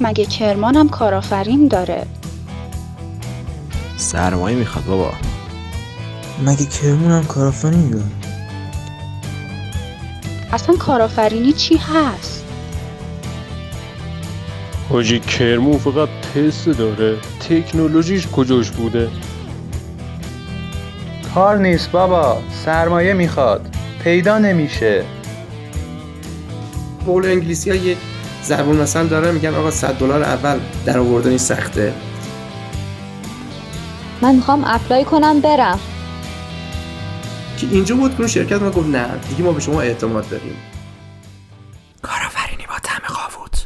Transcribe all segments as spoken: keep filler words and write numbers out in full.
مگه کرمان هم کارآفرین داره؟ سرمایه میخواد بابا. مگه کرمان هم کارآفرین داره؟ اصلا کارآفرینی چی هست؟ حاجی کرمون فقط تست داره، تکنولوژیش کجاش بوده؟ کار نیست بابا، سرمایه میخواد، پیدا نمیشه. قول انگلیسی ها یه ضرب المثل داره، میگن آقا صد دلار اول در آوردنی سخته. من میخوام اپلای کنم برم که اینجا بود که شرکت ما گفت نه دیگه ما به شما اعتماد داریم. کارآفرینی با طعم قاووت.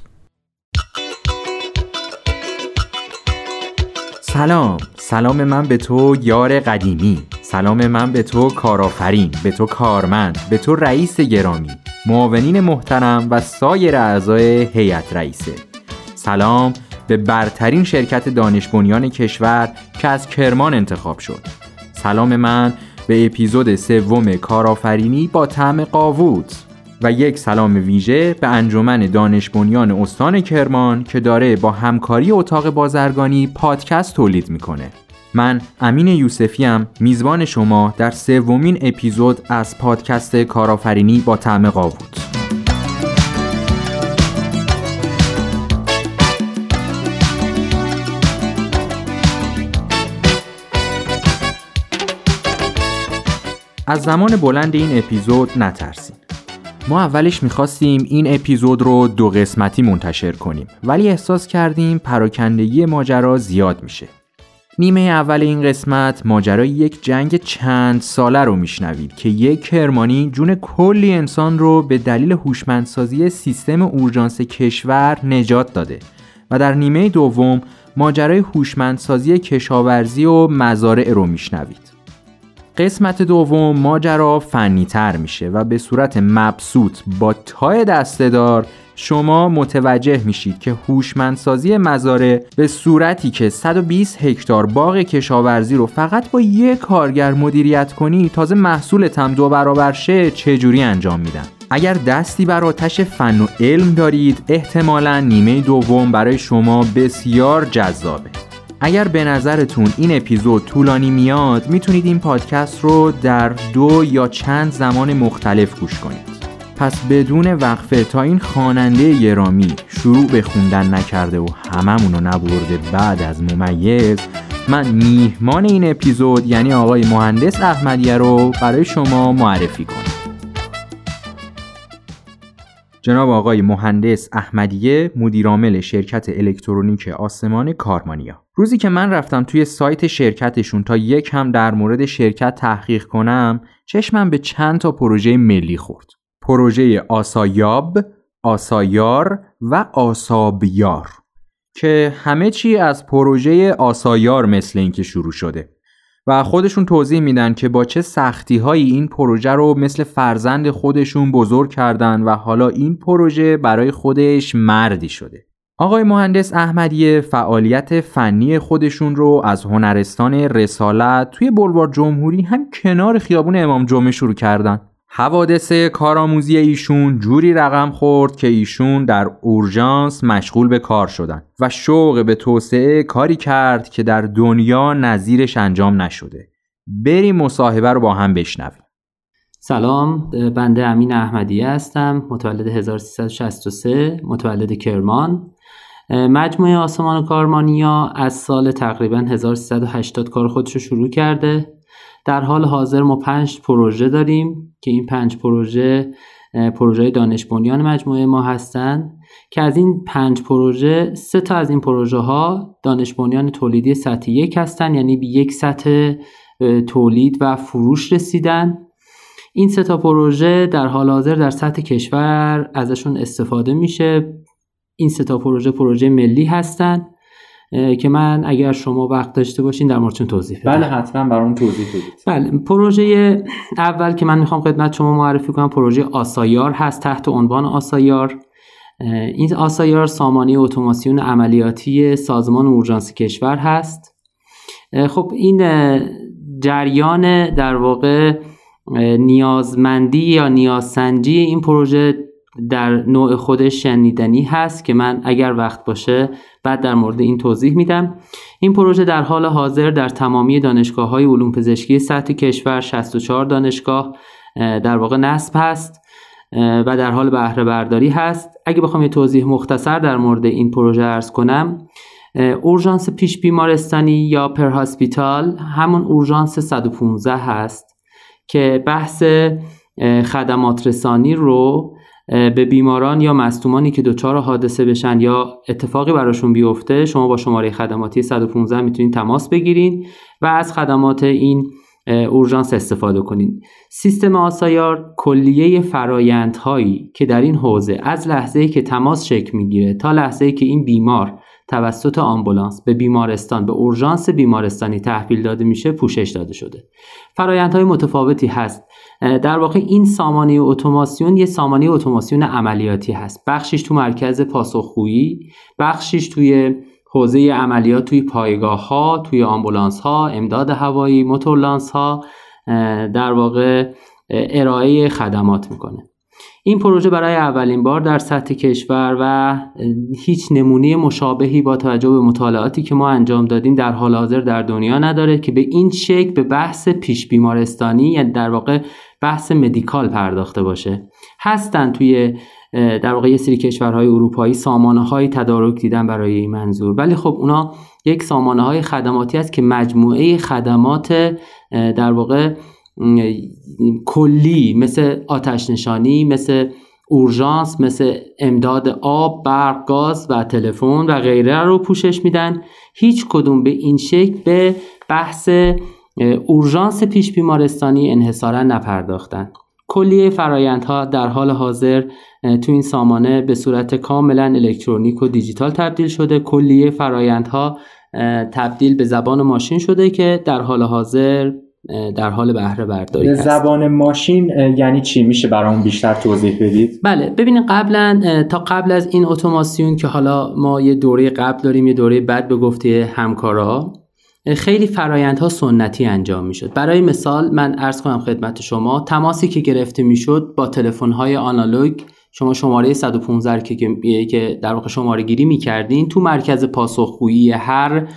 سلام، سلام من به تو یار قدیمی، سلام من به تو کارآفرین، به تو کارمند، به تو رئیس گرامی، معاونین محترم و سایر اعضای هیئت رئیسه. سلام به برترین شرکت دانش بنیان کشور که از کرمان انتخاب شد. سلام من به اپیزود سوم کارآفرینی با طعم قاووت و یک سلام ویژه به انجمن دانش بنیان استان کرمان که داره با همکاری اتاق بازرگانی پادکست تولید میکنه. من امین یوسفیم، میزبان شما در سومین اپیزود از پادکست کارآفرینی با طعم قاووت. از زمان بلند این اپیزود نترسین. ما اولش میخواستیم این اپیزود رو دو قسمتی منتشر کنیم، ولی احساس کردیم پراکندگی ماجرا زیاد میشه. نیمه اول این قسمت ماجرای یک جنگ چند ساله رو میشنوید که یک کرمانی جون کلی انسان رو به دلیل هوشمندسازی سیستم اورژانس کشور نجات داده و در نیمه دوم ماجرای هوشمندسازی کشاورزی و مزارع رو میشنوید. قسمت دوم ماجرا فنی تر میشه و به صورت مبسوط با تای دسته‌دار شما متوجه میشید که هوشمندسازی مزارع به صورتی که صد و بیست هکتار باغ کشاورزی رو فقط با یک کارگر مدیریت کنی تازه محصولت هم دو برابر شه چجوری انجام میدن. اگر دستی بر آتش فن و علم دارید احتمالاً نیمه دوم برای شما بسیار جذابه. اگر به نظرتون این اپیزود طولانی میاد میتونید این پادکست رو در دو یا چند زمان مختلف گوش کنید. پس بدون وقفه تا این خواننده گرامی شروع به خوندن نکرده و هممونو نبرده بعد از ممیز، من میهمان این اپیزود یعنی آقای مهندس احمدیه رو برای شما معرفی کنم. جناب آقای مهندس احمدیه، مدیرعامل شرکت الکترونیک آسمان کارمانیا. روزی که من رفتم توی سایت شرکتشون تا یک هم در مورد شرکت تحقیق کنم، چشمم به چند تا پروژه ملی خورد. پروژه آسایاب، آسایار و آسابیار که همه چی از پروژه آسایار مثل این که شروع شده و خودشون توضیح میدن که با چه سختی هایی این پروژه رو مثل فرزند خودشون بزرگ کردن و حالا این پروژه برای خودش مردی شده. آقای مهندس احمدیه فعالیت فنی خودشون رو از هنرستان رسالت توی بولوار جمهوری هم کنار خیابون امام جمعه شروع کردن. حوادث کارآموزی ایشون جوری رقم خورد که ایشون در اورژانس مشغول به کار شدن و شوق به توسعه کاری کرد که در دنیا نظیرش انجام نشده. بریم مصاحبه رو با هم بشنویم. سلام، بنده امین احمدیه هستم، متولد هزار و سیصد و شصت و سه، متولد کرمان. مجموعه آسمان کارمانیا از سال تقریبا هزار و سیصد و هشتاد کار خودش رو شروع کرده. در حال حاضر ما پنج پروژه داریم که این پنج پروژه پروژه دانش بنیان مجموعه ما هستن که از این پنج پروژه سه تا از این پروژه ها دانش بنیان تولیدی سطح یک هستن، یعنی به یک سطح تولید و فروش رسیدن. این سه تا پروژه در حال حاضر در سطح کشور ازشون استفاده میشه. این سه تا پروژه پروژه ملی هستن که من اگر شما وقت داشته باشین در موردشون توضیح بدم. بله حتما برام توضیح بدید. بله، پروژه اول که من میخوام خدمت شما معرفی کنم پروژه آسایار هست تحت عنوان آسایار. این آسایار سامانه اتوماسیون عملیاتی سازمان اورژانس کشور هست. خب این جریان در واقع نیازمندی یا نیازسنجی این پروژه در نوع خودش شنیدنی هست که من اگر وقت باشه بعد در مورد این توضیح میدم. این پروژه در حال حاضر در تمامی دانشگاه‌های علوم پزشکی سطح کشور شصت و چهار دانشگاه در واقع نصب هست و در حال بهره برداری هست. اگه بخوام یه توضیح مختصر در مورد این پروژه عرض کنم، اورژانس پیش بیمارستانی یا پر هاسپیتال همون اورژانس صد و پانزده هست که بحث خدمات رسانی رو به بیماران یا مصدومانی که دچار حادثه بشن یا اتفاقی براشون بیفته، شما با شماره خدماتی صد و پانزده میتونید تماس بگیرین و از خدمات این اورژانس استفاده کنین. سیستم آسایار کلیه فرایندهایی که در این حوزه از لحظه‌ای که تماس شکل میگیره تا لحظه‌ای که این بیمار توسط آمبولانس به بیمارستان به اورژانس بیمارستانی تحویل داده میشه پوشش داده شده. فرآیندهای متفاوتی هست. در واقع این سامانه اتوماسیون یه سامانه اتوماسیون عملیاتی هست. بخشش تو مرکز پاسخگویی، بخشش توی حوزه عملیات توی پایگاه‌ها، توی آمبولانس‌ها، امداد هوایی، موتورلانس‌ها در واقع ارائه خدمات میکنه. این پروژه برای اولین بار در سطح کشور و هیچ نمونه مشابهی با توجه به مطالعاتی که ما انجام دادیم در حال حاضر در دنیا نداره که به این شکل به بحث پیش بیمارستانی یا در واقع بحث مدیکال پرداخته باشه. هستن توی در واقع یه سری کشورهای اروپایی سامانه‌های تدارک دیدن برای این منظور، ولی خب اونا یک سامانه‌های خدماتی است که مجموعه خدمات در واقع کلی مثل آتش نشانی، مثل اورژانس، مثل امداد آب، برق، گاز و تلفن و غیره رو پوشش میدن. هیچ کدوم به این شکل به بحث اورژانس پیش بیمارستانی انحصارا نپرداختن. کلیه فرایندها در حال حاضر تو این سامانه به صورت کاملا الکترونیک و دیجیتال تبدیل شده. کلیه فرایندها تبدیل به زبان ماشین شده که در حال حاضر در حال بهره برداری هست. زبان ماشین یعنی چی؟ میشه برامون بیشتر توضیح بدید؟ بله، ببینید قبلا تا قبل از این اتوماسیون که حالا ما یه دوره قبل داریم یه دوره بعد به گفته همکارا، خیلی فرایندها سنتی انجام میشد. برای مثال من عرض کنم خدمت شما، تماسی که گرفته میشد با تلفن‌های آنالوگ، شما شماره صد و پانزده که که در واقع شماره گیری میکردین تو مرکز پاسخگویی هر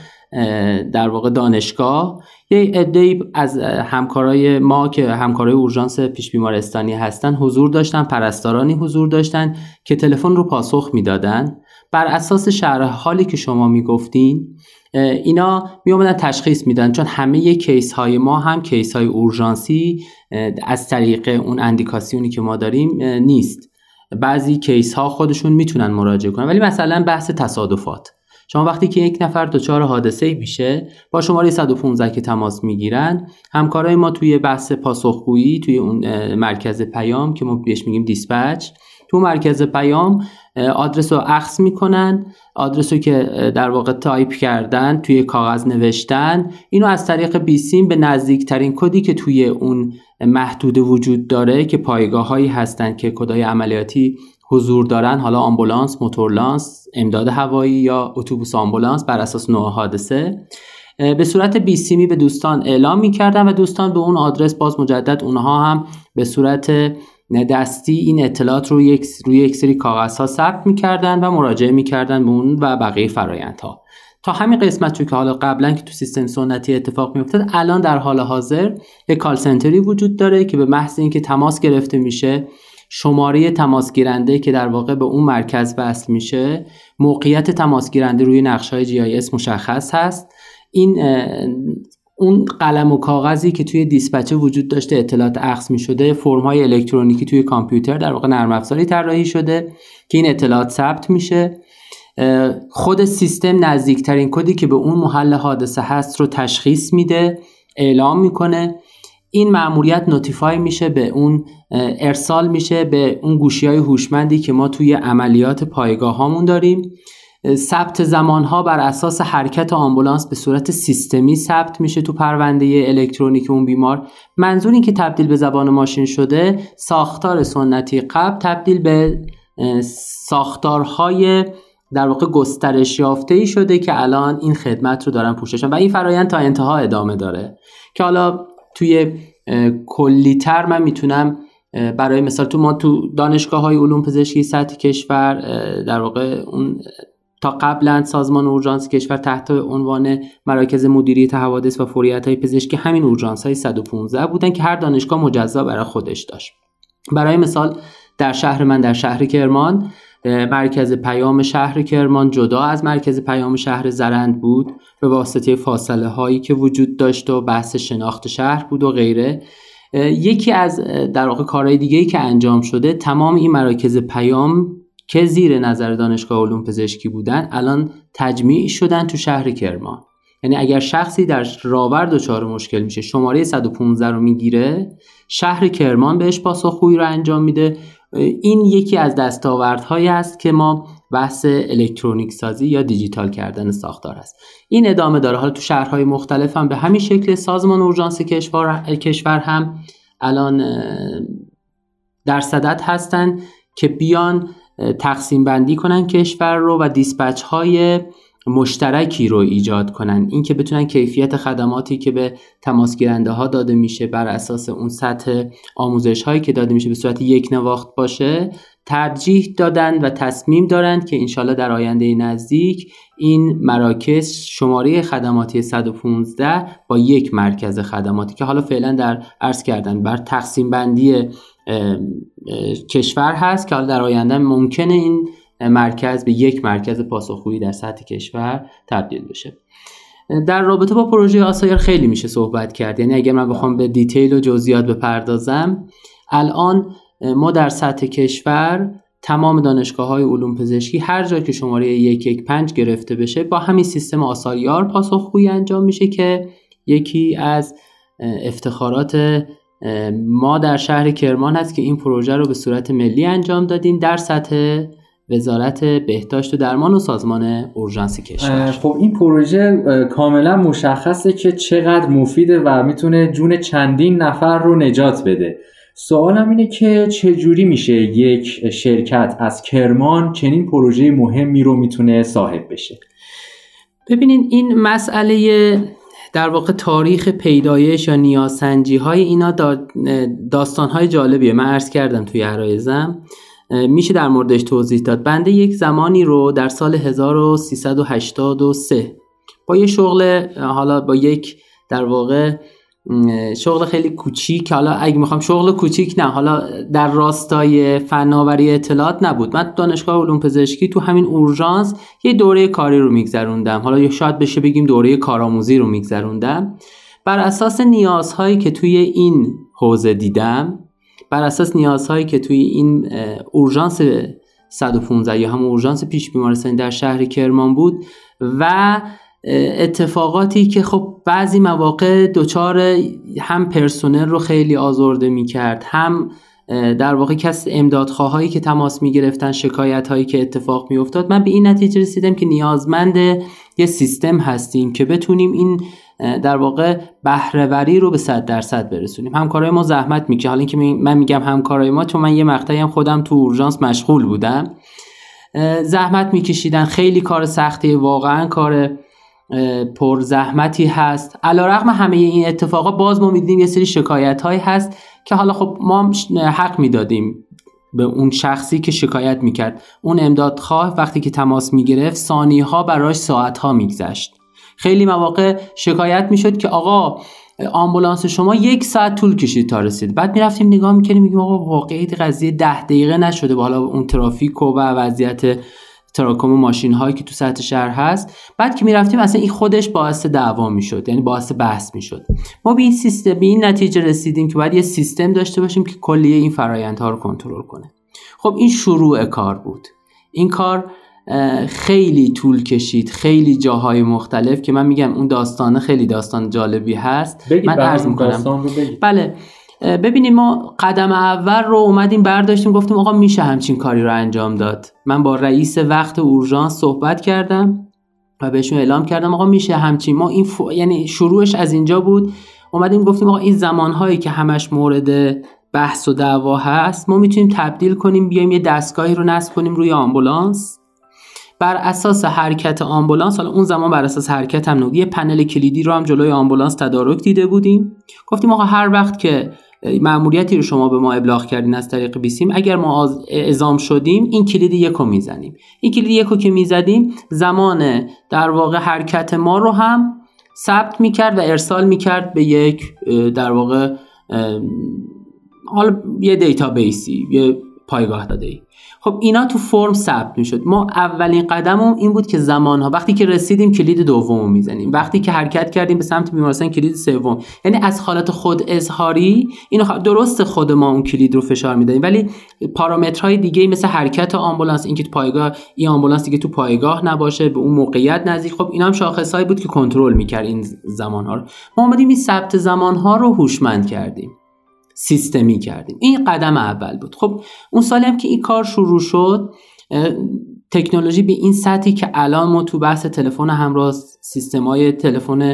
در واقع دانشگاه، یه عده‌ای از همکارای ما که همکارای اورژانس پیش بیمارستانی هستن حضور داشتن، پرستارانی حضور داشتن که تلفن رو پاسخ میدادن. بر اساس شرح حالی که شما میگفتین اینا می اومدن تشخیص میدن، چون همه کیس های ما هم کیس های اورژانسی از طریق اون اندیکاسیونی که ما داریم نیست. بعضی کیس ها خودشون میتونن مراجعه کنن، ولی مثلا بحث تصادفات، شما وقتی که یک نفر دچار حادثه‌ای میشه با شماره صد و پانزده که تماس میگیرن، همکارای ما توی بحث پاسخگویی توی اون مرکز پیام که ما بهش میگیم دیسپچ، تو مرکز پیام آدرس رو اخذ میکنن، آدرس رو که در واقع تایپ کردن توی کاغذ نوشتن، اینو از طریق بیسیم به نزدیکترین کدی که توی اون محدوده وجود داره که پایگاه هایی هستن که کدای عملیاتی حضور دارن، حالا آمبولانس، موتورلانس، امداد هوایی یا اتوبوس آمبولانس بر اساس نوع حادثه، به صورت بیسیمی به دوستان اعلام میکردن و دوستان به اون آدرس باز مجدد اونها هم به صورت دستی این اطلاعات رو یک روی یک سری کاغذها ثبت میکردن و مراجعه میکردن به اون و بقیه فرآیندها. تا همین قسمت که حالا قبلا که تو سیستم سنتی اتفاق میافتاد، الان در حال حاضر یک کال سنتری وجود داره که به محض اینکه تماس گرفته میشه، شماره تماس گیرنده که در واقع به اون مرکز وصل میشه، موقعیت تماس گیرنده روی نقشه‌های جی آی اس مشخص هست. این اون قلم و کاغذی که توی دیسپچه وجود داشته اطلاعات اخذ می‌شده، فرم‌های الکترونیکی توی کامپیوتر در واقع نرم افزاری طراحی شده که این اطلاعات ثبت میشه. خود سیستم نزدیکترین کدی که به اون محل حادثه هست رو تشخیص میده، اعلام میکنه. این مأموریت نوتیفای میشه، به اون ارسال میشه به اون گوشی‌های هوشمندی که ما توی عملیات پایگاه‌هامون داریم. ثبت زمانها بر اساس حرکت آمبولانس به صورت سیستمی ثبت میشه تو پرونده الکترونیک اون بیمار. منظور این که تبدیل به زبان ماشین شده، ساختار سنتی قبل تبدیل به ساختارهای در واقع گسترش یافته‌ای شده که الان این خدمت رو دارن پوششن و این فرآیند تا انتها ادامه داره که حالا توی کلی‌تر من میتونم برای مثال تو ما تو دانشگاه‌های علوم پزشکی سطح کشور در واقع اون تا قبلا سازمان اورژانس کشور تحت عنوان مراکز مدیریت حوادث و فوریت‌های پزشکی همین اورژانس‌های صد و پانزده بودن که هر دانشگاه مجزا برای خودش داشت. برای مثال در شهر من، در شهر کرمان، مرکز پیام شهر کرمان جدا از مرکز پیام شهر زرند بود به واسطه فاصله هایی که وجود داشت و بحث شناخت شهر بود و غیره. یکی از در واقع کارهای دیگه‌ای که انجام شده، تمام این مراکز پیام که زیر نظر دانشگاه علوم پزشکی بودن الان تجمیع شدن تو شهر کرمان. یعنی اگر شخصی در راور دچار مشکل میشه، شماره صد و پانزده رو میگیره، شهر کرمان بهش پاسخگویی رو انجام میده. این یکی از دستاوردهایی است که ما بحث الکترونیک سازی یا دیجیتال کردن ساختار است. این ادامه داره. حالا تو شهرهای مختلف هم به همین شکل سازمان اورژانس کشور کشور هم الان در صدد هستن که بیان تقسیم بندی کنن کشور رو و دیسپچ های مشترکی رو ایجاد کنن، این که بتونن کیفیت خدماتی که به تماس گیرنده ها داده میشه بر اساس اون سطح آموزش هایی که داده میشه به صورت یک نواخت باشه، ترجیح دادن و تصمیم دارند که انشالله در آینده نزدیک این مراکز شماره خدماتی صد و پانزده با یک مرکز خدماتی که حالا فعلا در عرض کردن بر تقسیم بندی کشور هست که حالا در آینده ممکنه این مرکز به یک مرکز پاسخگویی در سطح کشور تبدیل بشه. در رابطه با پروژه آسایر خیلی میشه صحبت کرد. یعنی اگر من بخوام به دیتیل و جزئیات بپردازم، الان ما در سطح کشور تمام دانشگاه‌های علوم پزشکی هر جا که شماره یک یک پنج گرفته بشه با همین سیستم آسایار پاسخگویی انجام میشه که یکی از افتخارات ما در شهر کرمان هست که این پروژه رو به صورت ملی انجام دادیم در سطح وزارت بهداشت و درمان و سازمان اورژانس کشور. خب این پروژه کاملا مشخصه که چقدر مفیده و میتونه جون چندین نفر رو نجات بده. سوالم اینه که چجوری میشه یک شرکت از کرمان چنین پروژه مهمی رو میتونه صاحب بشه؟ ببینین این مسئله در واقع تاریخ پیدایش یا نیازسنجی های اینا داستان های جالبیه. من عرض کردم توی عرایزم، میشه در موردش توضیح داد. بنده یک زمانی رو در سال هزار و سیصد و هشتاد و سه با یه شغل، حالا با یک در واقع شغل خیلی کوچیک، حالا اگه میخوام شغل کوچیک نه، حالا در راستای فناوری اطلاعات نبود، من دانشگاه علوم پزشکی تو همین اورژانس یه دوره کاری رو میگذروندم، حالا یا شاید بشه بگیم دوره کارآموزی رو میگذروندم. بر اساس نیازهایی که توی این حوزه دیدم، بر اساس نیازهایی که توی این اورژانس صد و پانزده یا هم اورژانس پیش بیمارستانی در شهر کرمان بود و اتفاقاتی که خب بعضی مواقع دوچار هم پرسنل رو خیلی آزرده می کرد، هم در واقع کس امدادخواهایی که تماس می گرفتن، شکایت هایی که اتفاق می افتاد، من به این نتیجه رسیدم که نیازمند یه سیستم هستیم که بتونیم این در واقع بهره‌وری رو به صد درصد برسونیم. همکارای ما زحمت میکشه. حالا اینکه من میگم همکارای ما، چون من یه مقطعی هم خودم تو اورژانس مشغول بودم، زحمت میکشیدن. خیلی کار سختیه، واقعا کار پر زحمتی هست. علیرغم همه این اتفاقا باز ما میدیدیم یه سری شکایت هایی هست که حالا خب ما حق میدادیم به اون شخصی که شکایت میکرد. اون امدادخواه وقتی که تماس میگرفت ثانیه ها براش ساعت ها میگذشت. خیلی مواقع شکایت میشد که آقا آمبولانس شما یک ساعت طول کشید تا رسید. بعد میرفتیم نگاه میکردیم میگیم آقا واقعی قضیه ده دقیقه نشده، بالا اون ترافیک و وضعیت تراکم ماشین هایی که تو سطح شهر هست. بعد که میرفتیم اصلا این خودش باعث دعوا میشد، یعنی باعث بحث میشد. ما به این سیستم به این نتیجه رسیدیم که باید یه سیستم داشته باشیم که کلیه این فرآیندها رو کنترل کنه. خب این شروع کار بود. این کار خیلی طول کشید، خیلی جاهای مختلف که من میگم اون داستانه خیلی داستان جالبی هست. من عرض میکنم. بله ببینیم، ما قدم اول رو اومدیم برداشتیم، گفتیم آقا میشه همچین کاری رو انجام داد. من با رئیس وقت اورژانس صحبت کردم و بهشون اعلام کردم آقا میشه همچین. ما این ف... یعنی شروعش از اینجا بود. اومدیم گفتیم آقا این زمانهایی که همش مورد بحث و دعوا هست ما میتونیم تبدیل کنیم، بیایم یه دستگاهی رو نصب کنیم روی آمبولانس. بر اساس حرکت آمبولانس، حالا اون زمان بر اساس حرکت هم نو یه پنل کلیدی رو هم جلوی آمبولانس تدارک دیده بودیم. گفتیم آقا هر وقت که مأموریتی رو شما به ما ابلاغ کردین از طریق بیسیم، اگر ما اعزام شدیم این کلید یکو میزنیم. این کلید یکو که میزدیم زمان در واقع حرکت ما رو هم ثبت میکرد و ارسال میکرد به یک در واقع حالا یه دیتابیسی، یه پایگاه داده‌ای. خب اینا تو فرم ثبت میشد. ما اولین قدمم این بود که زمانها وقتی که رسیدیم کلید دومو میزنیم، وقتی که حرکت کردیم به سمت بیمارستان کلید سوم. یعنی از حالت خود اظهاری اینو درست خود ما اون کلید رو فشار میدادیم، ولی پارامترهای دیگه مثل حرکت آمبولانس، اینکه تو پایگاه این آمبولانس دیگه تو پایگاه نباشه، به اون موقعیت نزدیک، خب اینا هم شاخصایی بود که کنترل میکرد این زمانها رو. ما اومدیم این ثبت زمانها رو هوشمند کردیم، سیستمی کردیم. این قدم اول بود. خب اون سالی هم که این کار شروع شد، تکنولوژی به این سطحی که الان ما تو بحث تلفن همراه، سیستم‌های تلفن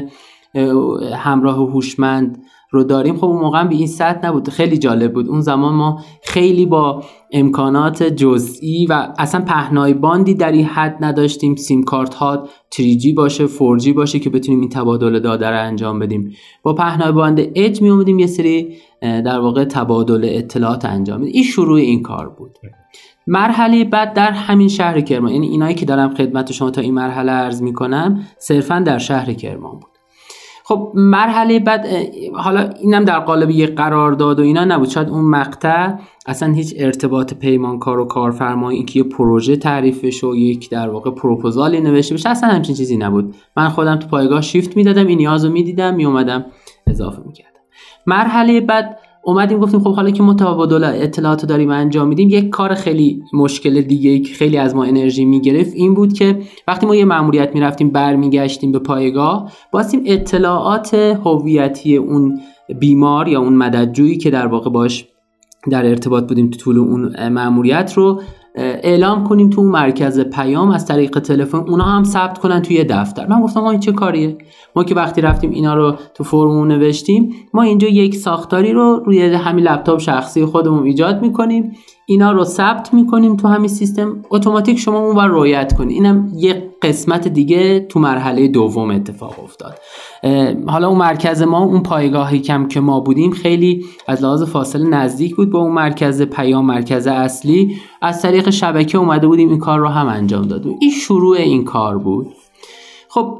همراه و هوشمند رو داریم، خب اون موقع به این سطح نبود. خیلی جالب بود. اون زمان ما خیلی با امکانات جزئی و اصلا پهنای باندی در این حد نداشتیم، سیم کارت ها تری جی باشه، فور جی باشه که بتونیم این تبادل داده رو انجام بدیم. با پهنای باند اج می اومدیم یه سری در واقع تبادل اطلاعات انجام بدیم. این شروع این کار بود. مرحله بعد در همین شهر کرمان، یعنی اینایی که دارم خدمت شما تا این مرحله عرض میکنم صرفا در شهر کرمان بود. خب مرحله بعد حالا اینم در قالب یک قرارداد و اینا نبود. شاید اون مقطع اصلا هیچ ارتباط پیمانکار و کارفرمایی، اینکه یه پروژه تعریف بشه و یک در واقع پروپوزالی نوشته بشه، اصلا همچین چیزی نبود. من خودم تو پایگاه شیفت میدادم، این نیازو میدیدم، میومدم اضافه میکردم. مرحله بعد اومدیم گفتیم خب حالا که ما تبادل اطلاعات داریم انجام میدیم، یک کار خیلی مشکل دیگه که خیلی از ما انرژی میگرفت این بود که وقتی ما یه مأموریت میرفتیم برمیگشتیم به پایگاه، باسیم اطلاعات هویتی اون بیمار یا اون مددجویی که در واقع باش در ارتباط بودیم تو طول اون مأموریت رو اعلام کنیم تو اون مرکز پیام از طریق تلفن، اونا هم ثبت کنن توی دفتر. من گفتم ما این چه کاریه؟ ما که وقتی رفتیم اینا رو تو فرمون نوشتیم، ما اینجا یک ساختاری رو روی همین لپتاپ شخصی خودمون ایجاد میکنیم، اینا رو ثبت میکنیم تو همین سیستم، اتوماتیک شما اون بر رعایت کنید. اینم یک قسمت دیگه تو مرحله دوم اتفاق افتاد. حالا اون مرکز ما، اون پایگاهی کم که ما بودیم خیلی از لحاظ فاصله نزدیک بود با اون مرکز پیام، مرکز اصلی. از طریق شبکه اومده بودیم این کار رو هم انجام دادیم. این شروع این کار بود. خب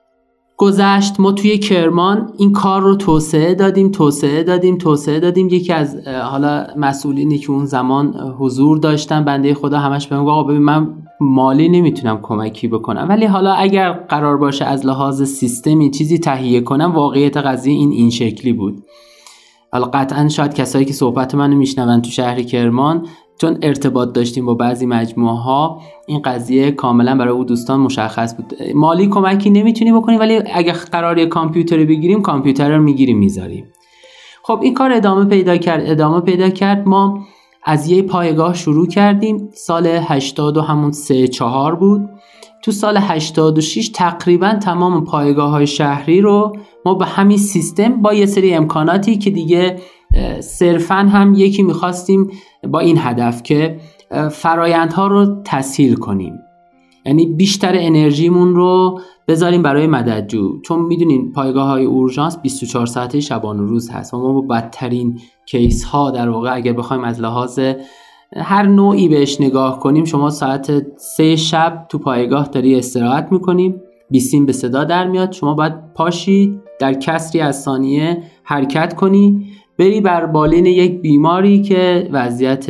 گذشت، ما توی کرمان این کار رو توسعه دادیم توسعه دادیم توسعه دادیم یکی از حالا مسئولینی که اون زمان حضور داشتن، بنده خدا، همش بهم گفت آقا ببین من مالی نمیتونم کمکی بکنم، ولی حالا اگر قرار باشه از لحاظ سیستمی چیزی تهیه کنم، واقعیت قضیه این این شکلی بود. حالا قطعا شاید کسایی که صحبت منو میشنون تو شهر کرمان، چون ارتباط داشتیم با بعضی مجموعه ها، این قضیه کاملا برای اون دوستان مشخص بود. مالی کمکی نمیتونی بکنی، ولی اگه قراره کامپیوتری بگیریم کامپیوتر رو میگیریم میذاریم. خب این کار ادامه پیدا کرد ادامه پیدا کرد ما از یه پایگاه شروع کردیم. سال هشتاد و همون سه چهار بود. تو سال هشتاد و شش تقریبا تمام پایگاه های شهری رو ما به همین سیستم با یه سری امکاناتی که دیگه صرفاً هم یکی میخواستیم با این هدف که فرایندها رو تسهیل کنیم، یعنی بیشتر انرژیمون رو بذاریم برای مددجو، چون میدونین پایگاه های اورژانس بیست و چهار ساعته شبانه روز هست و ما با بدترین کیس ها در واقع اگر بخوایم از لحاظ هر نوعی بهش نگاه کنیم، شما ساعت سه شب تو پایگاه داری استراحت میکنیم، بیسیم به صدا در میاد، شما باید پاشی در کسری از ثانیه حرکت کنی، بری بر بالین یک بیماری که وضعیت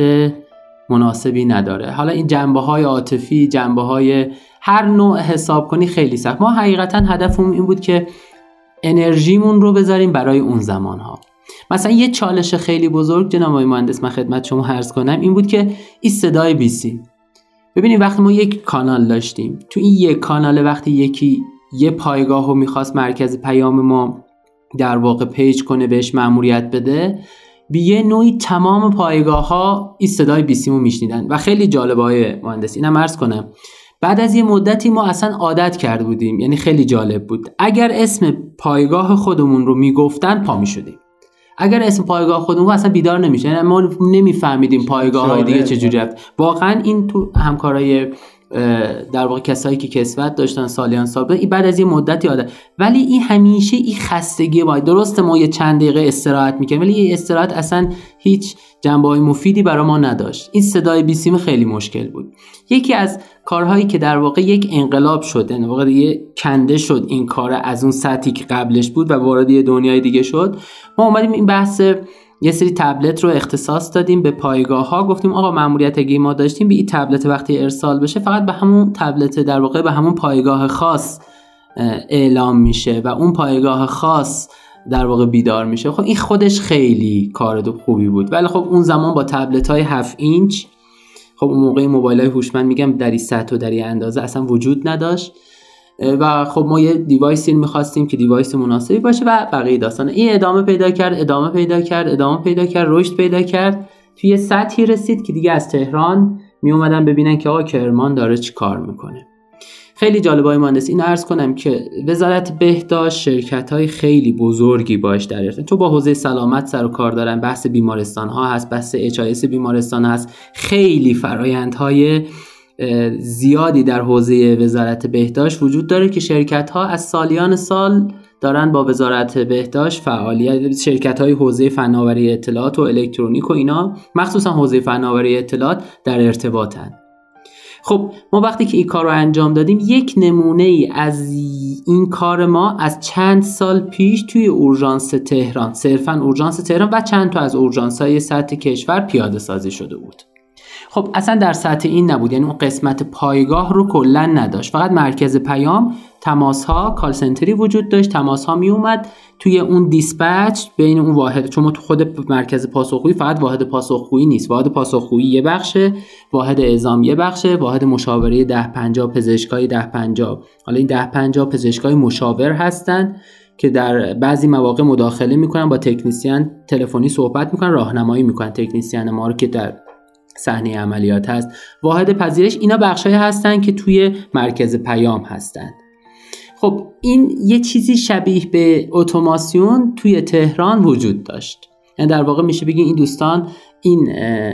مناسبی نداره. حالا این جنبه های عاطفی، جنبه های هر نوع حساب کنی خیلی سخت. ما حقیقتا هدفمون این بود که انرژیمون رو بذاریم برای اون زمان ها. مثلا یه چالش خیلی بزرگ جناب آقای مهندس من خدمت شما عرض کنم این بود که این صدای بیسیم، ببینید وقتی ما یک کانال داشتیم، تو این یک کانال وقتی یکی یه پایگاه رو میخواست مرکز پیام ما در واقع پیج کنه، بهش مأموریت بده، بی یه نوعی تمام پایگاه ها این صدای بیسیم رو میشنیدن و خیلی جالبه های مهندس اینم عرض کنم. بعد از یه مدتی ما اصلا عادت کرده بودیم، یعنی خیلی جالب بود، اگر اسم پایگاه خودمون رو میگفتن پا میشدیم، اگر اسم پایگاه خودمون اصلا بیدار نمیشه، یعنی ما نمیفهمیدیم پایگاه های دیگه چجوری رفت. واقعا این تو همکارای در واقع کسایی که کسوت داشتن سالیان سال بود، این بعد از یه مدتی عادت، ولی این همیشه این خستگی باید. درسته ما یه چند دقیقه استراحت میکنیم ولی این استراحت اصلا هیچ جنبه‌های مفیدی برای ما نداشت. این صدای بیسیم خیلی مشکل بود. یکی از کارهایی که در واقع یک انقلاب شد، در واقع دیگه کنده شد این کار از اون سطحی که قبلش بود و وارد یه دنیای دیگه شد، ما اومدیم این بحث یه سری تبلت رو اختصاص دادیم به پایگاه ها. گفتیم آقا مأموریت اگه ما داشتیم به این تبلت وقتی ارسال بشه فقط به همون تبلت در واقع به همون پایگاه خاص اعلام میشه و اون پایگاه خاص در واقع بیدار میشه. خب این خودش خیلی کار خوبی بود، ولی خب اون زمان با تبلت های هفت اینچ، خب اون موقع موبایل های هوشمند میگم در این سطح و در این اندازه اصلا وجود نداشت و خب ما یه دیوایسی می‌خواستیم که دیوایس مناسبی باشه و بقیه داستان. این ادامه پیدا کرد ادامه پیدا کرد ادامه پیدا کرد رشد پیدا کرد، توی یه سطحی رسید که دیگه از تهران می اومدن ببینن که آقا کرمان داره چی کار میکنه. خیلی جالبای مهندس اینو عرض کنم که وزارت بهداشت شرکت‌های خیلی بزرگی باش در ارتباط، تو با حوزه سلامت سر و کار دارن، بحث بیمارستان‌ها هست، بحث اچ آی اس بیمارستان هست، خیلی فرآیندهای زیادی در حوزه وزارت بهداشت وجود داره که شرکت‌ها از سالیان سال دارن با وزارت بهداشت فعالیت، شرکت‌های حوزه فناوری اطلاعات و الکترونیک و اینا، مخصوصا حوزه فناوری اطلاعات در ارتباطن. خب ما وقتی که این کار رو انجام دادیم، یک نمونه ای از این کار ما از چند سال پیش توی اورژانس تهران، صرفاً اورژانس تهران و چند تا از اورژانس‌های سطح کشور پیاده سازی شده بود. خب اصلا در سطح این نبود، یعنی اون قسمت پایگاه رو کلا نداشت، فقط مرکز پیام، تماس ها، کال سنتری وجود داشت، تماس ها می اومد توی اون دیسپچ بین اون واحد، چون ما تو خود مرکز پاسخگویی فقط واحد پاسخگویی نیست، واحد پاسخگویی یه بخشه، واحد اعزام یه بخشه، واحد مشاوره ده پنجاه، پزشکای ده پنجاه. حالا این ده پنجاه پزشکای مشاور هستن که در بعضی مواقع مداخله میکنن، با تکنیسیان تلفنی صحبت میکنن، راهنمایی میکنن تکنیسیان ما رو که در صحنه عملیات هست. واحد پذیرش، اینا بخشایی هستن که توی مرکز پیام هستن. خب این یه چیزی شبیه به اتوماسیون توی تهران وجود داشت، یعنی در واقع میشه بگیم این دوستان این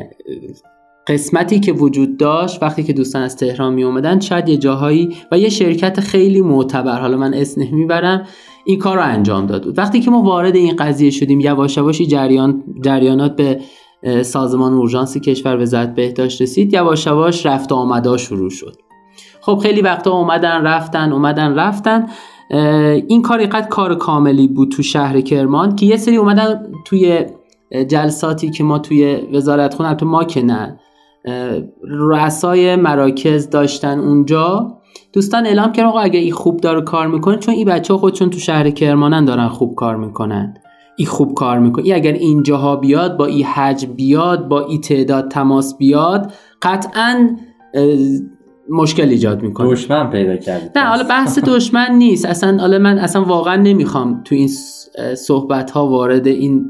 قسمتی که وجود داشت وقتی که دوستان از تهران می اومدن، شاید یه جاهایی و یه شرکت خیلی معتبر، حالا من اسم نمیبرم، این کار رو انجام داد بود. وقتی که ما وارد این قضیه شدیم، یواش یواش جریان جریانات به سازمان اورژانس کشور وزارت بهداشت رسید، یواش یواش رفت و آمدا شروع شد. خب خیلی وقتا اومدن رفتن اومدن رفتن. این کار اینقدر کار کاملی بود تو شهر کرمان که یه سری اومدن توی جلساتی که ما توی وزارت خونه، البته ما که نه، رؤسای مراکز داشتن اونجا، دوستان اعلام کردن آقا اگه این خوب داره کار میکنه، چون این بچه‌ها خودشون تو شهر کرمانن دارن خوب کار میکنن، این خوب کار میکنه، این اگر اینجاها بیاد، با این حجم بیاد، با این تعداد تماس بیاد، قطعاً مشکل ایجاد میکنه. دشمن پیدا کرد. نه حالا بحث دشمن نیست اصلا، حالا من اصلا واقعا نمیخوام تو این صحبت ها وارد این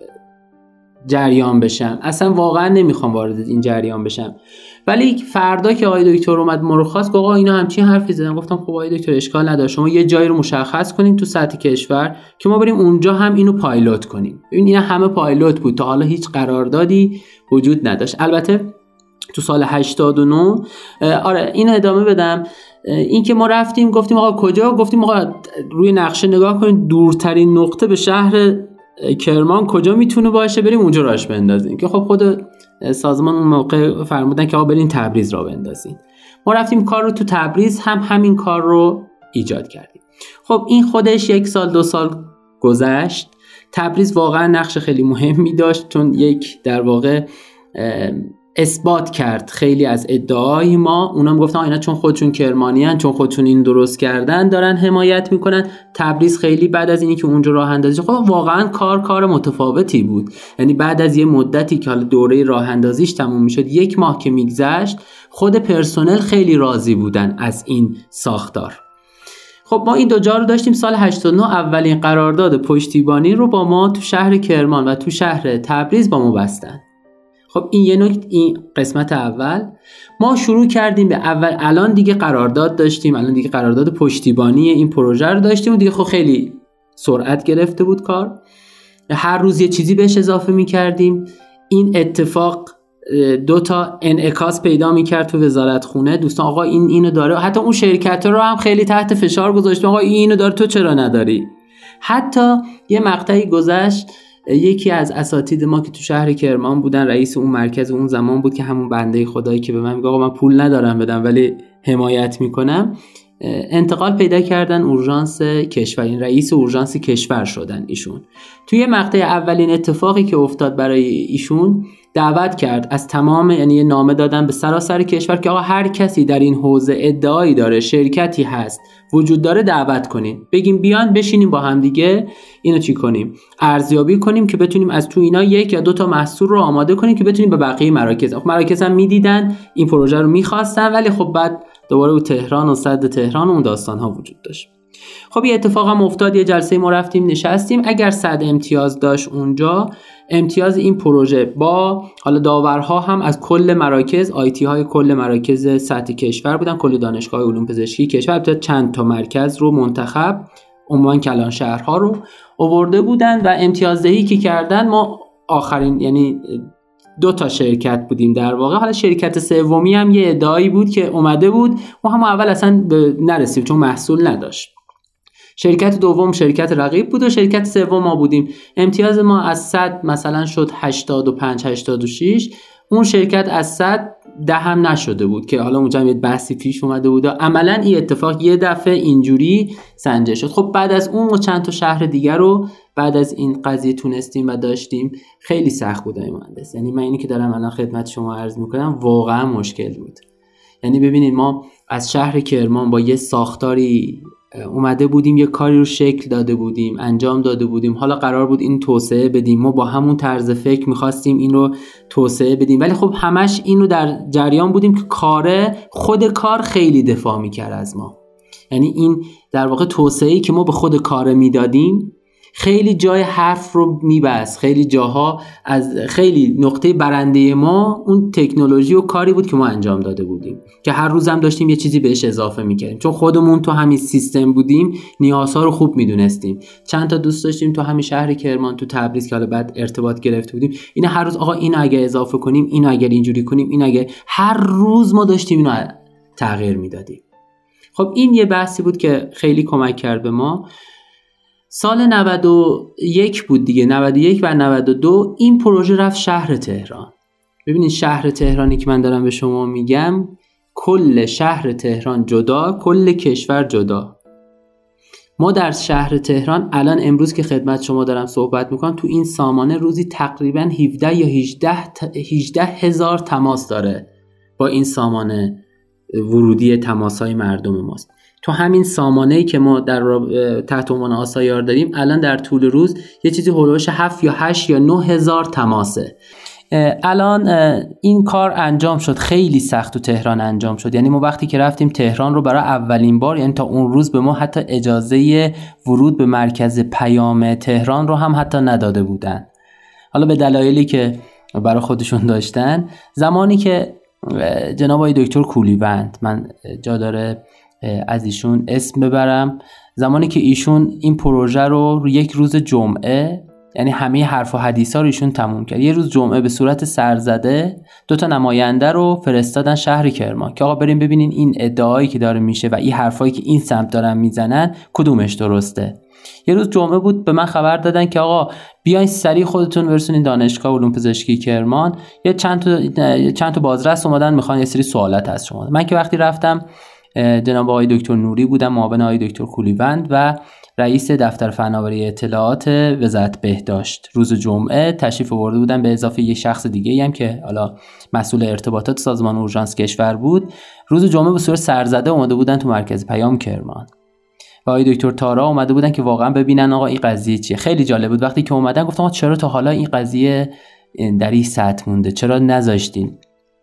جریان بشم، اصلا واقعا نمیخوام وارد این جریان بشم. ولی فردا که آقای دکتر اومد ما رو خواست، آقا اینا همچین حرفی زدن، گفتم خب آقای دکتر اشکال نداره، شما یه جایی رو مشخص کنین تو سطح کشور که ما بریم اونجا هم اینو پایلوت کنیم. ببین اینا همه پایلوت بود، تا حالا هیچ قراردادی وجود نداشت. البته تو سال هشتاد و نه، آره این ادامه بدم، این که ما رفتیم گفتیم آقا کجا، گفتیم آقا روی نقشه نگاه کنید دورترین نقطه به شهر کرمان کجا میتونه باشه، بریم اونجا راش بندازیم، که خب خود سازمان اون موقع فرمودن که آقا بریم تبریز را بندازیم. ما رفتیم کار رو تو تبریز هم همین کار رو ایجاد کردیم. خب این خودش یک سال دو سال گذشت. تبریز واقعا نقش خیلی مهمی داشت، چون یک در واقع اثبات کرد خیلی از ادعای ما. اونا هم گفتن اینا چون خودشون کرمانیان، چون خودشون این درست کردن دارن حمایت میکنن. تبریز خیلی بعد از اینی که اونجا راه اندازی خب واقعا کار کار متفاوتی بود، یعنی بعد از یه مدتی که حالا دوره راه اندازیش تموم میشد، یک ماه که میگذشت، خود پرسنل خیلی راضی بودن از این ساختار. خب ما این دو جا رو داشتیم. سال هشتاد و نه اولین قرارداد پشتیبانی رو با ما تو شهر کرمان و تو شهر تبریز با ما بستن. خب این یه نکته، این قسمت اول. ما شروع کردیم به اول، الان دیگه قرارداد داشتیم، الان دیگه قرارداد پشتیبانی این پروژه رو داشتیم و دیگه خب خیلی سرعت گرفته بود کار، هر روز یه چیزی بهش اضافه می‌کردیم. این اتفاق دو تا انعکاس پیدا میکرد تو وزارت خونه. دوستان آقا این اینو داره، حتی اون شرکت رو هم خیلی تحت فشار گذاشتیم آقا این اینو داره تو چرا نداری. حتی یه مقطعی گذشت یکی از اساتید ما که تو شهر کرمان بودن، رئیس اون مرکز اون زمان بود که همون بنده خدایی که به من میگه آقا من پول ندارم بدم ولی حمایت میکنم، انتقال پیدا کردن اورژانس کشور، این رئیس اورژانس کشور شدن ایشون. توی مقطع اولین اتفاقی که افتاد برای ایشون دعوت کرد از تمام، یعنی یه نامه دادن به سراسر کشور که آقا هر کسی در این حوزه ادعایی داره، شرکتی هست وجود داره، دعوت کنین، بگیم بیان بشینیم با هم دیگه اینو چی کنیم، ارزیابی کنیم که بتونیم از تو اینا یک یا دو تا محصول رو آماده کنیم که بتونیم به بقیه مراکز. خب مراکز هم میدیدن این پروژه رو میخواستن، ولی خب بعد دوباره او تهران و سد تهران و اون داستان ها وجود داشت. خب یه اتفاق هم افتاد، یه جلسه ما رفتیم نشستیم، اگر صد امتیاز داشت اونجا، امتیاز این پروژه با حالا داورها هم از کل مراکز، آیتی های کل مراکز سطح کشور بودن، کل دانشگاه علوم پزشکی کشور، البته چند تا مرکز رو منتخب عموما کلان شهرها رو آورده بودن و امتیازدهی که کردن ما آخرین، یعنی دو تا شرکت بودیم در واقع. حالا شرکت سومی هم یه ادعایی بود که اومده بود، ما هم اول اصلا نرسیم چون محصول نداشت. شرکت دوم شرکت رقیب بود و شرکت سوم ما بودیم. امتیاز ما از صد مثلا شد هشتاد و پنج هشتاد و شش، اون شرکت از صد ده هم نشده بود که حالا اونجا هم یه بحثی پیش اومده بود. عملا این اتفاق یه دفعه اینجوری سنجش شد. خب بعد از اون و چند تا شهر دیگر رو بعد از این قضیه تونستیم و داشتیم. خیلی سخت بود این مهندس، یعنی من اینی که دارم الان خدمت شما عرض میکنم واقعا مشکل بود. یعنی ببینید ما از شهر کرمان با یه ساختاری اومده بودیم، یه کاری رو شکل داده بودیم، انجام داده بودیم، حالا قرار بود این توسعه بدیم، ما با همون طرز فکر میخواستیم این رو توسعه بدیم، ولی خب همش این رو در جریان بودیم که کاره خود کار خیلی دفاع میکرد از ما. یعنی این در واقع توسعه‌ای که ما به خود کار میدادیم خیلی جای حرف رو میبست، خیلی جاها از خیلی نقطه برنده ما اون تکنولوژی و کاری بود که ما انجام داده بودیم که هر روزم داشتیم یه چیزی بهش اضافه میکردیم، چون خودمون تو همین سیستم بودیم، نیازها رو خوب میدونستیم. چند تا دوست داشتیم تو همین شهر کرمان، تو تبریز که حالا بعد ارتباط گرفته بودیم، اینا هر روز آقا اینو اگه اضافه کنیم، اینو اگر اینجوری کنیم، این اگه، هر روز ما داشتیم اینو تغییر میدادیم. خب این یه بحثی بود که خیلی کمک کرد به ما. سال نود و یک بود دیگه، نود و یک و نود و دو این پروژه رفت شهر تهران. ببینید شهر تهرانی که من دارم به شما میگم، کل شهر تهران جدا، کل کشور جدا. ما در شهر تهران الان امروز که خدمت شما دارم صحبت میکنم، تو این سامانه روزی تقریبا هفده یا هجده هزار تماس داره با این سامانه ورودی تماس‌های مردم ماست. تو همین سامانه‌ای که ما در تحت عنوان آسایار داریم الان در طول روز یه چیزی هولوش هفت یا هشت یا نه هزار تماسه. الان این کار انجام شد، خیلی سخت تو تهران انجام شد. یعنی ما وقتی که رفتیم تهران رو برای اولین بار، یعنی تا اون روز به ما حتی اجازه ورود به مرکز پیام تهران رو هم حتی نداده بودن، حالا به دلایلی که برای خودشون داشتن. زمانی که جناب آقای دکتر کولیوند، من جا داره از ایشون اسم ببرم، زمانی که ایشون این پروژه رو رو یک روز جمعه، یعنی همه حرف و حدیثا رو ایشون تموم کرد، یه روز جمعه به صورت سرزده دو تا نماینده رو فرستادن شهر کرمان که آقا بریم ببینین این ادعایی که داره میشه و این حرفایی که این سمت دارن میزنن کدومش درسته. یه روز جمعه بود، به من خبر دادن که آقا بیاین سریع خودتون برسونین دانشگاه علوم پزشکی کرمان، یه چند تا چند تا بازرس اومدن میخوان یه سری سوالات از شما. من که وقتی رفتم، جناب آقای دکتر نوری بودن، معاون آقای دکتر کولیوند و رئیس دفتر فناوری اطلاعات وزارت بهداشت، روز جمعه تشریف آورده بودن، به اضافه یک شخص دیگه هم که حالا مسئول ارتباطات سازمان اورژانس کشور بود. روز جمعه به صورت سرزده اومده بودن تو مرکز پیام کرمان و آقای دکتر تارا اومده بودن که واقعا ببینن آقا این قضیه چیه. خیلی جالب بود. وقتی که اومدن گفتم آقا چرا تا حالا این قضیه در این سطح مونده، چرا نذاشتین؟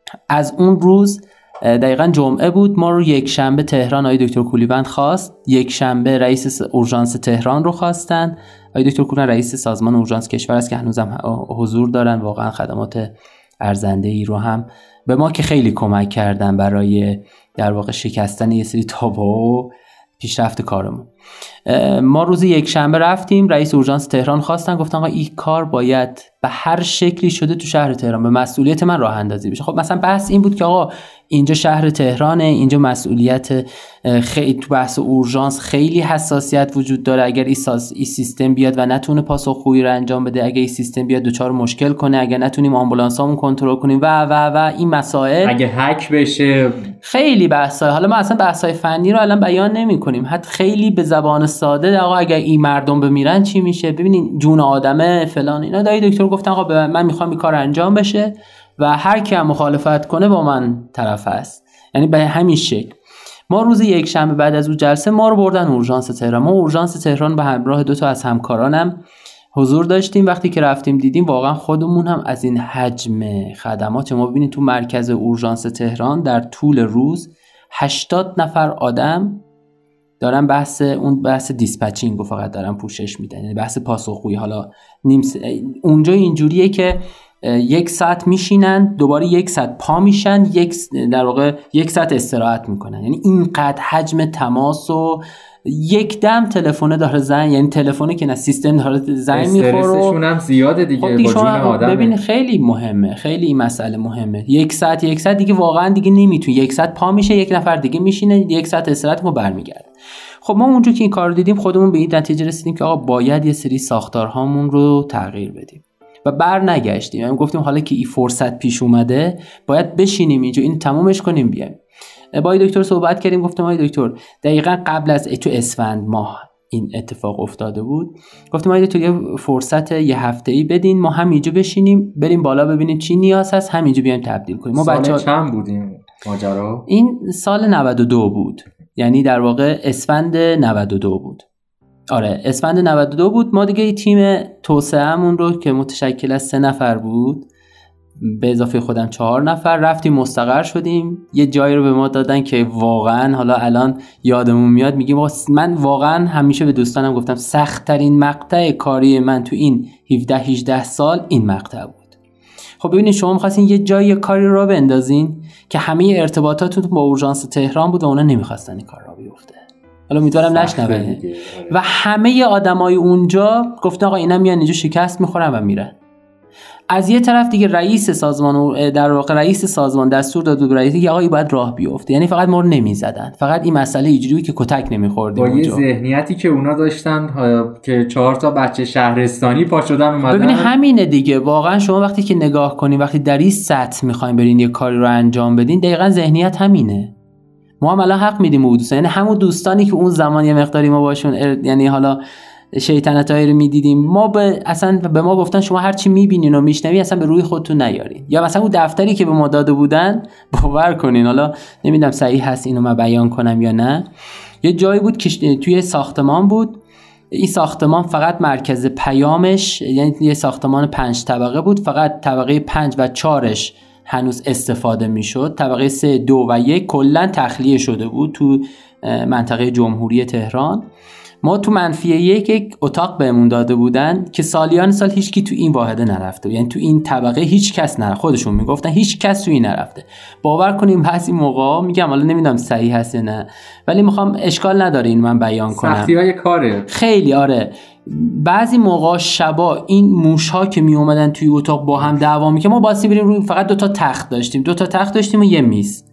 از اون روز دقیقاً جمعه بود، ما رو یک شنبه تهران آقای دکتر کولیوند خواست، یک شنبه رئیس اورژانس تهران رو خواستن. آقای دکتر کولیوند رئیس سازمان اورژانس کشور است که هنوزم حضور دارن، واقعا خدمات ارزنده‌ای رو هم به ما که خیلی کمک کردن برای در واقع شکستن یه سری تابوها و پیشرفت کارمون. ما روز یک شنبه رفتیم، رئیس اورژانس تهران خواستن، گفتن آقا این کار باید به هر شکلی شده تو شهر تهران به مسئولیت من راه اندازی بشه. خب مثلا بحث این بود که آقا اینجا شهر تهرانه، اینجا مسئولیت خیلی تو بحث اورژانس خیلی حساسیت وجود داره. اگر این, این سیستم بیاد و نتونه پاسخگویی رو انجام بده، اگر این سیستم بیاد دوچار مشکل کنه، اگر نتونیم آمبولانسامون کنترل کنیم و و و این مسائل، اگه هک بشه، خیلی بحثای. حالا ما اصلا بحثای فنی رو الان بیان نمی‌کنیم، حتی خیلی به زبان ساده آقا اگر این مردم بمیرن چی میشه، ببینین جون آدمه فلان اینا. دایی دکتر گفتن آقا من میخوام این کار انجام بشه و هر کی هم مخالفت کنه با من طرف است. یعنی به همین شکل ما روز یک شنبه بعد از اون جلسه ما رو بردن اورژانس تهران. ما اورژانس تهران به همراه دو تا از همکارانم حضور داشتیم. وقتی که رفتیم دیدیم واقعا خودمون هم از این حجم خدمات، ما ببینید تو مرکز اورژانس تهران در طول روز هشتاد نفر آدم دارن بحث اون بحث دیسپچینگ رو فقط دارن پوشش میدن، یعنی بحث پاسخگویی. حالا نیم س... اونجا اینجوریه که یک ساعت میشینن، دوباره یک ساعت پا میشن، یک در واقع یک ساعت استراحت میکنن. یعنی اینقدر حجم تماس و یک دم تلفن داره زنگ، یعنی تلفنی که نه سیستم داره زنگ میخوره، استرسشون هم زیاده دیگه با جون آدم. ببین خیلی مهمه، خیلی این مسئله مهمه. یک ساعت یک ساعت دیگه واقعا دیگه نمیتونه، یک ساعت پا میشه، یک نفر دیگه میشینه، یک ساعت استراحت و برمیگرده. خب ما اونجا که این کارو دیدیم خودمون به این نتیجه رسیدیم که آقا باید یه سری ساختارهامون رو تغییر بدیم و بر نگشتیم. یعنی گفتیم حالا که این فرصت پیش اومده باید بشینیم اینجا این تمومش کنیم بیایم. با دکتر صحبت کردیم، گفتم آقای دکتر دقیقاً قبل از تو اسفند ماه این اتفاق افتاده بود. گفتم آقای دکتر یه فرصت یه هفته‌ای بدین ما هم اینجا بشینیم بریم بالا ببینیم چی نیاز هست، همینجا بیایم تبدیل کنیم. ما سال بچه‌ها چند بودیم ماجرا؟ این سال نود و دو بود، یعنی در واقع اسفند نود و دو بود. آره اسفند نود و دو بود. ما دیگه تیم توسعه‌مون رو که متشکل از سه نفر بود به اضافه خودم چهار نفر رفتیم مستقر شدیم. یه جایی رو به ما دادن که واقعا حالا الان یادمون میاد، میگیم من واقعا همیشه به دوستانم گفتم سخت ترین مقطع کاری من تو این هفده هجده سال این مقطع بود. خب ببینید شما می‌خواستین یه جایی کاری رو بندازین که همه ارتباطاتتون با اورژانس تهران بود و اونا نمی‌خواستن این کار را بیفته. حالا امیدوارم نشنوه. و همه آدمای اونجا گفتن آقا اینا میان اینجا شکست می‌خورن و میرن. از یه طرف دیگه رئیس سازمان در واقع رئیس سازمان دستور داد به رئیسی که آقا این باید راه بیفته. یعنی فقط ما رو نمیزدن، فقط این مسئله اینجوری که کتک نمیخوردیم. با یه ذهنیتی که اونا داشتن که چهار تا بچه شهرستانی پا شدن اومدن. ببینید همینه دیگه. واقعا شما وقتی که نگاه کنین، وقتی در این سطح میخواین برین یه کاری رو انجام بدین، دقیقاً ذهنیت همینه. ما هم الان حق میدیم به دوستان، یعنی همون دوستانی که اون زمان یه مقداری ما باشون یعنی حالا شیطنتایی رو میدیدیم، ما به اصلا به ما گفتن شما هر چی میبینین و میشنوین اصلا به روی خودتون نیارین. یا مثلا اون دفتری که به ما داده بودن باور کنین، حالا نمیدونم صحیح هست اینو من بیان کنم یا نه، یه جایی بود که توی ساختمان بود. این ساختمان فقط مرکز پیامش یعنی یه ساختمان پنج طبقه بود، فقط طبقه پنج و چارش هنوز استفاده میشد، طبقه سه دو و یک کلا تخلیه شده بود تو منطقه جمهوری تهران. ما تو منفی یک یک اتاق بهمون داده بودن که سالیان سال هیچکی تو این واحده نرفته، یعنی تو این طبقه هیچ کس نرفته. خودشون میگفتن هیچ کس تو این نرفته. باور کنیم بعضی موقع میگم حالا نمیدونم صحیح هست یا نه، ولی میخوام اشکال نداره این من بیان کنم، سختی‌های کاره خیلی. آره بعضی موقع شبا این موش‌ها که می اومدن توی اتاق با هم دعوا می‌کردن، ما باسی بریم روی فقط دو تا تخت داشتیم، دو تا تخت داشتیم و یه میز،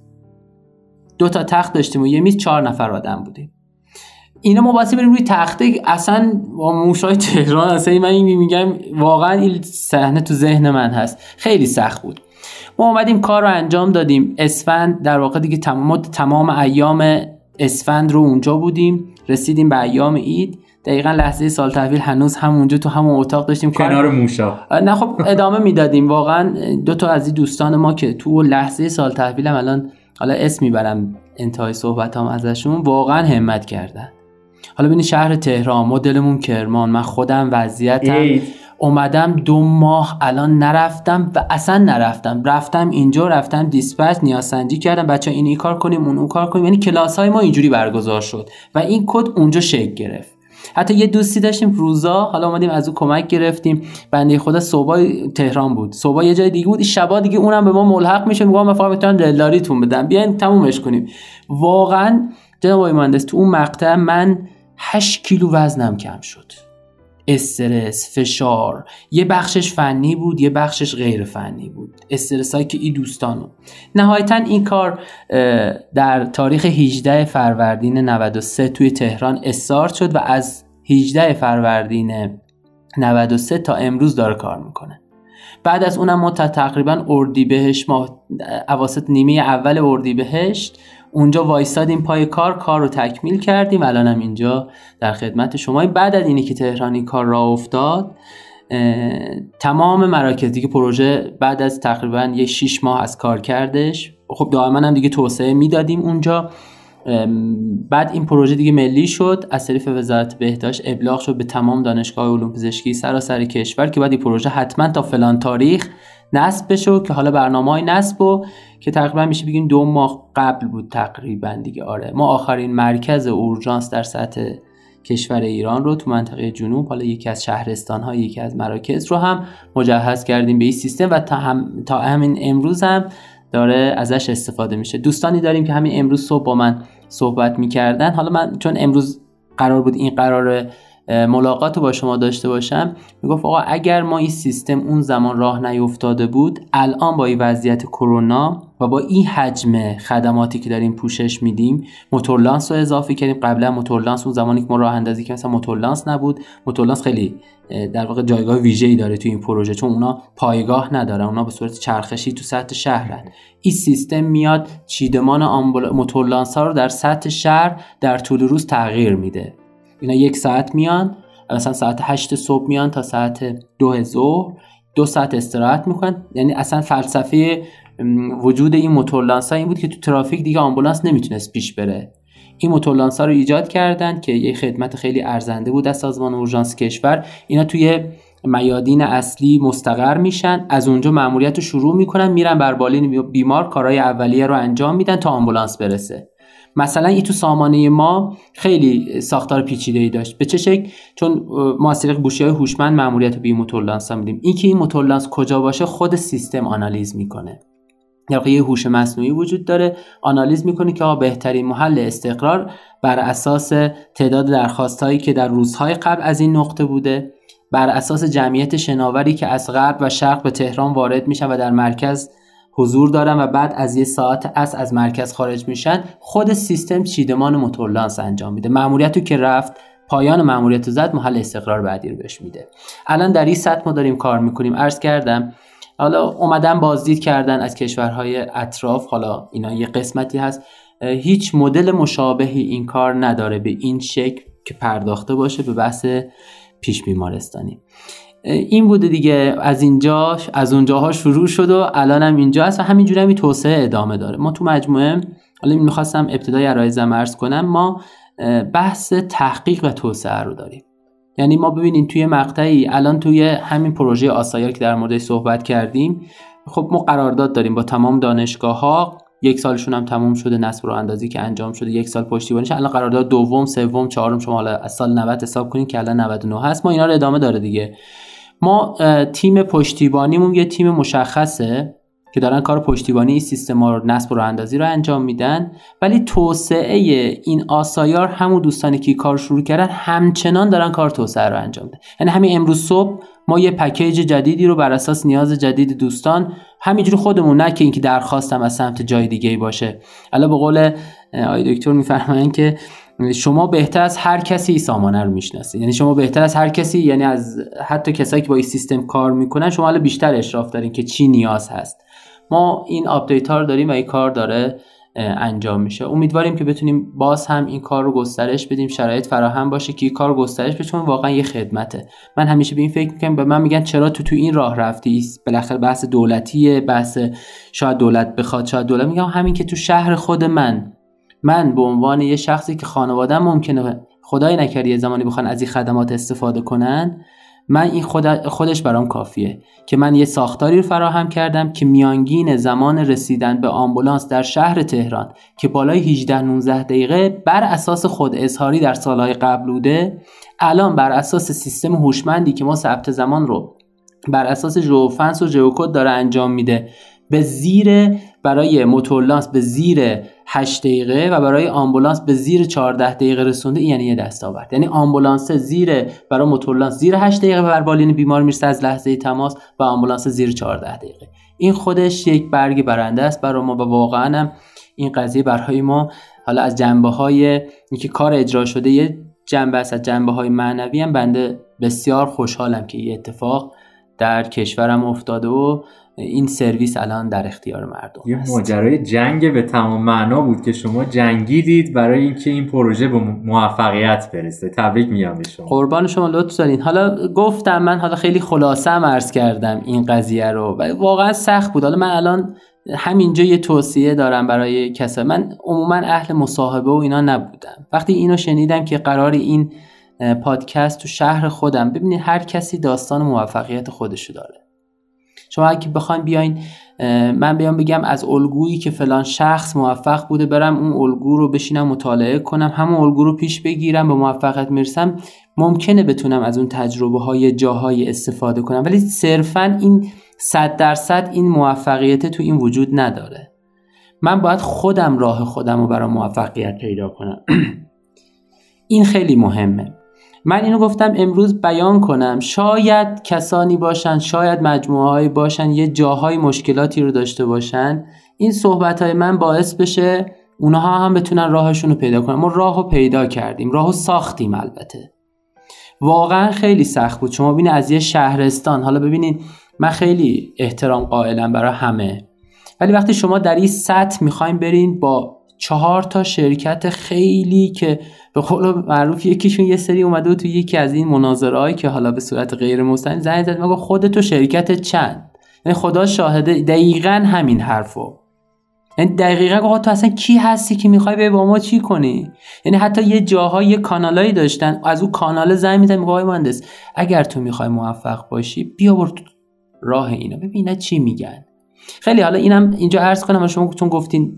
دو تا تخت داشتیم و یه میز، چهار نفر آدم بودیم. اینا ما باسی بریم روی تخته، اصلا با موشای تهران اصلا من میگم واقعا این صحنه تو ذهن من هست، خیلی سخت بود. ما اومدیم کار رو انجام دادیم. اسفند در واقع دیگه تمام تمام ایام اسفند رو اونجا بودیم، رسیدیم به ایام عید. دقیقاً لحظه سال تحویل هنوز همونجا تو همون اتاق داشتیم کنار کار... موشا. نه خب ادامه میدادیم. واقعا دو تا از این دوستان ما که تو لحظه سال تحویل هم الان حالا اسم میبرم انتهای صحبتام ازشون، واقعا همت کردن. حالا ببین شهر تهران، مدلمون کرمان، من خودم وضعیتم ای. اومدم دو ماه الان نرفتم و اصلا نرفتم، رفتم اینجا، رفتم دیسپچ نیازسنجی کردم بچا این این کار کنیم اون اون کار کنیم، یعنی کلاس‌های ما اینجوری برگزار شد و این کد اونجا شکل گرفت. حتی یه دوستی داشتیم روزا، حالا اومدیم از اون کمک گرفتیم، بنده خدا صبح تهران بود، صبح یه جای دیگه بود، شبا دیگه اونم به ما ملحق میشه، میگم من فقط میتونم دلاریتون بدم بیاین تمومش کنیم. واقعا جناب آقای مهندس تو اون مقطع من هشت کیلو وزنم کم شد. استرس، فشار، یه بخشش فنی بود یه بخشش غیر فنی بود، استرس هایی که این دوستانو. نهایتا این کار در تاریخ هجدهم فروردین نود و سه توی تهران استارت شد و از هجدهم فروردین نود و سه تا امروز داره کار میکنه. بعد از اونم ما تا تقریبا اردیبهشت، ما اواسط نیمه اول اردیبهشت اونجا وایسادیم پای کار، کار رو تکمیل کردیم. الان هم اینجا در خدمت شما. بعد از اینی که تهران این کار راه افتاد، تمام مراکز دیگه پروژه بعد از تقریبا یه شش ماه از کار کردش، خب دائما هم دیگه توسعه میدادیم اونجا. بعد این پروژه دیگه ملی شد، از طریق وزارت بهداشت ابلاغ شد به تمام دانشگاه علوم پزشکی سراسر کشور که بعد این پروژه حتما تا فلان تاریخ نصب بشه، که حالا برنامه‌های نصب و که تقریبا میشه بگیم دو ماه قبل بود تقریبا دیگه. آره ما آخرین مرکز اورژانس در سطح کشور ایران رو تو منطقه جنوب، حالا یکی از شهرستان‌ها، یکی از مراکز رو هم مجهز کردیم به این سیستم و تا, هم تا همین امروز هم داره ازش استفاده میشه. دوستانی داریم که همین امروز صبح با من صحبت میکردن. حالا من چون امروز قرار بود این قرار ملاقات رو با شما داشته باشم، میگفت آقا اگر ما این سیستم اون زمان راه نیفتاده بود، الان با این وضعیت کرونا و با این حجم خدماتی که داریم پوشش میدیم، موتورلانس رو اضافه کردیم. قبلا موتورلانس اون زمانی که ما راه اندازی که مثلا موتورلانس نبود، موتورلانس خیلی در واقع جایگاه ویژه‌ای داره تو این پروژه، چون اونا پایگاه ندارن، اونا به صورت چرخشی تو سطح شهرن. این سیستم میاد چیدمان آمبول... موتورلانس ها رو در سطح شهر در طول روز تغییر میده. اینا یک ساعت میان، مثلا ساعت هشت صبح میان تا ساعت دو ظهر، دو ساعت استراحت میکنن. یعنی اصلا فلسفه وجود این موتورلانس ها این بود که تو ترافیک دیگه آمبولانس نمیتونست پیش بره. این موتورلانس ها رو ایجاد کردن که یه خدمت خیلی ارزنده بود از سازمان اورژانس کشور. اینا توی میادین اصلی مستقر میشن، از اونجا مأموریت رو شروع میکنن، میرن بر بالین بیمار، کارهای اولیه رو انجام میدن تا آمبولانس برسه. مثلا این تو سامانه ما خیلی ساختار پیچیده‌ای داشت. به چه شکل؟ چون ما از طریق گوشی‌های هوشمند مأموریت رو به این موتورلانس میدیم. این که این موتورلانس کجا باشه خود سیستم آنالیز میکنه. یعنی یه هوش مصنوعی وجود داره، آنالیز میکنه که آقا بهترین محل استقرار بر اساس تعداد درخواستایی که در روزهای قبل از این نقطه بوده، بر اساس جمعیت شناوری که از غرب و شرق به تهران وارد میشن و در مرکز حضور دارن و بعد از یه ساعت از از مرکز خارج میشن، خود سیستم چیدمان موتورلانس انجام میده. مأموریتو که رفت، پایان مأموریتو زد، محل استقرار بعدی رو بهش میده. الان در این سطح ما داریم کار میکنیم. عرض کردم حالا اومدن بازدید کردن از کشورهای اطراف، حالا اینا یه قسمتی هست، هیچ مدل مشابهی این کار نداره به این شکل که پرداخته باشه به بحث پیش بیمارستانی. این بوده دیگه، از اینجا از اونجاها شروع شد و الان هم اینجا هست و همینجوری هم توسعه ادامه داره. ما تو مجموعه، حالا می‌خواستم ابتدای عرایزم عرض کنم، ما بحث تحقیق و توسعه رو داریم. یعنی ما ببینیم توی مقطعی الان توی همین پروژه آسایر که در موردش صحبت کردیم، خب ما قرارداد داریم با تمام دانشگاه‌ها، یک سالشون هم تموم شده، نصب راه اندازی که انجام شده، یک سال پشتیبانیش. الان قرارداد دوم، سوم، چهارم شما حالا از سال نود حساب کنین که الان نود و نه هست. ما اینا رو ادامه داره دیگه. ما تیم پشتیبانیمون یه تیم مشخصه که دارن کار پشتیبانی این سیستما رو، نصب راه اندازی رو انجام میدن، ولی توسعه این آسایار همون دوستانی که کار شروع کردن همچنان دارن کار توسعه رو انجام میدن. یعنی همین امروز صبح ما یه پکیج جدیدی رو بر اساس نیاز جدید دوستان همینجوری خودمون، نه که اینکه درخواستم از سمت جای دیگه‌ای باشه. الان به قول آقای دکتر میفرمایند که شما بهتر از هر کسی سامانه رو میشناسید. یعنی شما بهتر از هر کسی، یعنی از حتی کسایی که با این سیستم کار میکنن، شما الان بیشتر اشراف دارین که چی نیاز هست. ما این آپدیت ها رو داریم و این کار داره انجام میشه. امیدواریم که بتونیم باز هم این کار رو گسترش بدیم، شرایط فراهم باشه که این کار گسترش بشه، چون واقعا یه خدمته. من همیشه به این فکر میکنم، به من میگن چرا تو تو این راه رفتی؟ بالاخره بحث دولتیه، بحث شاید دولت بخواد، شاید دولت. میگم همین که تو شهر خود من من به عنوان یه شخصی که خانواده‌ام ممکنه خدای نکرده یه زمانی بخوان از این خدمات استفاده کنن، من این خود خودش برام کافیه که من یه ساختاری رو فراهم کردم که میانگین زمان رسیدن به آمبولانس در شهر تهران که بالای هجده نوزده دقیقه بر اساس خود اظهاری در سالهای قبل بوده، الان بر اساس سیستم هوشمندی که ما ثبت زمان رو بر اساس ژئوفنس و ژئوکد داره انجام میده، به زیر برای موتورلانس به زیر هشت دقیقه و برای آمبولانس به زیر چهارده دقیقه رسونده، یعنی یه دستاورد. یعنی آمبولانس زیر برای موتورلانس زیر هشت دقیقه بر بالین بیمار میرسه از لحظه تماس و آمبولانس زیر چهارده دقیقه. این خودش یک برگ برنده است برای ما و واقعا هم این قضیه برای ما حالا از جنبه‌های اینکه کار اجرا شده یه جنبه است، از جنبه‌های معنوی هم بنده بسیار خوشحالم که این اتفاق در کشورم افتاده و این سرویس الان در اختیار مردم یه است. ماجرای جنگ به تمام معنا بود که شما جنگیدید برای اینکه این پروژه به موفقیت برسه. تبریک میگم به شما. قربان شما، لطف دارین. حالا گفتم من حالا خیلی خلاصه هم عرض کردم این قضیه رو و واقعا سخت بود. حالا من الان همینجا یه توصیه دارم برای کسا. من عموما اهل مصاحبه و اینا نبودم. وقتی اینو شنیدم که قرار این پادکست تو شهر خودم، ببینید هر کسی داستان موفقیت خودشو داره. شما اگه بخواید بیاین من بیام بگم از الگویی که فلان شخص موفق بوده برم اون الگو رو بشینم مطالعه کنم، همون الگو رو پیش بگیرم، به موفقیت میرسم، ممکنه بتونم از اون تجربه های جاهای استفاده کنم، ولی صرفاً این صد درصد این موفقیت تو این وجود نداره. من باید خودم راه خودم رو برای موفقیت پیدا کنم. این خیلی مهمه. من اینو گفتم امروز بیان کنم. شاید کسانی باشن، شاید مجموعه‌هایی باشن یه جاهای مشکلاتی رو داشته باشن، این صحبت‌های من باعث بشه اونها هم بتونن راهشون رو پیدا کنن. ما راهو پیدا کردیم، راهو ساختیم. البته واقعا خیلی سخت بود. شما ببینید از یه شهرستان، حالا ببینید من خیلی احترام قائلم برای همه، ولی وقتی شما در این سطح میخواین برین با چهار تا شرکت خیلی که به قول معروف یکیشون یه سری اومده و تو یکی از این مناظره‌ای که حالا به صورت غیر مستقیم زنگ زد میگه خودت شرکت چند، یعنی خدا شاهده دقیقاً همین حرفو، یعنی دقیقاً آقا تو اصلا کی هستی که میخوای به با ما چی کنی؟ یعنی حتی یه جاهای یه کانالایی داشتن، از اون کانال زنگ میزنن میگه آقای مهندس اگر تو میخوای موفق باشی بیا برو راه اینا ببینا چی میگن. خیلی حالا اینم اینجا عرض کنم، شما چون گفتین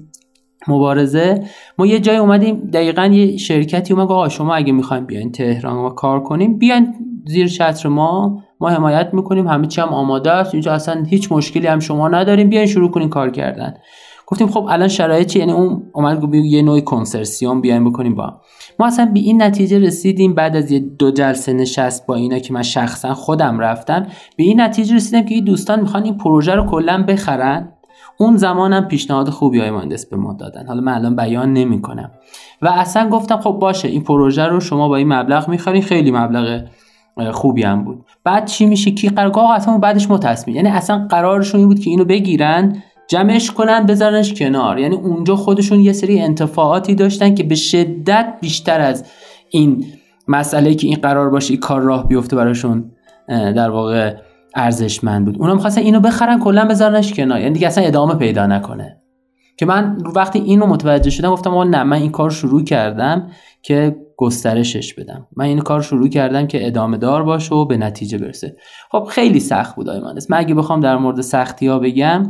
مبارزه، ما یه جای اومدیم دقیقاً یه شرکتی اومد آقا شما اگه میخوایم بیاین تهران ما کار کنیم بیاین زیر چتر ما، ما حمایت میکنیم، همه چی هم آماده است، اینجا اصلا هیچ مشکلی هم شما نداریم، بیاین شروع کنین کار کردن. گفتیم خب الان شرایط چی؟ یعنی اون اومد گفت یه نوع کنسرسیوم بیاین بکنیم با ما. اصلا به این نتیجه رسیدیم بعد از یه دو جلسه نشست با اینا که من شخصا خودم رفتم، به این نتیجه رسیدم که این دوستان میخوان این پروژه رو کلا بخرن. اون زمانم پیشنهاد خوبی های مهندس به ما دادن، حالا من الان بیان نمی کنم و اصلا گفتم خب باشه این پروژه رو شما با این مبلغ میخرین، خیلی مبلغ خوبی هم بود. بعد چی میشه کی قرار اصلا بعدش ما تصمیم، یعنی اصلا قرارشون این بود که اینو بگیرن جمعش کنن بذارنش کنار، یعنی اونجا خودشون یه سری انتفاعاتی داشتن که به شدت بیشتر از این مسئله که این قرار باشه این کار راه بیفته براشون در واقع ارزشمند بود. اونا می‌خواستن اینو بخرن کلا بذارنش کنار، یعنی دیگه اصلا ادامه پیدا نکنه. که من وقتی اینو متوجه شدم گفتم آقا نه، من این کار شروع کردم که گسترشش بدم، من این کار شروع کردم که ادامه دار باشه و به نتیجه برسه. خب خیلی سخت بود آیمانس. من اگه بخوام در مورد سختی‌ها بگم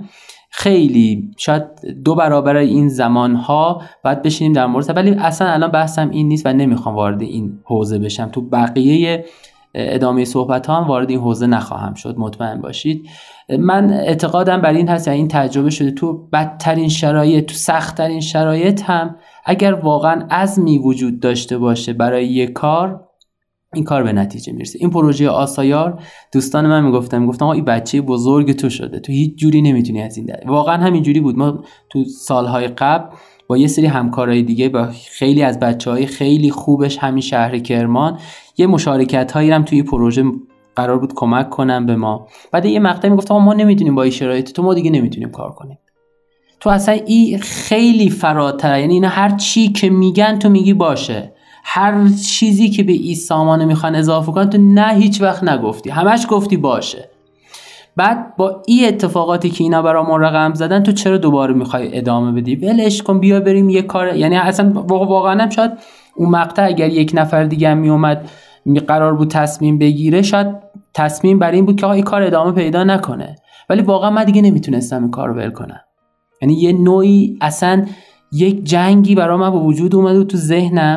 خیلی شاید دو برابر این زمان‌ها باید بشینیم در مورد، ولی اصلا الان بحثم این نیست و نمیخوام وارد این حوزه بشم. تو بقیه ادامه صحبت ها هم وارد این حوزه نخواهم شد، مطمئن باشید. من اعتقادم بر این هست، این تجربه شده تو بدترین شرایط، تو سخت‌ترین شرایط هم اگر واقعا عزمی وجود داشته باشه برای یک کار، این کار به نتیجه میرسه. این پروژه آسایار دوستان من میگفتن میگفتن آقا این بچه بزرگ تو شده، تو هیچ جوری نمیتونی از این در. واقعا همین جوری بود. ما تو سالهای قبل با یه سری همکارای دیگه با خیلی از بچهای خیلی خوبش همین شهر کرمان یه مشارکت‌هایی هم توی پروژه قرار بود کمک کنن به ما. بعد یه مقطعی میگفتم ما نمیتونیم با این شرایط تو، ما دیگه نمیتونیم کار کنیم. تو اصلا این خیلی فراتره، یعنی اینا هر چی که میگن تو میگی باشه، هر چیزی که به این سامانه میخوان اضافه کنن تو نه هیچ وقت نگفتی، همش گفتی باشه. بعد با این اتفاقاتی که اینا برای ما رقم زدن تو چرا دوباره میخوای ادامه بدی؟ ولش کن بیا بریم یه کار. یعنی اصلا واقعا هم شاید اون مقطع اگر یک نفر دیگه هم میومد قرار بود تصمیم بگیره، شاید تصمیم بر این بود که آقا این کار ادامه پیدا نکنه، ولی واقعا من دیگه نمیتونستم این کار رو ول کنم. یعنی یه نوعی اصلا یک جنگی برای من به وجود اومد و تو ذهنم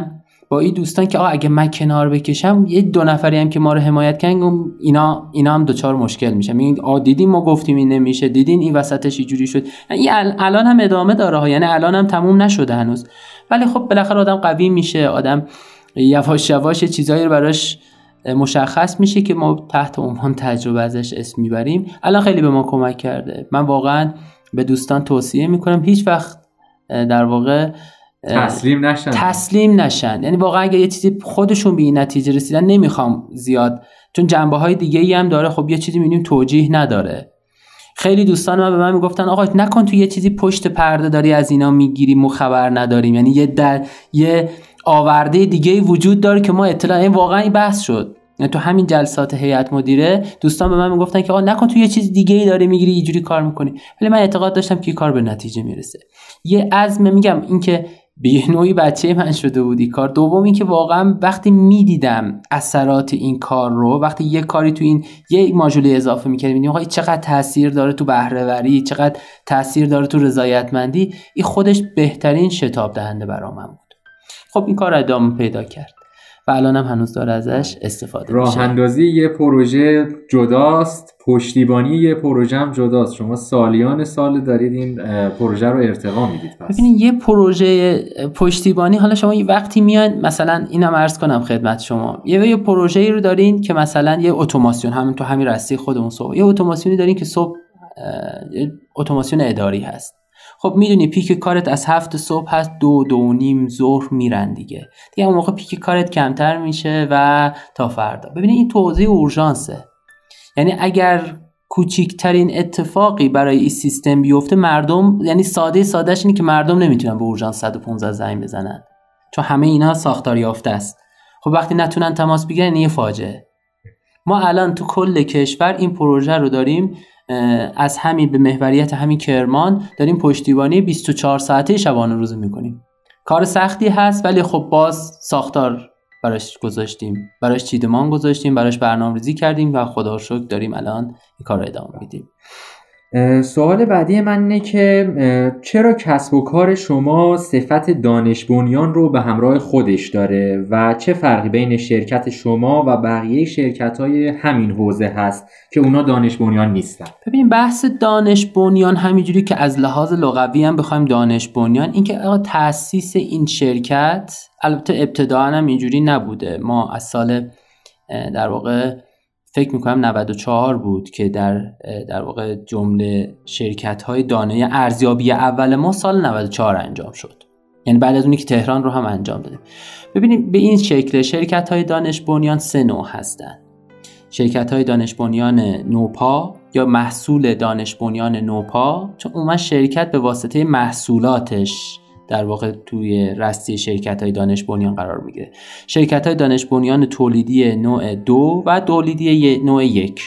با این دوستان که آ اگه من کنار بکشم یه دو نفری هم که ما رو حمایت کردن اینا اینا هم دوچار مشکل میشه. میگن آ دیدین ما گفتیم این نمیشه، دیدین این وسطش اینجوری شد. این الان هم ادامه داره ها، یعنی الان هم تموم نشده هنوز. ولی خب بالاخره آدم قوی میشه، آدم یواش یواش چیزایی رو براش مشخص میشه که ما تحت عنوان تجربه ازش اسم میبریم. الان خیلی به ما کمک کرده. من واقعا به دوستان توصیه میکنم هیچ وقت در واقع تسلیم نشن تسلیم نشن یعنی واقعا اگه یه چیزی خودشون به این نتیجه رسیدن، نمیخوام زیاد چون جنبه های دیگه ای هم داره، خب یه چیزی میبینیم توجیه نداره. خیلی دوستان من به من میگفتن آقا نکن تو یه چیزی پشت پرده داری از اینا میگیری ما خبر نداریم، یعنی یه در یه آورده دیگه وجود داره که ما اطلاع. این واقعا این بحث شد، یعنی تو همین جلسات هیئت مدیره دوستان به من میگفتن که آقا نکن تو یه چیز دیگه ای داری میگیری اینجوری کار میکنی. ولی من اعتقاد داشتم که کار به نتیجه میرسه. یه عزم، میگم این که به نوعی بچه من شده بودی کار. دوم این که واقعا وقتی میدیدم اثرات این کار رو، وقتی یه کاری تو این یه ماژول اضافه میکردیم میدیم آقا چقدر تاثیر داره تو بهره وری، چقدر تاثیر داره تو رضایتمندی، این خودش بهترین شتاب دهنده برام بود. خب این کار ادامه پیدا کرد و الان هم هنوز داره ازش استفاده میشه. راه اندازی یه پروژه جداست، پشتیبانی یه پروژه هم جداست. شما سالیان سال دارید این پروژه رو ارتقا میدید. پس ببینید یه پروژه پشتیبانی، حالا شما یه وقتی میان مثلا اینم عرض کنم خدمت شما، یه یه پروژه‌ای رو دارین که مثلا یه اتوماسیون، همین تو همین راستی خودمون صبح یه اتوماسیونی دارین که صبح اتوماسیون اداری هست. خب میدونی پیک کارت از هفت صبح هست، دو دو نیم ظهر میرن دیگه دیگه اون موقع پیک کارت کمتر میشه و تا فردا. ببینید این توضیح اورژانسه، یعنی اگر کوچکترین اتفاقی برای این سیستم بیفته مردم، یعنی ساده سادهش اینه که مردم نمیتونن به اورژانس صد و پانزده زنگ بزنن چون همه اینا ساختار یافته است. خب وقتی نتونن تماس بگیرن یه فاجعه. ما الان تو کل کشور این پروژه رو داریم، از همین به محوریت همین کرمان داریم پشتیبانی بیست و چهار ساعته شبانه روز میکنیم. کار سختی هست ولی خب باز ساختار براش گذاشتیم، براش چیدمان گذاشتیم، براش برنامه‌ریزی کردیم و خدا رو شکر داریم الان این کار رو ادامه میدیم. سوال بعدی من اینه که چرا کسب و کار شما صفت دانش بنیان رو به همراه خودش داره و چه فرقی بین شرکت شما و بقیه شرکت‌های همین حوزه هست که اونا دانش بنیان نیستن؟ ببین بحث دانش بنیان همینجوری که از لحاظ لغوی هم بخوایم دانش بنیان، این که تأسیس این شرکت البته ابتداءً هم اینجوری نبوده. ما از سال در واقع فکر میکنم نود و چهار بود که در در واقع جمله شرکت‌های دانه ارزیابی اول ما سال نود و چهار انجام شد، یعنی بعد از اونی که تهران رو هم انجام دادیم. ببینید به این شکل شرکت‌های دانش بنیان سه نوع هستن. شرکت‌های دانش بنیان نوپا یا محصول دانش بنیان نوپا، چون اون شرکت به واسطه محصولاتش در واقع توی رسته شرکت‌های دانش بنیان قرار میگیره. شرکت‌های دانش بنیان تولیدی نوع دو و تولیدی نوع یک.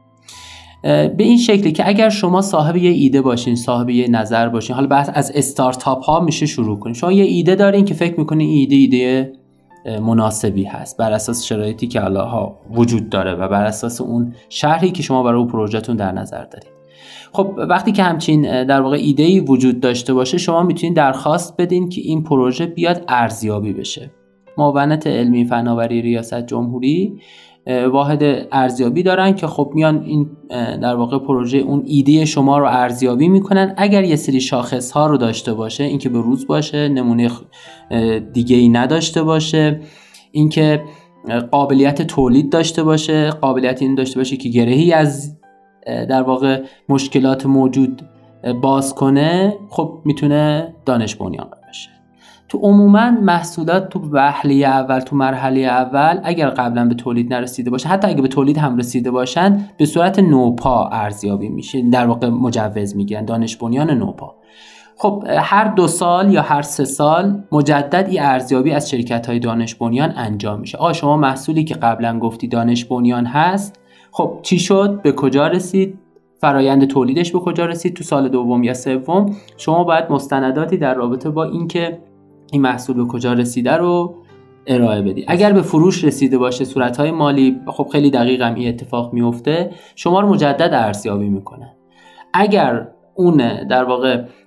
به این شکلی که اگر شما صاحب یه ایده باشین، صاحب یه نظر باشین، حالا بحث از استارتاپ ها میشه شروع کنین. شما یه ایده دارین که فکر میکنین ایده ایده مناسبی هست بر اساس شرایطی که الله ها وجود داره و بر اساس اون شرحی که شما برای اون پروژهتون در نظر دارید. خب وقتی که همچین در واقع ایده‌ای وجود داشته باشه، شما میتونید درخواست بدین که این پروژه بیاد ارزیابی بشه. معاونت علمی فناوری ریاست جمهوری واحد ارزیابی دارن که خب میان این در واقع پروژه اون ایده شما رو ارزیابی میکنن. اگر یه سری شاخص ها رو داشته باشه، اینکه به روز باشه، نمونه دیگه ای نداشته باشه، اینکه قابلیت تولید داشته باشه، قابلیت این داشته باشه که گرهی از در واقع مشکلات موجود باز کنه، خب میتونه دانش بنیان بشه. تو عموما محصولات تو وهله اول، تو مرحله اول اگر قبلا به تولید نرسیده باشه، حتی اگه به تولید هم رسیده باشن، به صورت نوپا ارزیابی میشه، در واقع مجوز میگیرن، دانش بنیان نوپا. خب هر دو سال یا هر سه سال مجدد این ارزیابی از شرکت‌های دانش بنیان انجام میشه. آ شما محصولی که قبلا گفتی دانش بنیان هست، خب چی شد؟ به کجا رسید؟ فرایند تولیدش به کجا رسید؟ تو سال دوم یا سوم شما باید مستنداتی در رابطه با اینکه این محصول به کجا رسیده رو ارائه بدی. اگر به فروش رسیده باشه، صورت‌های مالی، خب خیلی دقیق هم این اتفاق میفته، شما رو مجدد ارزیابی میکنن. اگر اون در واقع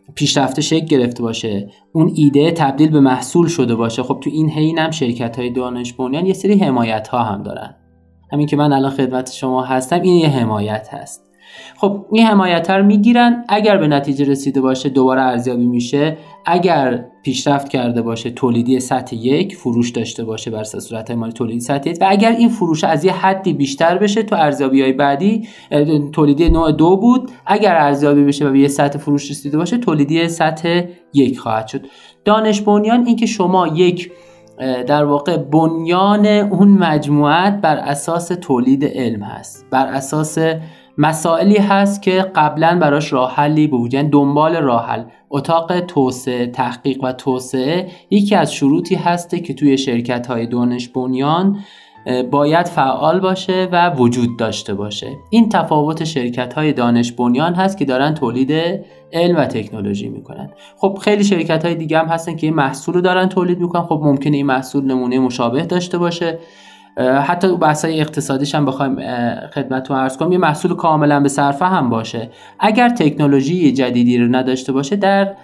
پیشرفته شکل گرفته باشه، اون ایده تبدیل به محصول شده باشه، خب تو این حین هم شرکت‌های دانش بنیان یه سری حمایت‌ها هم دارن. همین که من الان خدمت شما هستم این یه حمایت هست. خب این حمایت رو میگیرن، اگر به نتیجه رسیده باشه دوباره ارزیابی میشه، اگر پیشرفت کرده باشه تولیدی سطح یک، فروش داشته باشه بر اساس صورت‌های مالی تولیدی سطح یک، و اگر این فروش از یه حدی بیشتر بشه تو ارزیابی‌های بعدی تولیدی نوع دو بود، اگر ارزیابی بشه و به یه سطح فروش رسیده باشه تولیدی سطح یک خواهد شد. دانش بنیان این که شما یک در واقع بنیان اون مجموعت بر اساس تولید علم هست، بر اساس مسائلی هست که قبلا براش راه حلی بود، یعنی دنبال راه حل. اتاق توسعه، تحقیق و توسعه یکی از شروطی هسته که توی شرکت‌های دانش بنیان باید فعال باشه و وجود داشته باشه. این تفاوت شرکت‌های دانش بنیان هست که دارن تولید علم و تکنولوژی میکنن. خب خیلی شرکت‌های دیگه هم هستن که این محصول رو دارن تولید میکنن، خب ممکنه این محصول نمونه مشابه داشته باشه. حتی بحث‌های اقتصادیش هم بخوایم خدمتتون عرض کنم، یه محصول کاملا به صرفه هم باشه، اگر تکنولوژی جدیدی رو نداشته باشه در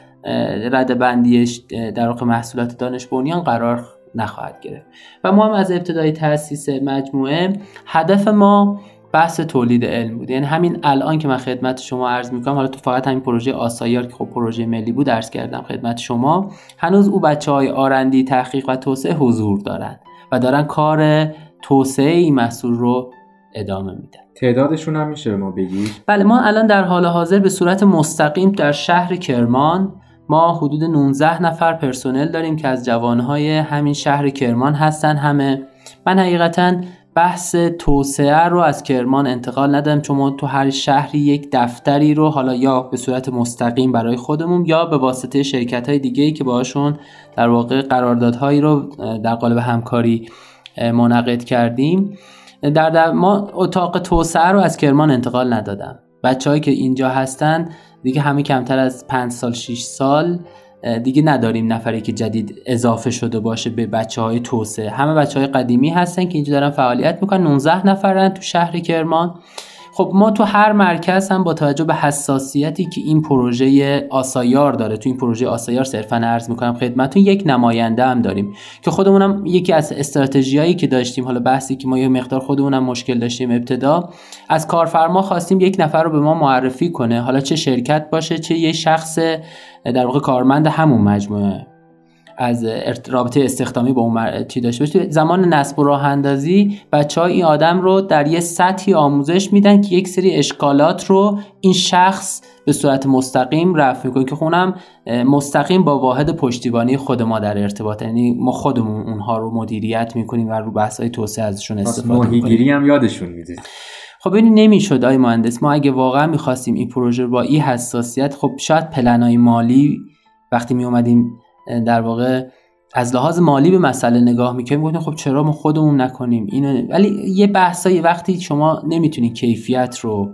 رده‌بندیش در واقع محصولات دانش بنیان قرار نخواهد گرفت. و ما هم از ابتدای تأسیس مجموعه هدف ما بحث تولید علم بود. یعنی همین الان که من خدمت شما عرض میکنم، حالا تو فقط همین پروژه آسایار که خب پروژه ملی بود عرض کردم خدمت شما، هنوز او بچهای آرندی تحقیق و توسعه حضور دارن و دارن کار توسعه این محصول رو ادامه میدن. تعدادشون هم میشه ما بگید؟ بله، ما الان در حال حاضر به صورت مستقیم در شهر کرمان ما حدود نوزده نفر پرسنل داریم که از جوانهای همین شهر کرمان هستن همه. من حقیقتاً بحث توسعه رو از کرمان انتقال ندادم، چون ما تو هر شهری یک دفتری رو حالا یا به صورت مستقیم برای خودمون یا به واسطه شرکت‌های دیگه‌ای که باهاشون در واقع قراردادهایی رو در قالب همکاری منعقد کردیم، در, در ما اتاق توسعه رو از کرمان انتقال ندادم. بچه‌هایی که اینجا هستن دیگه همه کمتر از پنج سال شش سال دیگه نداریم نفری که جدید اضافه شده باشه به بچه‌های توسعه. همه بچه‌های قدیمی هستن که اینجا دارن فعالیت میکنن. نوزده نفرن تو شهر کرمان. خب ما تو هر مرکز هم با توجه به حساسیتی که این پروژه آسایار داره، تو این پروژه آسایار صرفاً عرض میکنم خدمتتون، یک نماینده هم داریم که خودمونم یکی از استراتژیایی که داشتیم، حالا بحثی که ما یه مقدار خودمونم مشکل داشتیم ابتدا، از کارفرما خواستیم یک نفر رو به ما معرفی کنه، حالا چه شرکت باشه چه یه شخص در واقع کارمند همون مجموعه، از رابطه استخدامی با اون چی داشته باشه. زمان نصب و راه اندازی بچه‌ها این آدم رو در یه سطحی آموزش میدن که یک سری اشکالات رو این شخص به صورت مستقیم رفع میکنه که خونم مستقیم با واحد پشتیبانی خود ما در ارتباط، یعنی ما خودمون اونها رو مدیریت میکنیم و رو بحث‌های توسعه ازشون استفاده میکنیم. ماهیگیری هم یادشون میده. خب این نمیشد آقای مهندس، ما اگه واقعا میخواستیم این پروژه با این حساسیت، خب شاید پلن‌های مالی وقتی می اومدیم در واقع از لحاظ مالی به مسئله نگاه میکنیم گفتیم خب چرا ما خودمون نکنیم اینو. ولی یه بحثایی وقتی شما نمیتونی کیفیت رو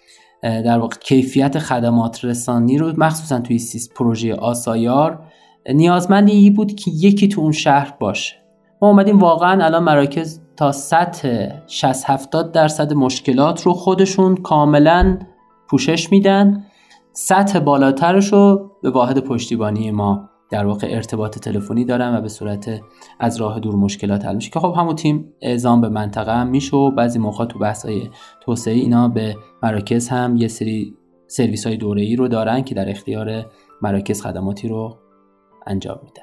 در واقع کیفیت خدمات رسانی رو مخصوصا توی سیست پروژه آسایار نیازمند این بود که یکی تو اون شهر باشه. ما اومدیم واقعا الان مراکز تا سطح شصت هفتاد درصد مشکلات رو خودشون کاملا پوشش میدن، سطح بالاترش رو به واحد پشتیبانی ما در واقع ارتباط تلفنی دارن و به صورت از راه دور مشکلات حل میشه که خب همون تیم اعزام به منطقه هم میشه و بعضی موقع تو بحث‌های توسعه اینا به مراکز هم یه سری سرویس‌های دوره‌ای رو دارن که در اختیار مراکز خدماتی رو انجام میدن.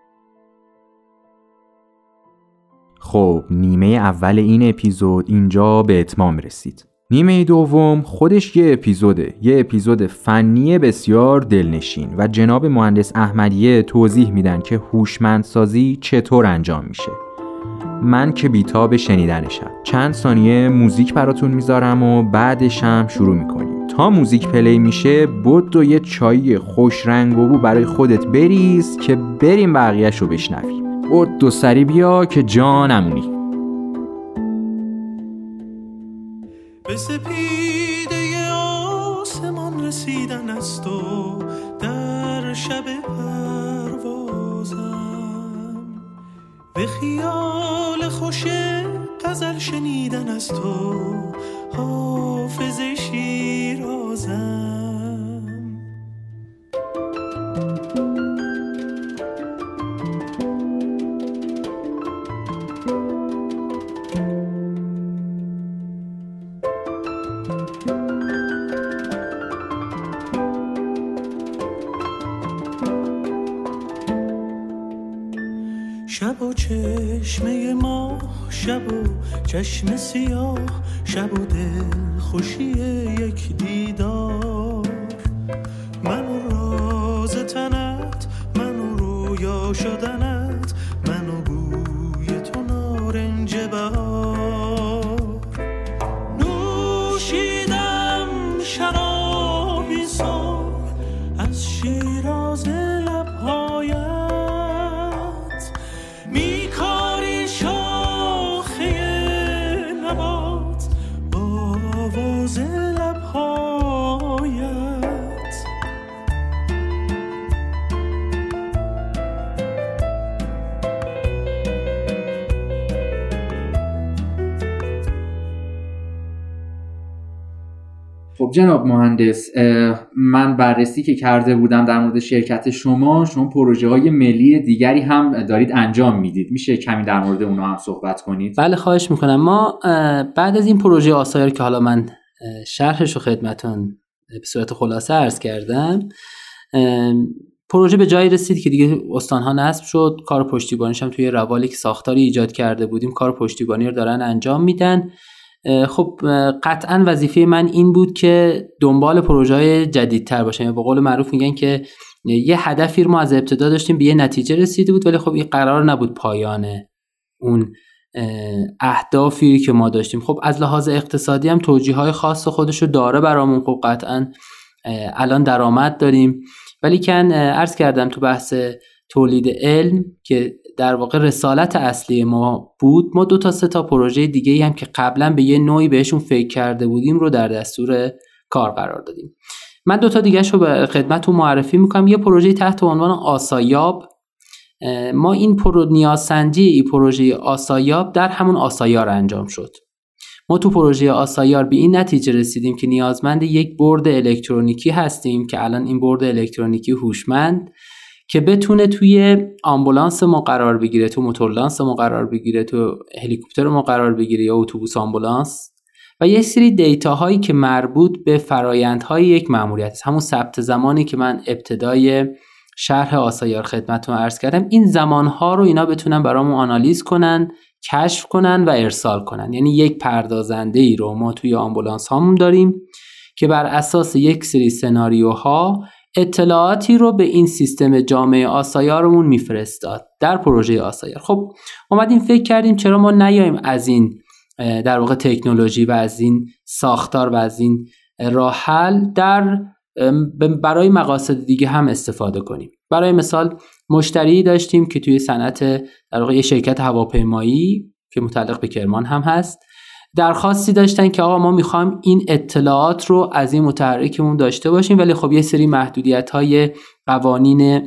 خب نیمه اول این اپیزود اینجا به اتمام رسید. نیمه دوم خودش یه اپیزوده، یه اپیزود فنی بسیار دلنشین و جناب مهندس احمدیه توضیح میدن که هوشمندسازی چطور انجام میشه. من که بیتاب شنیدنشم. چند ثانیه موزیک براتون میذارم و بعدش هم شروع میکنیم. تا موزیک پلی میشه بود و یه چایی خوش رنگ و بو برای خودت بریز که بریم بقیه‌اش رو بشنویم. بود دو سری بیا که جانمونی. به سپیده آسمان رسیدن است و در شب پروازم، به خیال خوش غزل شنیدن است و حافظ شیرازم. شب و چشمه ما، شب و چشم سیاه، شب و دل خوشی یک دیدار. من و راز تنت، من و رویا شدنت، من و بوی تو نارنج بهار. نوشیدم شرابی صبح از شیراز لبهایت، میکاری شاخه نبات با آواز لبهایت. خب جناب مهندس، من بررسی که کرده بودم در مورد شرکت شما، شما پروژه های ملی دیگری هم دارید انجام میدید. میشه کمی در مورد اونا هم صحبت کنید؟ بله خواهش میکنم. ما بعد از این پروژه آسایر که حالا من شرحش رو خدمتون به صورت خلاصه عرض کردم، پروژه به جایی رسید که دیگه استانها نصب شد. کار پشتیبانیش هم توی روالی که ساختاری ایجاد کرده بودیم کار پشتیبانی رو دارن انجام میدن. خب قطعا وظیفه من این بود که دنبال پروژه‌های جدیدتر باشم. به قول معروف میگن که یه هدفی رو ما از ابتدا داشتیم، به یه نتیجه رسیده بود، ولی خب این قرار نبود پایان اون اهدافی که ما داشتیم. خب از لحاظ اقتصادی هم توجیه‌های خاص خودشو داره برامون. خب قطعا الان درآمد داریم، ولی کن عرض کردم تو بحث تولید علم که در واقع رسالت اصلی ما بود، ما دو تا سه تا پروژه دیگه‌ای هم که قبلا به یه نوعی بهشون فکر کرده بودیم رو در دستور کار قرار دادیم. من دو تا دیگه‌ش رو به خدمتتون معرفی میکنم. یه پروژه تحت عنوان آسایاب. ما این پرو نیازسنجی این پروژه آسایاب در همون آسایار انجام شد. ما تو پروژه آسایار به این نتیجه رسیدیم که نیازمند یک برد الکترونیکی هستیم که الان این برد الکترونیکی هوشمند که بتونه توی آمبولانس ما قرار بگیره، تو موتورلانس ما قرار بگیره، تو هلیکوپتر ما قرار بگیره یا اتوبوس آمبولانس، و یه سری دیتاهایی که مربوط به فرایندهای یک مأموریت است. همون ثبت زمانی که من ابتدای شرح آسایار خدمتتون عرض کردم، این زمانها رو اینا بتونن برامون آنالیز کنن، کشف کنن و ارسال کنن. یعنی یک پردازنده ای رو ما توی آمبولانس هامون داریم که بر اساس یک سری سناریوها اطلاعاتی رو به این سیستم جامعه آسایارمون میفرستاد در پروژه آسایار. خب اومدیم فکر کردیم چرا ما نیاییم از این در واقع تکنولوژی و از این ساختار و از این راه حل در برای مقاصد دیگه هم استفاده کنیم. برای مثال مشتری داشتیم که توی صنعت در واقع یه شرکت هواپیمایی که متعلق به کرمان هم هست، درخواستی داشتن که آقا ما میخوایم این اطلاعات رو از این متحرکمون داشته باشیم، ولی خب یه سری محدودیت‌های قوانین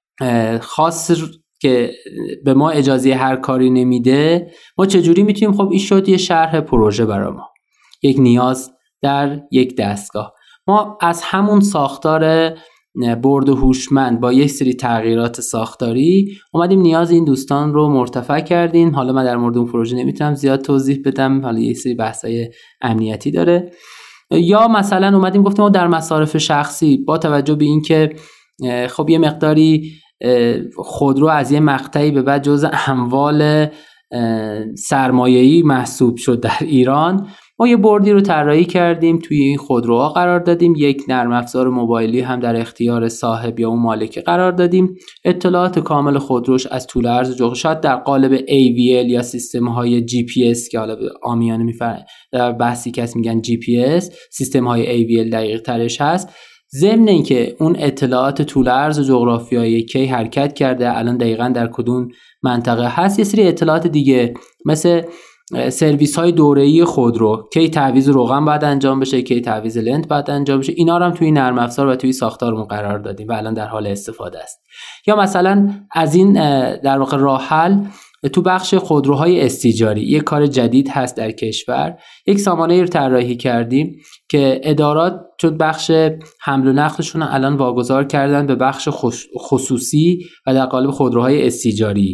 خاص که به ما اجازه هر کاری نمیده. ما چجوری میتونیم؟ خب این شد یه شرح پروژه برای ما، یک نیاز در یک دستگاه. ما از همون ساختار برد هوشمند با یک سری تغییرات ساختاری اومدیم نیاز این دوستان رو مرتفع کردیم. حالا من در مورد اون پروژه نمیتونم زیاد توضیح بدم، حالا یک سری بحث‌های امنیتی داره. یا مثلا اومدیم گفتیم ما در مصارف شخصی با توجه به این که خب یه مقداری خودرو از یه مقطعی به بعد جزء اموال سرمایه‌ای محسوب شد در ایران، ما یه بردی رو طراحی کردیم، توی این خودروها قرار دادیم، یک نرم افزار موبایلی هم در اختیار صاحب یا اون مالک قرار دادیم. اطلاعات کامل خودروش از طول عرض جغرافی شاید در قالب ای وی ال یا سیستم های جی پی اس که حالا عامیانه میفهمن در بحثی که میگن جی پی اس، سیستم های ای وی ال دقیق ترش هست. ضمن اینکه اون اطلاعات طول عرض جغرافیایی کی حرکت کرده، الان دقیقاً در کدوم منطقه هست، یه سری اطلاعات دیگه مثل سرویس های دوره‌ای خودرو، کی تعویض روغن بعد انجام بشه، کی تعویض لنت بعد انجام بشه، اینا رو هم توی نرم افزار و توی ساختارمون قرار دادیم و الان در حال استفاده است. یا مثلا از این در واقع راه حل تو بخش خودروهای استیجاری یک کار جدید هست در کشور. یک سامانه رو طراحی کردیم که ادارات چون بخش حمل و نقلشون الان واگذار کردن به بخش خصوصی و در قالب خودروهای استیجاری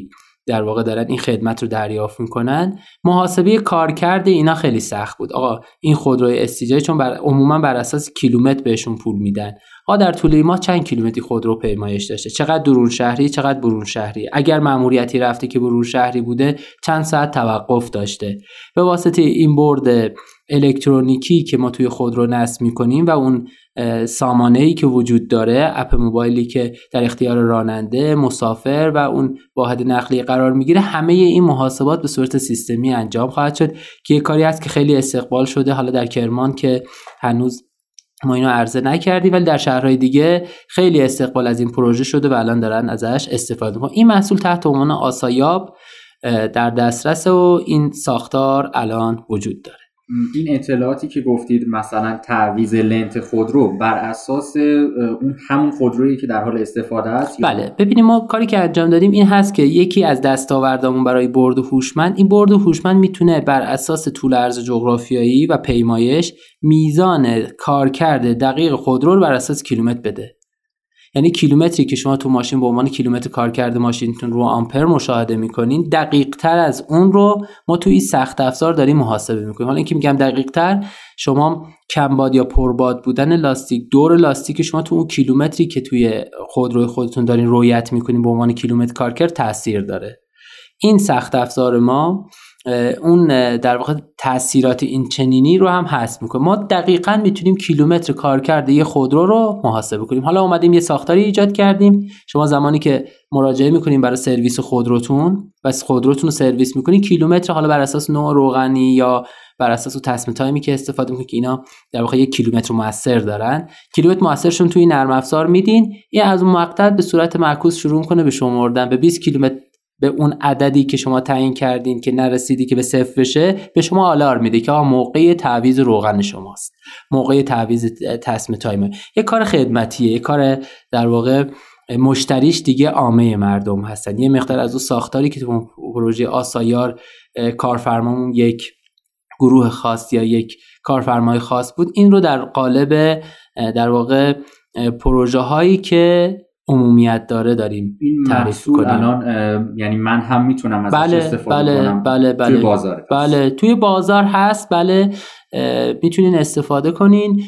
در واقع دارن این خدمت رو دریافت میکنن، محاسبه کارکرد اینا خیلی سخت بود. آقا این خودروی استیجای چون بر عموما بر اساس کیلومتر بهشون پول میدن، آقا در طول ماه چند کیلومتری خودرو پیمایش داشته، چقدر درون شهری، چقدر برون شهری، اگر ماموریتی رفته که برون شهری بوده چند ساعت توقف داشته. به واسطه این برد الکترونیکی که ما توی خودرو نصب میکنیم و اون سامانه‌ای که وجود داره، اپ موبایلی که در اختیار راننده، مسافر و اون واحد نقلیه قرار میگیره، همه این محاسبات به صورت سیستمی انجام خواهد شد که یه کاری هست که خیلی استقبال شده. حالا در کرمان که هنوز ما اینو عرضه نکردیم، ولی در شهرهای دیگه خیلی استقبال از این پروژه شده و الان دارن ازش استفاده میکنن. این محصول تحت عنوان آسایاب در دسترس و این ساختار الان وجود داره. این اطلاعاتی که گفتید، مثلا تعویض لنت خودرو بر اساس اون همون خودرویی که در حال استفاده است؟ بله، ببینیم ما کاری که انجام دادیم این هست که یکی از دستاوردامون برای برد هوشمند، این برد هوشمند میتونه بر اساس طول عرض جغرافیایی و پیمایش میزان کارکرد دقیق خودرو رو بر اساس کیلومتر بده. یعنی کیلومتری که شما تو ماشین به عنوان کیلومتر کارکرد ماشینتون رو آمپر مشاهده میکنین، دقیق تر از اون رو ما توی سخت افزار داریم محاسبه میکنیم. حالا اینکه میگم دقیق تر، شما کمباد یا پرباد بودن لاستیک، دور لاستیک شما تو اون کیلومتری که توی خودروی خودتون دارین رویت میکنین به عنوان کیلومتر کارکرد تاثیر داره. این سخت افزار ما اون در واقع تاثیرات این چنینی رو هم حساب میکنه. ما دقیقاً میتونیم کیلومتر کارکرد یه خودرو رو محاسبه کنیم. حالا اومدیم یه ساختاری ایجاد کردیم. شما زمانی که مراجعه میکنین برای سرویس خودروتون و خودروتون رو سرویس میکنین، کیلومتر حالا بر اساس نوع روغنی یا بر اساس تصمیم تایمی که استفاده میکنین که اینا در واقع یک کیلومتر مؤثر دارن، کیلومتر مؤثرشون توی نرم افزار میدین. این از اون مقطع به صورت معکوس شروع کنه به شمردن به بیست کیلومتر، به اون عددی که شما تعیین کردین که نرسیدی که به صفر بشه، به شما آلارم میده که آقا موقع تعویض روغن شماست، موقع تعویض تصمیم تایم. یه کار خدمتیه، یه کار در واقع مشتریش دیگه عامه مردم هستن. یه مقدار از اون ساختاری که تو پروژه آسایار کارفرمامون یک گروه خاص یا یک کارفرمای خاص بود، این رو در قالب در واقع پروژه هایی که عمومیت داره داریم تعریف کنیم. الان یعنی من هم میتونم ازش بله، استفاده بله، کنم بله، بله، توی بازار؟ بله توی بازار هست، بله میتونین استفاده کنین.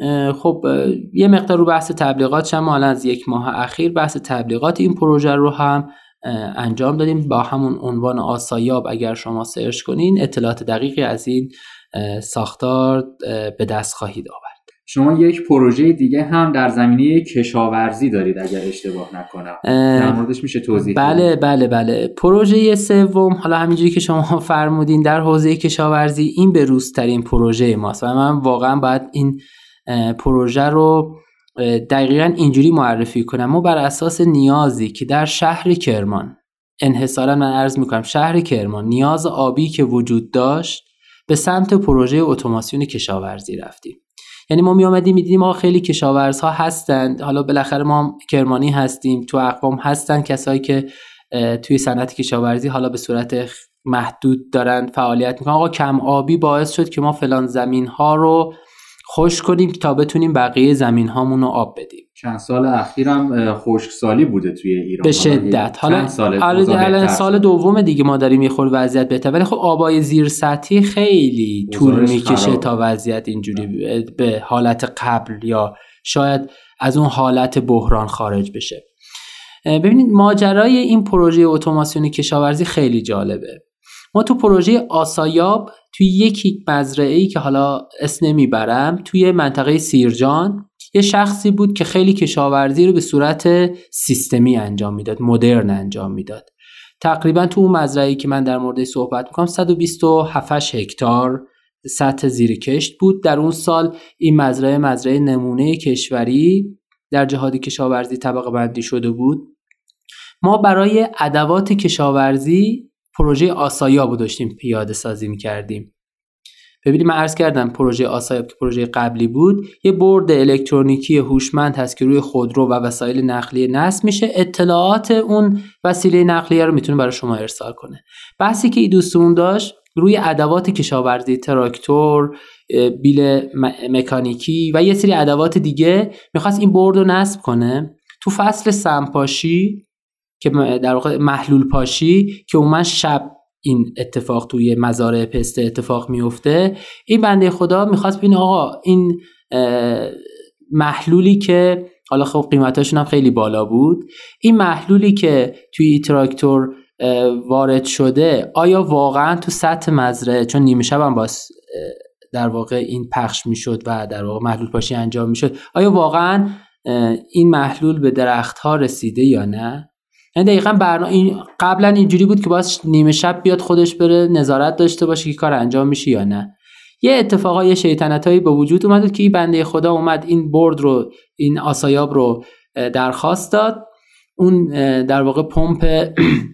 خب یه مقدار رو بحث تبلیغات شما الان از یک ماه اخیر بحث تبلیغات این پروژه رو هم انجام دادیم با همون عنوان آسایاب. اگر شما سرچ کنین اطلاعات دقیقی از این ساختار به دست خواهید آورد. شما یک پروژه دیگه هم در زمینه کشاورزی دارید اگر اشتباه نکنم، در موردش میشه توضیح بله بدید؟ بله بله پروژه سوم، حالا همینجوری که شما فرمودین در حوزه کشاورزی، این به روزترین پروژه ماست و من واقعا باید این پروژه رو دقیقاً اینجوری معرفی کنم. ما بر اساس نیازی که در شهر کرمان، انحصاراً من عرض میکنم شهر کرمان، نیاز آبی که وجود داشت، به سمت پروژه اتوماسیون کشاورزی رفتیم. یعنی ما می اومدیم می‌دیدیم ما خیلی کشاورزها هستند، حالا بالاخره ما کرمانی هستیم، تو اقوام هستن کسایی که توی صنعت کشاورزی حالا به صورت محدود دارن فعالیت میکنن. آقا کم آبی باعث شد که ما فلان زمین‌ها رو خشک کنیم تا بتونیم بقیه زمین‌هامون رو آب بدیم. چند سال اخیرم خشکسالی بوده توی ایران به شدت. حالا سال, سال دوم دیگه ما داریم یه خورده وضعیت بهتر، ولی خب آبای زیر سطحی خیلی طول میکشه تا وضعیت اینجوری به حالت قبل یا شاید از اون حالت بحران خارج بشه. ببینید ماجرای این پروژه اتوماسیون کشاورزی خیلی جالبه. ما تو پروژه آسایاب توی یکی مزرعه‌ای که حالا اسم نمیبرم توی منطقه سیرجان، یه شخصی بود که خیلی کشاورزی رو به صورت سیستمی انجام میداد، مدرن انجام میداد. تقریبا تو اون مزرعه‌ای که من در موردش صحبت میکنم صد و بیست و هفت هکتار سطح زیر کشت بود. در اون سال این مزرعه مزرعه نمونه کشوری در جهاد کشاورزی طبقه بندی شده بود. ما برای ادوات کشاورزی پروژه آسایاب رو داشتیم پیاده سازی می‌کردیم. ببینید من عرض کردم پروژه آسایاب که پروژه قبلی بود، یه برد الکترونیکی هوشمند هست که روی خودرو و وسایل نقلیه نصب میشه، اطلاعات اون وسیله نقلیه رو میتونه برای شما ارسال کنه. بحثی که این دوستمون داشت روی ادوات کشاورزی، تراکتور، بیل مکانیکی و یه سری ادوات دیگه، میخواست این برد رو نصب کنه تو فصل سمپاشی که در واقع محلول پاشی که عموما شب این اتفاق توی مزارع پسته اتفاق میفته، این بنده خدا میخواست ببینه آقا این محلولی که حالا خب قیمتاشون هم خیلی بالا بود، این محلولی که توی تراکتور وارد شده آیا واقعا تو سطح مزرعه، چون نیمه شب هم باز در واقع این پخش میشد و در واقع محلول پاشی انجام میشد، آیا واقعا این محلول به درخت ها رسیده یا نه؟ یعنی دقیقاً برنامه این قبلا اینجوری بود که باز نیمه شب بیاد خودش بره نظارت داشته باشه که کار انجام میشه یا نه. یه اتفاقای شیطنتایی به وجود اومد که این بنده خدا اومد این برد رو، این آسایاب رو درخواست داد. اون در واقع پمپ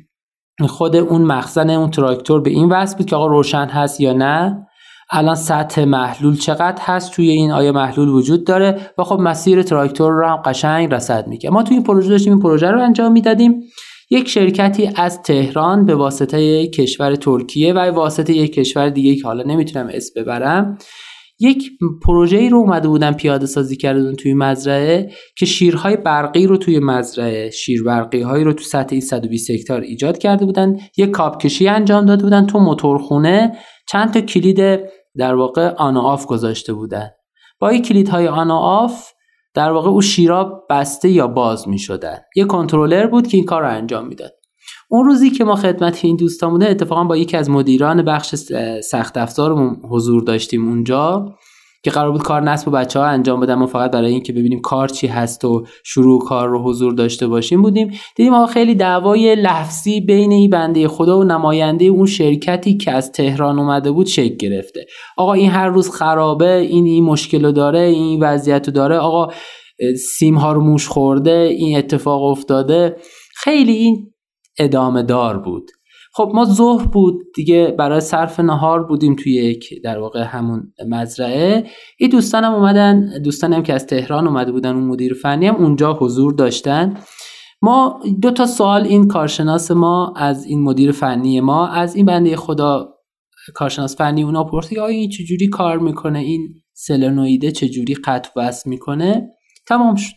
خود اون مخزن اون تراکتور به این وصل بود که آقا روشن هست یا نه، الان سطح محلول چقدر هست توی این، آیا محلول وجود داره و خب مسیر تراکتور رو هم قشنگ رصد میکنه. ما توی این پروژه داشتیم این پروژه رو انجام میدادیم. یک شرکتی از تهران به واسطه کشور ترکیه و واسطه یک کشور دیگه که حالا نمیتونم اسم ببرم، یک پروژه‌ای رو اومده بودن پیاده سازی کرده بودن توی مزرعه که شیرهای برقی رو توی مزرعه، شیر برقی هایی رو تو سطح صد و بیست هکتار ایجاد کرده بودن. یک کاب کشی انجام داده بودن تو موتورخونه، چند تا کلید در واقع آن و آف گذاشته بودن. با این کلیدهای آن و آف در واقع او شیرا بسته یا باز می شدن. یه کنترلر بود که این کار رو انجام میداد. اون روزی که ما خدمت این دوستان بودن، اتفاقا با یکی از مدیران بخش سخت افزارمون حضور داشتیم اونجا که قرار بود کار نصب بچه‌ها انجام بدن، ما فقط برای این که ببینیم کار چی هست و شروع کار رو حضور داشته باشیم بودیم. دیدیم آقا خیلی دعوای لفظی بین این بنده خدا و نماینده اون شرکتی که از تهران اومده بود شکل گرفته. آقا این هر روز خرابه، این این مشکل داره، این وضعیت داره، آقا سیم ها رو موش خورده، این اتفاق افتاده. خیلی این ادامه دار بود. خب ما ظهر بود دیگه، برای صرف نهار بودیم توی یک در واقع همون مزرعه. این دوستانم اومدن، دوستانم که از تهران اومده بودن، اون مدیر فنی هم اونجا حضور داشتن. ما دو تا سوال این کارشناس ما از این مدیر فنی ما از این بنده خدا کارشناس فنی اونا پرسید آیا این چجوری کار میکنه، این سلنویده چجوری قطع و وصل میکنه. تمام شد.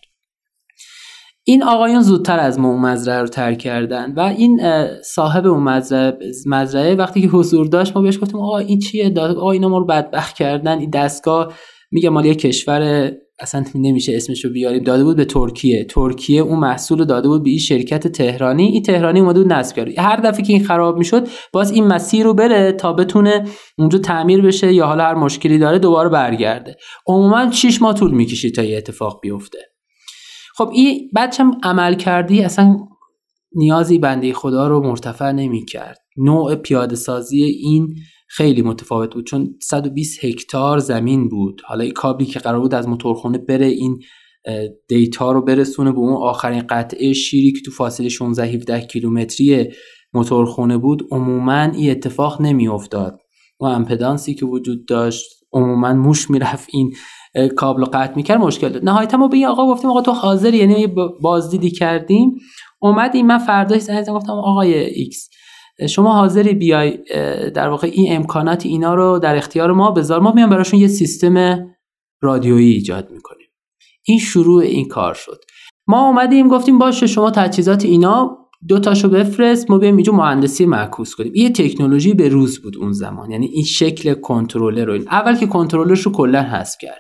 این آقایون زودتر از ما اون مزرعه رو ترک کردن و این صاحب اون مزرعه مزرعه وقتی که حضور داشت ما بهش گفتیم آقا این چیه؟ آقا اینا ما رو بدبخت کردن. این دستگاه میگه مال یه کشور اصلا نمیشه اسمش رو بیاریم، داده بود به ترکیه. ترکیه اون محصول رو داده بود به این شرکت تهرانی. این تهرانی اومده بود نصب کرد. هر دفعه که این خراب میشد باز این مسیر رو بره تا بتونه اونجا تعمیر بشه یا حالا هر مشکلی داره دوباره برگرده. عموما شش ماه طول میکشید تا یه اتفاق بیفته. خب این بعدش عمل کردی اصلا نیازی بنده خدا رو مرتفع نمی کرد. نوع پیاده سازی این خیلی متفاوت بود چون صد و بیست هکتار زمین بود. حالا این کابلی که قرار بود از موتورخونه بره این دیتا رو برسونه به اون آخرین قطعه شیری که تو فاصله شانزده هفده کیلومتری موتورخونه بود، عموما این اتفاق نمی افتاد. و امپدانسی که وجود داشت عموما موش میرفت این کابل رو قطع میکرد، مشکل داد. نهایتا ما به این آقا گفتیم آقا تو حاضری؟ یعنی یه بازدیدی کردیم. اومدیم، من فرداش زنگ زدم گفتم آقای ایکس شما حاضری بیای در واقع این امکانات اینا رو در اختیار ما بذار، ما میام براشون یه سیستم رادیویی ایجاد میکنیم. این شروع این کار شد. ما اومدیم گفتیم باشه شما تجهیزات اینا دو تاشو بفرست، ما بیایم اینجا مهندسی معکوس کنیم. این تکنولوژی به روز بود اون زمان، یعنی این شکل کنترلر رو این. اول که کنترلرش رو کلا حذف کردیم،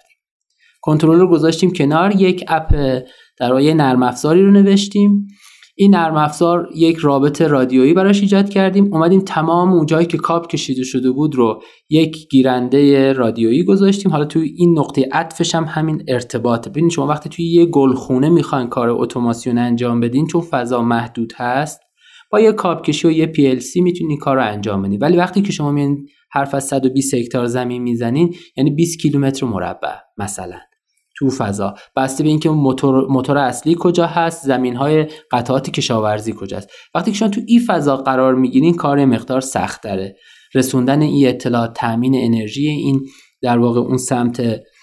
کنترلر گذاشتیم کنار، یک اپ در واقع نرم افزاری رو نوشتیم. این نرم افزار یک رابط رادیویی براش ایجاد کردیم. اومدیم تمام اون جایی که کابل کشیده شده بود رو یک گیرنده رادیویی گذاشتیم. حالا توی این نقطه عطفش هم همین ارتباطه. ببینید شما وقتی توی یه گلخونه میخواین کار اتوماسیون انجام بدین، چون فضا محدود هست، با یه کابل کشی و یه پی ال سی میتونین این کار رو انجام بدین. ولی وقتی که شما میان حرف از صد و بیست هکتار زمین میزنین، یعنی بیست کیلومتر مربع مثلا تو فضا، بسته به اینکه موتور موتور اصلی کجا هست، زمین‌های قطعات کشاورزی کجاست. وقتی که شما تو این فضا قرار میگیرین کار مقدار سخت‌تره. رسوندن این اطلاعات، تامین انرژی این در واقع اون سمت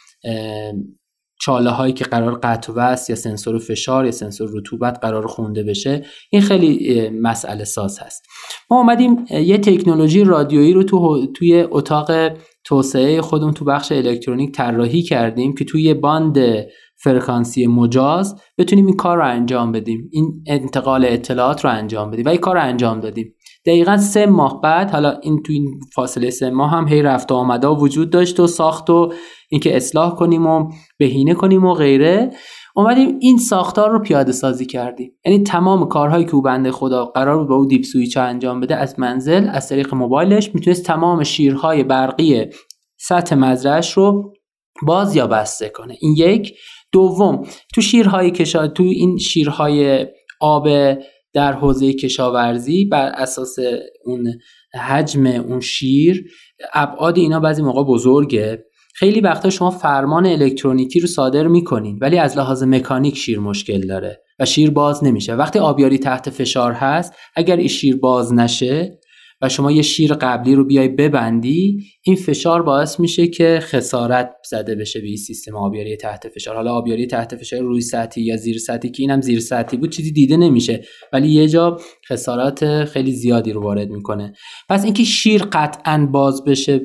چاله هایی که قرار قطع و وصل یا سنسور فشار یا سنسور رطوبت قرار خونده بشه، این خیلی مسئله ساز هست. ما اومدیم یه تکنولوژی رادیویی رو تو توی اتاق توسعه خودمون تو بخش الکترونیک طراحی کردیم که توی باند فرکانسی مجاز بتونیم این کار رو انجام بدیم، این انتقال اطلاعات رو انجام بدیم و این کار رو انجام دادیم. دقیقاً سه ماه بعد، حالا این تو این فاصله سه ماه هم هی رفت و آمده وجود داشت و ساخت و اینکه اصلاح کنیم و بهینه کنیم و غیره، اومدیم این ساختار رو پیاده سازی کردیم. یعنی تمام کارهایی که او بنده خدا قرار بود با او دیپ سویچ انجام بده از منزل از طریق موبایلش میتونست تمام شیرهای برقی سطح مزرعه‌اش رو باز یا بسته کنه. این یک. دوم، تو شیرهای کشا تو این شیرهای آب در حوزه کشاورزی بر اساس اون حجم اون شیر، ابعاد اینا بعضی موقع بزرگه. خیلی وقتا شما فرمان الکترونیکی رو صادر میکنین ولی از لحاظ مکانیک شیر مشکل داره و شیر باز نمیشه. وقتی آبیاری تحت فشار هست، اگر این شیر باز نشه و شما یه شیر قبلی رو بیای ببندی، این فشار باعث میشه که خسارت زده بشه به این سیستم آبیاری تحت فشار. حالا آبیاری تحت فشار روی سطحی یا زیر سطحی که اینم زیر سطحی بود چیزی دیده نمیشه ولی یه جا خسارات خیلی زیادی رو وارد میکنه. پس اینکه شیر قطعاً باز بشه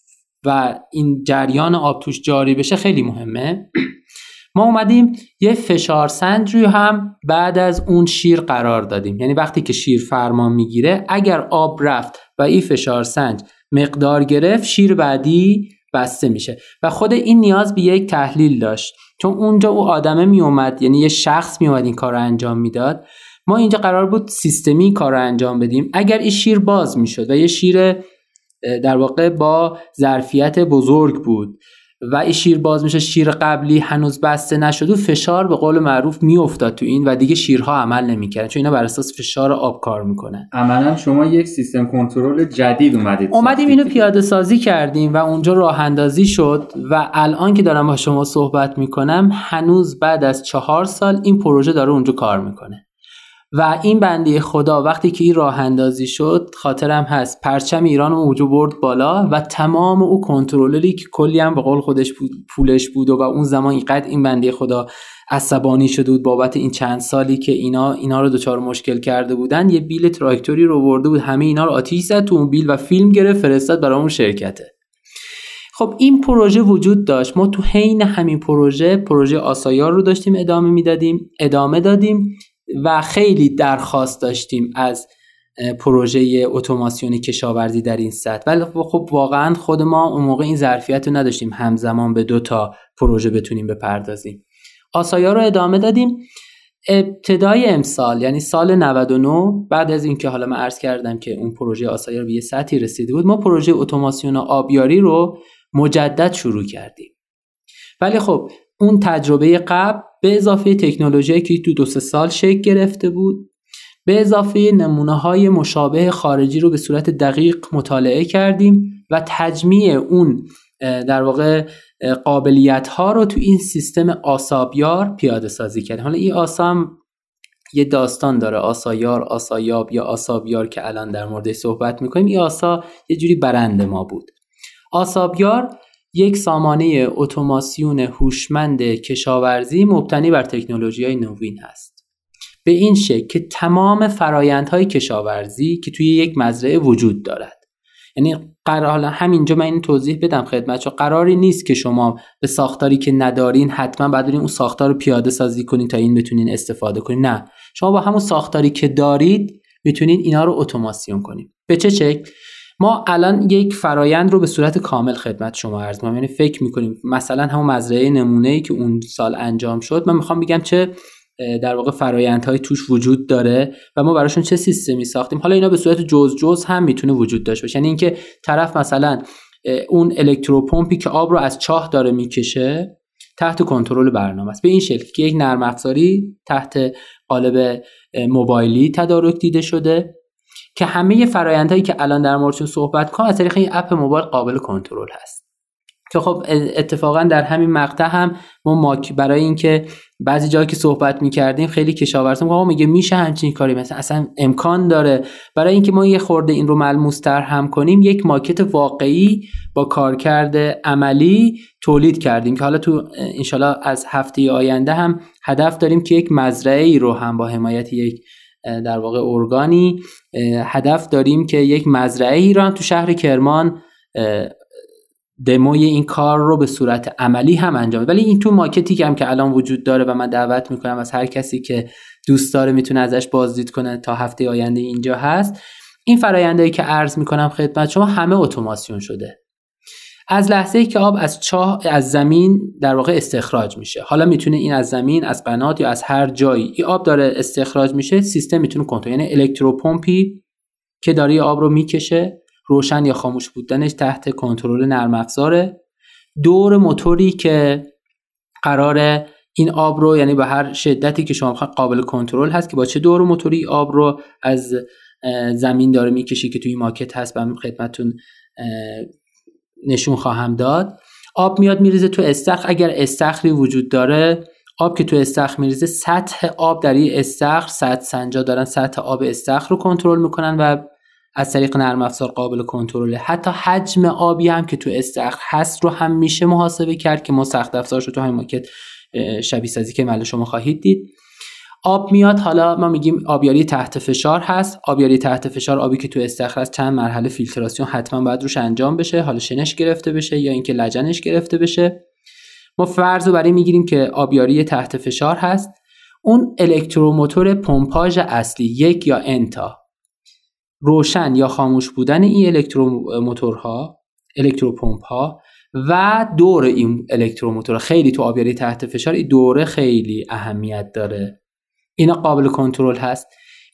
و این جریان آب توش جاری بشه خیلی مهمه. ما اومدیم یه فشار سنج رو هم بعد از اون شیر قرار دادیم. یعنی وقتی که شیر فرمان میگیره، اگر آب رفت و این فشار سنج مقدار گرفت، شیر بعدی بسته میشه و خود این نیاز به یک تحلیل داشت، چون اونجا او آدمه میومد، یعنی یه شخص میومد این کار رو انجام میداد. ما اینجا قرار بود سیستمی این کار رو انجام بدیم. اگر این شیر باز میشد و یه شیر در واقع با ظرفیت بزرگ بود و این شیر باز میشه، شیر قبلی هنوز بسته نشد و فشار به قول معروف میافتاد تو این و دیگه شیرها عمل نمیکردن، چون اینا بر اساس فشار آب کار میکنن. عملاً شما یک سیستم کنترل جدید اومدید اومدیم اینو پیاده سازی کردیم و اونجا راه اندازی شد و الان که دارم با شما صحبت میکنم هنوز بعد از چهار سال این پروژه داره اونجا کار میکنه. و این بنده خدا وقتی که این راه اندازی شد، خاطرم هست پرچم ایران رو اونجا برد بالا و تمام او کنترلری که کلی هم به قول خودش پولش بود و اون زمان اینقدر این بنده خدا عصبانی شده بود بابت این چند سالی که اینا اینا رو دچار مشکل کرده بودن، یه بیل تراکتوری رو برده بود، همه اینا رو آتیش زد تو اون بیل و فیلم گرفت فرستاد برای اون شرکته. خب این پروژه وجود داشت. ما تو حین همین پروژه پروژه آسایار رو داشتیم ادامه میدادیم ادامه دادیم و خیلی درخواست داشتیم از پروژه اتوماسیون کشاورزی در این سطح، ولی خب واقعا خود ما اون موقع این ظرفیت رو نداشتیم همزمان به دو تا پروژه بتونیم بپردازیم. آسایار رو ادامه دادیم. ابتدای امسال یعنی سال نود و نه، بعد از اینکه حالا من عرض کردم که اون پروژه آسایار به یه سطحی رسیده بود، ما پروژه اتوماسیون آبیاری رو مجدد شروع کردیم. ولی خب اون تجربه قبل به اضافه تکنولوژی که تو دو سه سال شکل گرفته بود، به اضافه نمونه‌های مشابه خارجی رو به صورت دقیق مطالعه کردیم و تجمیع اون در واقع قابلیت‌ها رو تو این سیستم آسابیار پیاده سازی کردیم. حالا این آسام یه داستان داره، آسایار، آسایاب یا آسابیار که الان در موردش صحبت می‌کنیم. این آسا یه جوری برند ما بود. آسابیار یک سامانه اتوماسیون هوشمند کشاورزی مبتنی بر تکنولوژی‌های نوین است. به این شکل که تمام فرآیندهای کشاورزی که توی یک مزرعه وجود دارد، یعنی قرار حالا همینجا من این توضیح بدم خدمتتون، قراری نیست که شما به ساختاری که ندارین حتما باید برین اون ساختار رو پیاده سازی کنین تا این بتونین استفاده کنین. نه، شما با همون ساختاری که دارید میتونین اینا رو اتوماسیون کنین. به چه شکل؟ ما الان یک فرایند رو به صورت کامل خدمت شما عرض می‌کنم. یعنی فکر می‌کنیم مثلا همون مزرعه نمونه‌ای که اون سال انجام شد، من می‌خوام بگم چه در واقع فرایندهای توش وجود داره و ما براشون چه سیستمی ساختیم. حالا اینا به صورت جز جز هم میتونه وجود داشته باشه. یعنی اینکه طرف مثلا اون الکتروپمپی که آب رو از چاه داره میکشه تحت کنترل برنامه است. به این شکل که یک نرم افزاری تحت قالب موبایلی تدارک دیده شده که همه فرآیندهایی که الان در موردشون صحبت کنم از طریق این اپ موبایل قابل کنترل هست. که خب اتفاقا در همین مقطع هم ما ماک برای اینکه بعضی جایی که صحبت می‌کردیم خیلی کشاورزا میگه میگه میشه همچین کاری، مثلا اصلا امکان داره، برای اینکه ما یه خورده این رو ملموس‌تر هم کنیم یک ماکت واقعی با کارکرد عملی تولید کردیم که حالا تو انشالله از هفته آینده هم هدف داریم که یک مزرعه‌ای رو هم با حمایت یک در واقع ارگانی هدف داریم که یک مزرعه‌ای رو هم تو شهر کرمان دموی این کار رو به صورت عملی هم انجام بده. ولی این تو ماکتی که هم که الان وجود داره و من دعوت میکنم از هر کسی که دوست داره میتونه ازش بازدید کنه تا هفته آینده اینجا هست. این فرآیندهایی که عرض میکنم خدمت شما همه اتوماسیون شده. از لحظه‌ای که آب از چاه از زمین در واقع استخراج میشه، حالا میتونه این از زمین، از قنات یا از هر جایی این آب داره استخراج میشه، سیستم میتونه کنترل، یعنی الکتروپمپی که داره آب رو میکشه، روشن یا خاموش بودنش تحت کنترل نرم افزاره، دور موتوری که قراره این آب رو، یعنی به هر شدتی که شما بخواید قابل کنترل هست که با چه دور موتوری آب رو از زمین داره میکشی که توی ماکت هست و خدمتتون نشون خواهم داد. آب میاد میریزه تو استخر، اگر استخری وجود داره آب که تو استخر میریزه، سطح آب در این استخر، سطح سنجا دارن سطح آب استخر رو کنترل میکنن و از طریق نرم افزار قابل کنترله. حتی حجم آبی هم که تو استخر هست رو هم میشه محاسبه کرد که ما سخت افزارش رو تو همین ماکت شبیه سازی که مال شما خواهید دید. آب میاد، حالا ما میگیم آبیاری تحت فشار هست. آبیاری تحت فشار آبی که تو استخر هست چند مرحله فیلتراسیون حتما باید روش انجام بشه، حالا شنش گرفته بشه یا اینکه لجنش گرفته بشه. ما فرض رو برای میگیریم که آبیاری تحت فشار هست. اون الکتروموتور پمپاژ اصلی یک یا انتا، روشن یا خاموش بودن این الکتروموتورها، الکتروپمپ ها و دور این الکتروموتور، خیلی تو آبیاری تحت فشار این دوره خیلی اهمیت داره. اینا قابل کنترل هست.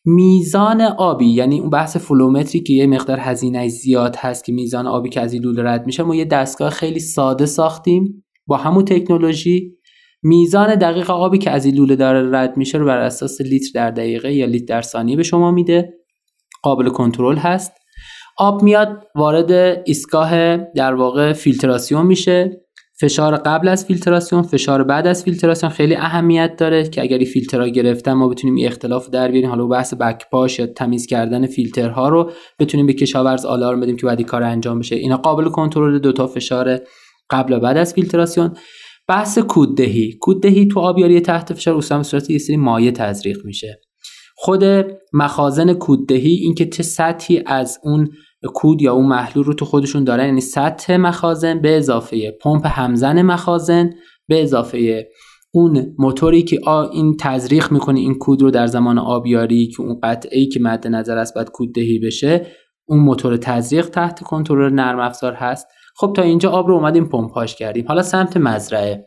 میزان آبی، یعنی اون بحث فلومتری که یه مقدار هزینه زیاد هست که میزان آبی که از این لوله رد میشه، ما یه دستگاه خیلی ساده ساختیم با همون تکنولوژی. میزان دقیق آبی که از این لوله داره رد میشه رو بر اساس لیتر در دقیقه یا لیتر در ثانیه به شما میده، قابل کنترل هست. آب میاد وارد ایستگاه در واقع فیلتراسیون میشه. فشار قبل از فیلتراسیون، فشار بعد از فیلتراسیون خیلی اهمیت داره که اگر این فیلترها گرفتن ما بتونیم این اختلاف در بیاریم. حالا بحث بک پاش یا تمیز کردن فیلترها رو بتونیم به کشاورز آلارم بدیم که بعد این کار انجام بشه. اینا قابل کنترل دو تا فشار قبل و بعد از فیلتراسیون. بحث کوددهی، کوددهی تو آبیاری تحت فشار اصلا به صورت یه سری مایع تزریق میشه. خود مخازن کوددهی، این که چه سطحی از اون کود یا اون محلول رو تو خودشون دارن، یعنی سطح مخازن به اضافه پمپ همزن مخازن به اضافه اون موتوری که این تزریق میکنه این کود رو در زمان آبیاری که اون قطعه‌ای که مد نظر است باید کوددهی بشه، اون موتور تزریق تحت کنترل نرم افزار هست. خب تا اینجا آب رو اومدیم پمپاژ کردیم. حالا سمت مزرعه.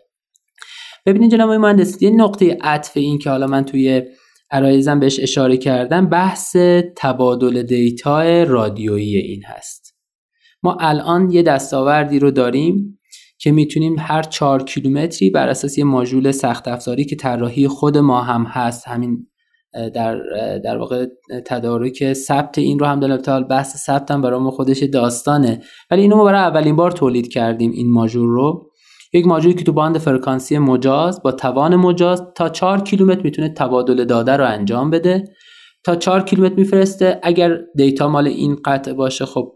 ببینید جناب مهندس، یه نقطه عطف این که حالا من توی عرایزم بهش اشاره کردم، بحث تبادل دیتا رادیویی این هست. ما الان یه دستاوردی رو داریم که میتونیم هر چهار کیلومتری بر اساس یه ماژول سخت افزاری که طراحی خود ما هم هست، همین در در واقع تدارک ثبت این رو هم داریم، بحث ثبت هم برای ما خودش داستانه، ولی اینو ما برای اولین بار تولید کردیم این ماژول رو. یک ماژولی که تو باند فرکانسی مجاز با توان مجاز تا چهار کیلومتر میتونه تبادل داده رو انجام بده. تا چهار کیلومتر میفرسته. اگر دیتا مال این قطع باشه خب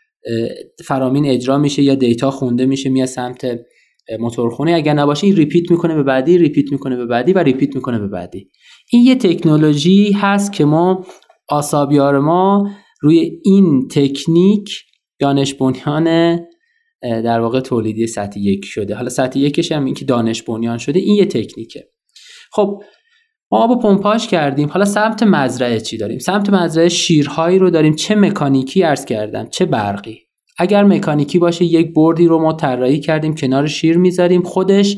فرامین اجرا میشه یا دیتا خونده میشه میاد سمت موتورخونه، اگر نباشه این ریپیت میکنه به بعدی، ریپیت میکنه به بعدی و ریپیت میکنه به بعدی. این یه تکنولوژی هست که ما آسابیار ما روی این تکنیک دانش بنیان در واقع تولیدی سطح یک شده. حالا سطح یکش هم این که دانش بنیان شده، این یه تکنیکه. خب ما آب پمپاژ کردیم. حالا سمت مزرعه چی داریم؟ سمت مزرعه شیرهایی رو داریم، چه مکانیکی عرض کردم چه برقی. اگر مکانیکی باشه یک بردی رو ما طراحی کردیم کنار شیر میذاریم، خودش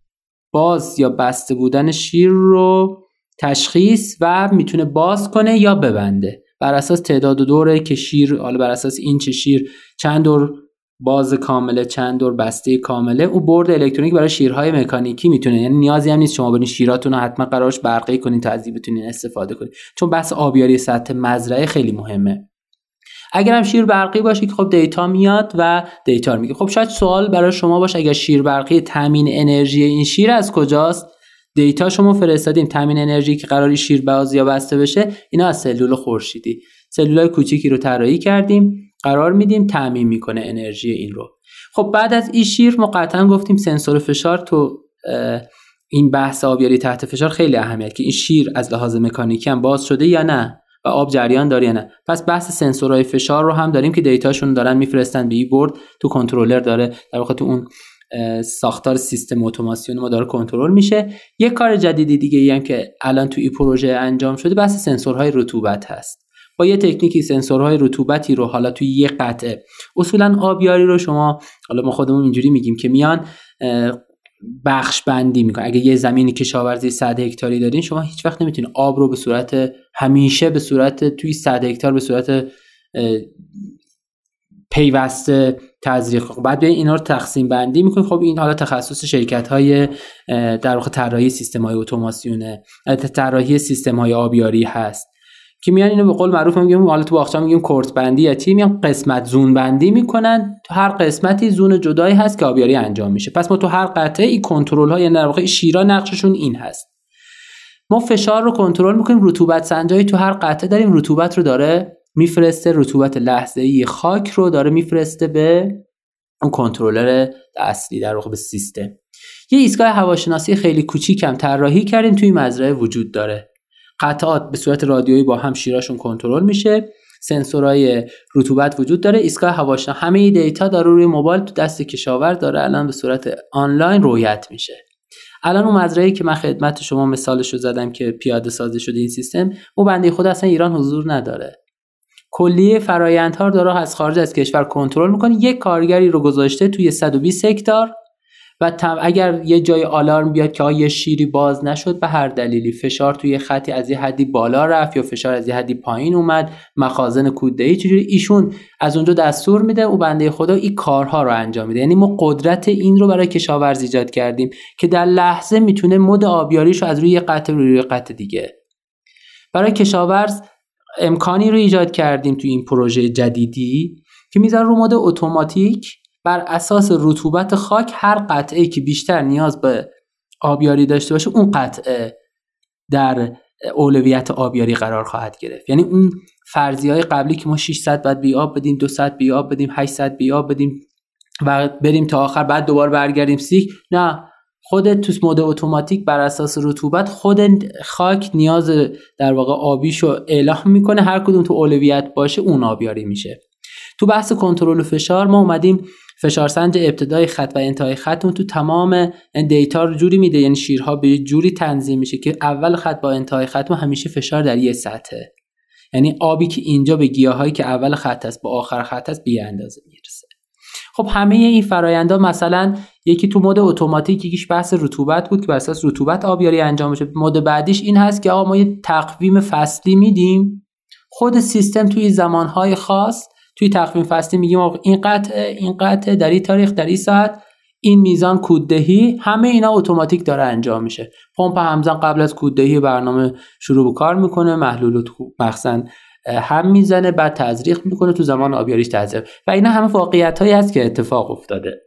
باز یا بسته بودن شیر رو تشخیص و میتونه باز کنه یا ببنده بر اساس تعداد دوره که شیر، حالا بر اساس اینچ شیر چند دور باز کامله چند دور بسته کامله. او برد الکترونیک برای شیرهای مکانیکی میتونه، یعنی نیازی هم نیست شما برین شیراتون رو حتما قرارش برقی کنین تا از این بتونین استفاده کنین، چون بحث آبیاری سطح مزرعه خیلی مهمه. اگر هم شیر برقی باشه که خب دیتا میاد و دیتا رو میگه. خب شاید سوال برای شما باشه اگر شیر برقی، تامین انرژی این شیر از کجاست؟ دیتا شما فرستادیم، تامین انرژی که قراری شیر باز یا بسته بشه اینا از سلول خورشیدی، سلولای کوچیکی رو طراحی کردیم قرار میدیم تامین میکنه انرژی این رو. خب بعد از این شیر ما قطعا گفتیم سنسور فشار تو این بحث آبیاری تحت فشار خیلی اهمیت که این شیر از لحاظ مکانیکی هم باز شده یا نه. و آب جریان داره یا نه. پس بحث سنسورهای فشار رو هم داریم که دیتاشون دارن میفرستن به این بورد، تو کنترلر داره در واقع تو اون ساختار سیستم اتوماسیون ما داره کنترل میشه. یک کار جدیدی دیگه ای هم که الان تو این پروژه انجام شده بحث سنسورهای رطوبت هست. با یه تکنیکی سنسورهای رطوبتی رو حالا توی یه قطعه، اصولا آبیاری رو شما، حالا ما خودمون اینجوری میگیم که میان بخش بندی میکنن. اگه یه زمینی کشاورزی صد هکتاری دارین، شما هیچ وقت نمیتونید آب رو به صورت همیشه به صورت توی صد هکتار به صورت پیوسته تزریق کنید. بعد بیاین اینا رو تقسیم بندی میکنید. خب این حالا تخصص شرکت‌های در واقع طراحی سیستم‌های اتوماسیونه، طراحی سیستم‌های آبیاری هست که میان اینو به قول معروف میگیم، حالا تو باغچه‌ها میگیم کورت بندی یا چی، میان قسمت زون بندی میکنن. تو هر قسمتی زون جدایی هست که آبیاری انجام میشه. پس ما تو هر قطعه این کنترل ها، یعنی در واقع شیرا نقششون این هست. ما فشار رو کنترل میکنیم، رطوبت سنجایی تو هر قطعه داریم، رطوبت رو داره میفرسته، رطوبت لحظه‌ای خاک رو داره میفرسته به اون کنترلر اصلی، در واقع به سیستم. یه ایستگاه هواشناسی خیلی کوچیکم طراحی کردیم توی مزرعه وجود داره. قطعات به صورت رادیویی با هم شیراشون کنترل میشه، سنسورهای رطوبت وجود داره، ایستگاه هواشناسی، همه این دیتا داره روی موبایل تو دست کشاورز داره الان به صورت آنلاین رویت میشه. الان اون مزرعه‌ای که من خدمت شما مثالشو زدم که پیاده سازی شده این سیستم، اون بنده خود اصلا ایران حضور نداره. کلیه فرآیندها رو داره از خارج از کشور کنترل میکنه. یک کارگری رو گذاشته توی صد و بیست هکتار و اگر یه جای آلارم بیاد که یه شیری باز نشد به هر دلیلی، فشار توی خطی از یه حدی بالا رفت یا فشار از یه حدی پایین اومد، مخازن کوددهی چجوری، ایشون از اونجا دستور میده، او بنده خدا این کارها رو انجام میده. یعنی ما قدرت این رو برای کشاورز ایجاد کردیم که در لحظه میتونه مد آبیاریش رو از روی قطعه روی قطعه دیگه. برای کشاورز امکانی رو ایجاد کردیم توی این پروژه جدیدی که میذاره رو مد اتوماتیک بر اساس رطوبت خاک هر قطعه‌ای که بیشتر نیاز به آبیاری داشته باشه اون قطعه در اولویت آبیاری قرار خواهد گرفت. یعنی اون فرضیه‌های قبلی که ما ششصد بعد بی آب بدیم، دویست بی آب بدیم، هشتصد بی آب بدیم و بریم تا آخر بعد دوباره برگردیم سیک، نه، خودت تو مود اتوماتیک بر اساس رطوبت خود خاک نیاز در واقع آبیشو اعلام میکنه، هر کدوم تو اولویت باشه اون آبیاری میشه. تو بحث کنترل فشار ما اومدیم فشارسنج ابتدای خط و انتهای خط اون تو تمام دیتا رو جوری میده، یعنی شیرها به جوری تنظیم میشه که اول خط با انتهای خط ما همیشه فشار در یک سطحه. یعنی آبی که اینجا به گیاهایی که اول خط است با آخر خط است بی اندازه میرسه. خب همه این فرآیندها مثلا یکی تو مود اتوماتیک، یکیش بحث رطوبت بود که بر اساس رطوبت آبیاری انجام میشه. مود بعدیش این هست که آقا ما یه تقویم فصلی میدیم، خود سیستم توی زمانهای خاص توی تقویم فصلی میگیم آقا این قطعه این قطعه در این تاریخ در این ساعت این میزان کوددهی، همه اینا اتوماتیک داره انجام میشه. پمپ همزن قبل از کوددهی برنامه شروع به کار میکنه، محلول رو تو مخزن هم میزنه، بعد تزریق میکنه، تو زمان آبیاریش تزریق، و اینا همه واقعیت هایی هست که اتفاق افتاده.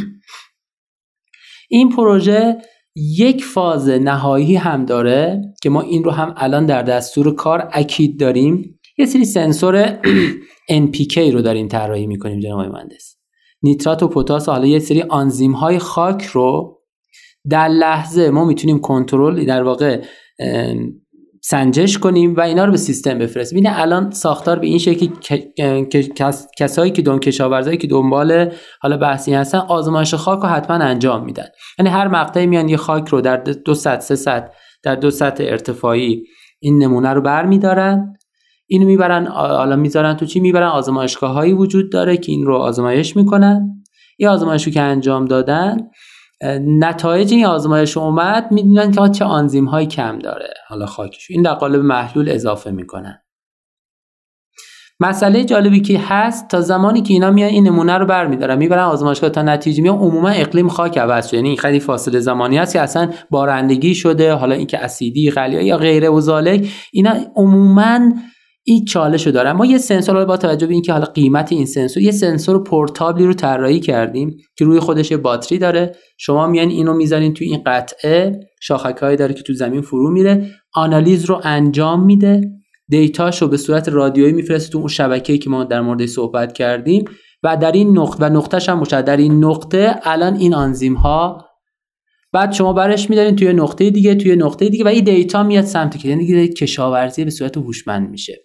این پروژه یک فاز نهایی هم داره که ما این رو هم الان در دستور کار اکید داریم. یه سری سنسور ان پی کی رو داریم طراحی میکنیم جناب مهندس، نیترات و پتاس، حالا یه سری آنزیم های خاک رو در لحظه ما میتونیم کنترل در واقع سنجش کنیم و اینا رو به سیستم بفرستیم. ببینید الان ساختار به این شکلی که کسایی که دون کشاورزایی که دنبال حالا بحثی هستن آزمایش خاک رو حتما انجام میدن. یعنی هر مقطعی میان یه خاک رو در دو سطح سه سطح در دو سطح ارتفاعی این نمونه رو برمی‌دارن، اینو میبرن حالا میذارن تو چی، میبرن آزمایشگاه‌هایی وجود داره که این رو آزمایش میکنن. این آزمایشو که انجام دادن، نتایج این آزمایش اومد، میدونن که چه آنزیم هایی کم داره حالا خاکش، این در قالب محلول اضافه میکنن. مسئله جالبی که هست، تا زمانی که اینا میان این نمونه رو برمیدارن میبرن آزمایشگاه تا نتیجه میاد، عموما اقلیم خاک عوض شده، یعنی این خیلی فاصله زمانی هست که اصلا بارندگی شده، حالا اینکه اسیدی غلیه یا غیره و ذالک، اینا عموما این چالشو داره. ما یه سنسور با توجه به اینکه حالا قیمت این سنسور، یه سنسور پورتابلی رو طراحی کردیم که روی خودش یه باتری داره. شما میان اینو میذارین توی این قطعه، شاخک‌هایی داره که تو زمین فرو میره، آنالیز رو انجام میده، دیتاشو به صورت رادیویی میفرسته تو اون شبکه‌ای که ما در موردش صحبت کردیم و در این نقطه و نقطه‌ش هم مشخص، در این نقطه الان این آنزیم ها، بعد شما برش می‌دارین توی نقطه دیگه توی نقطه دیگه و این دیتا میاد سمت که، یعنی کشاورزی به صورت هوشمند میشه.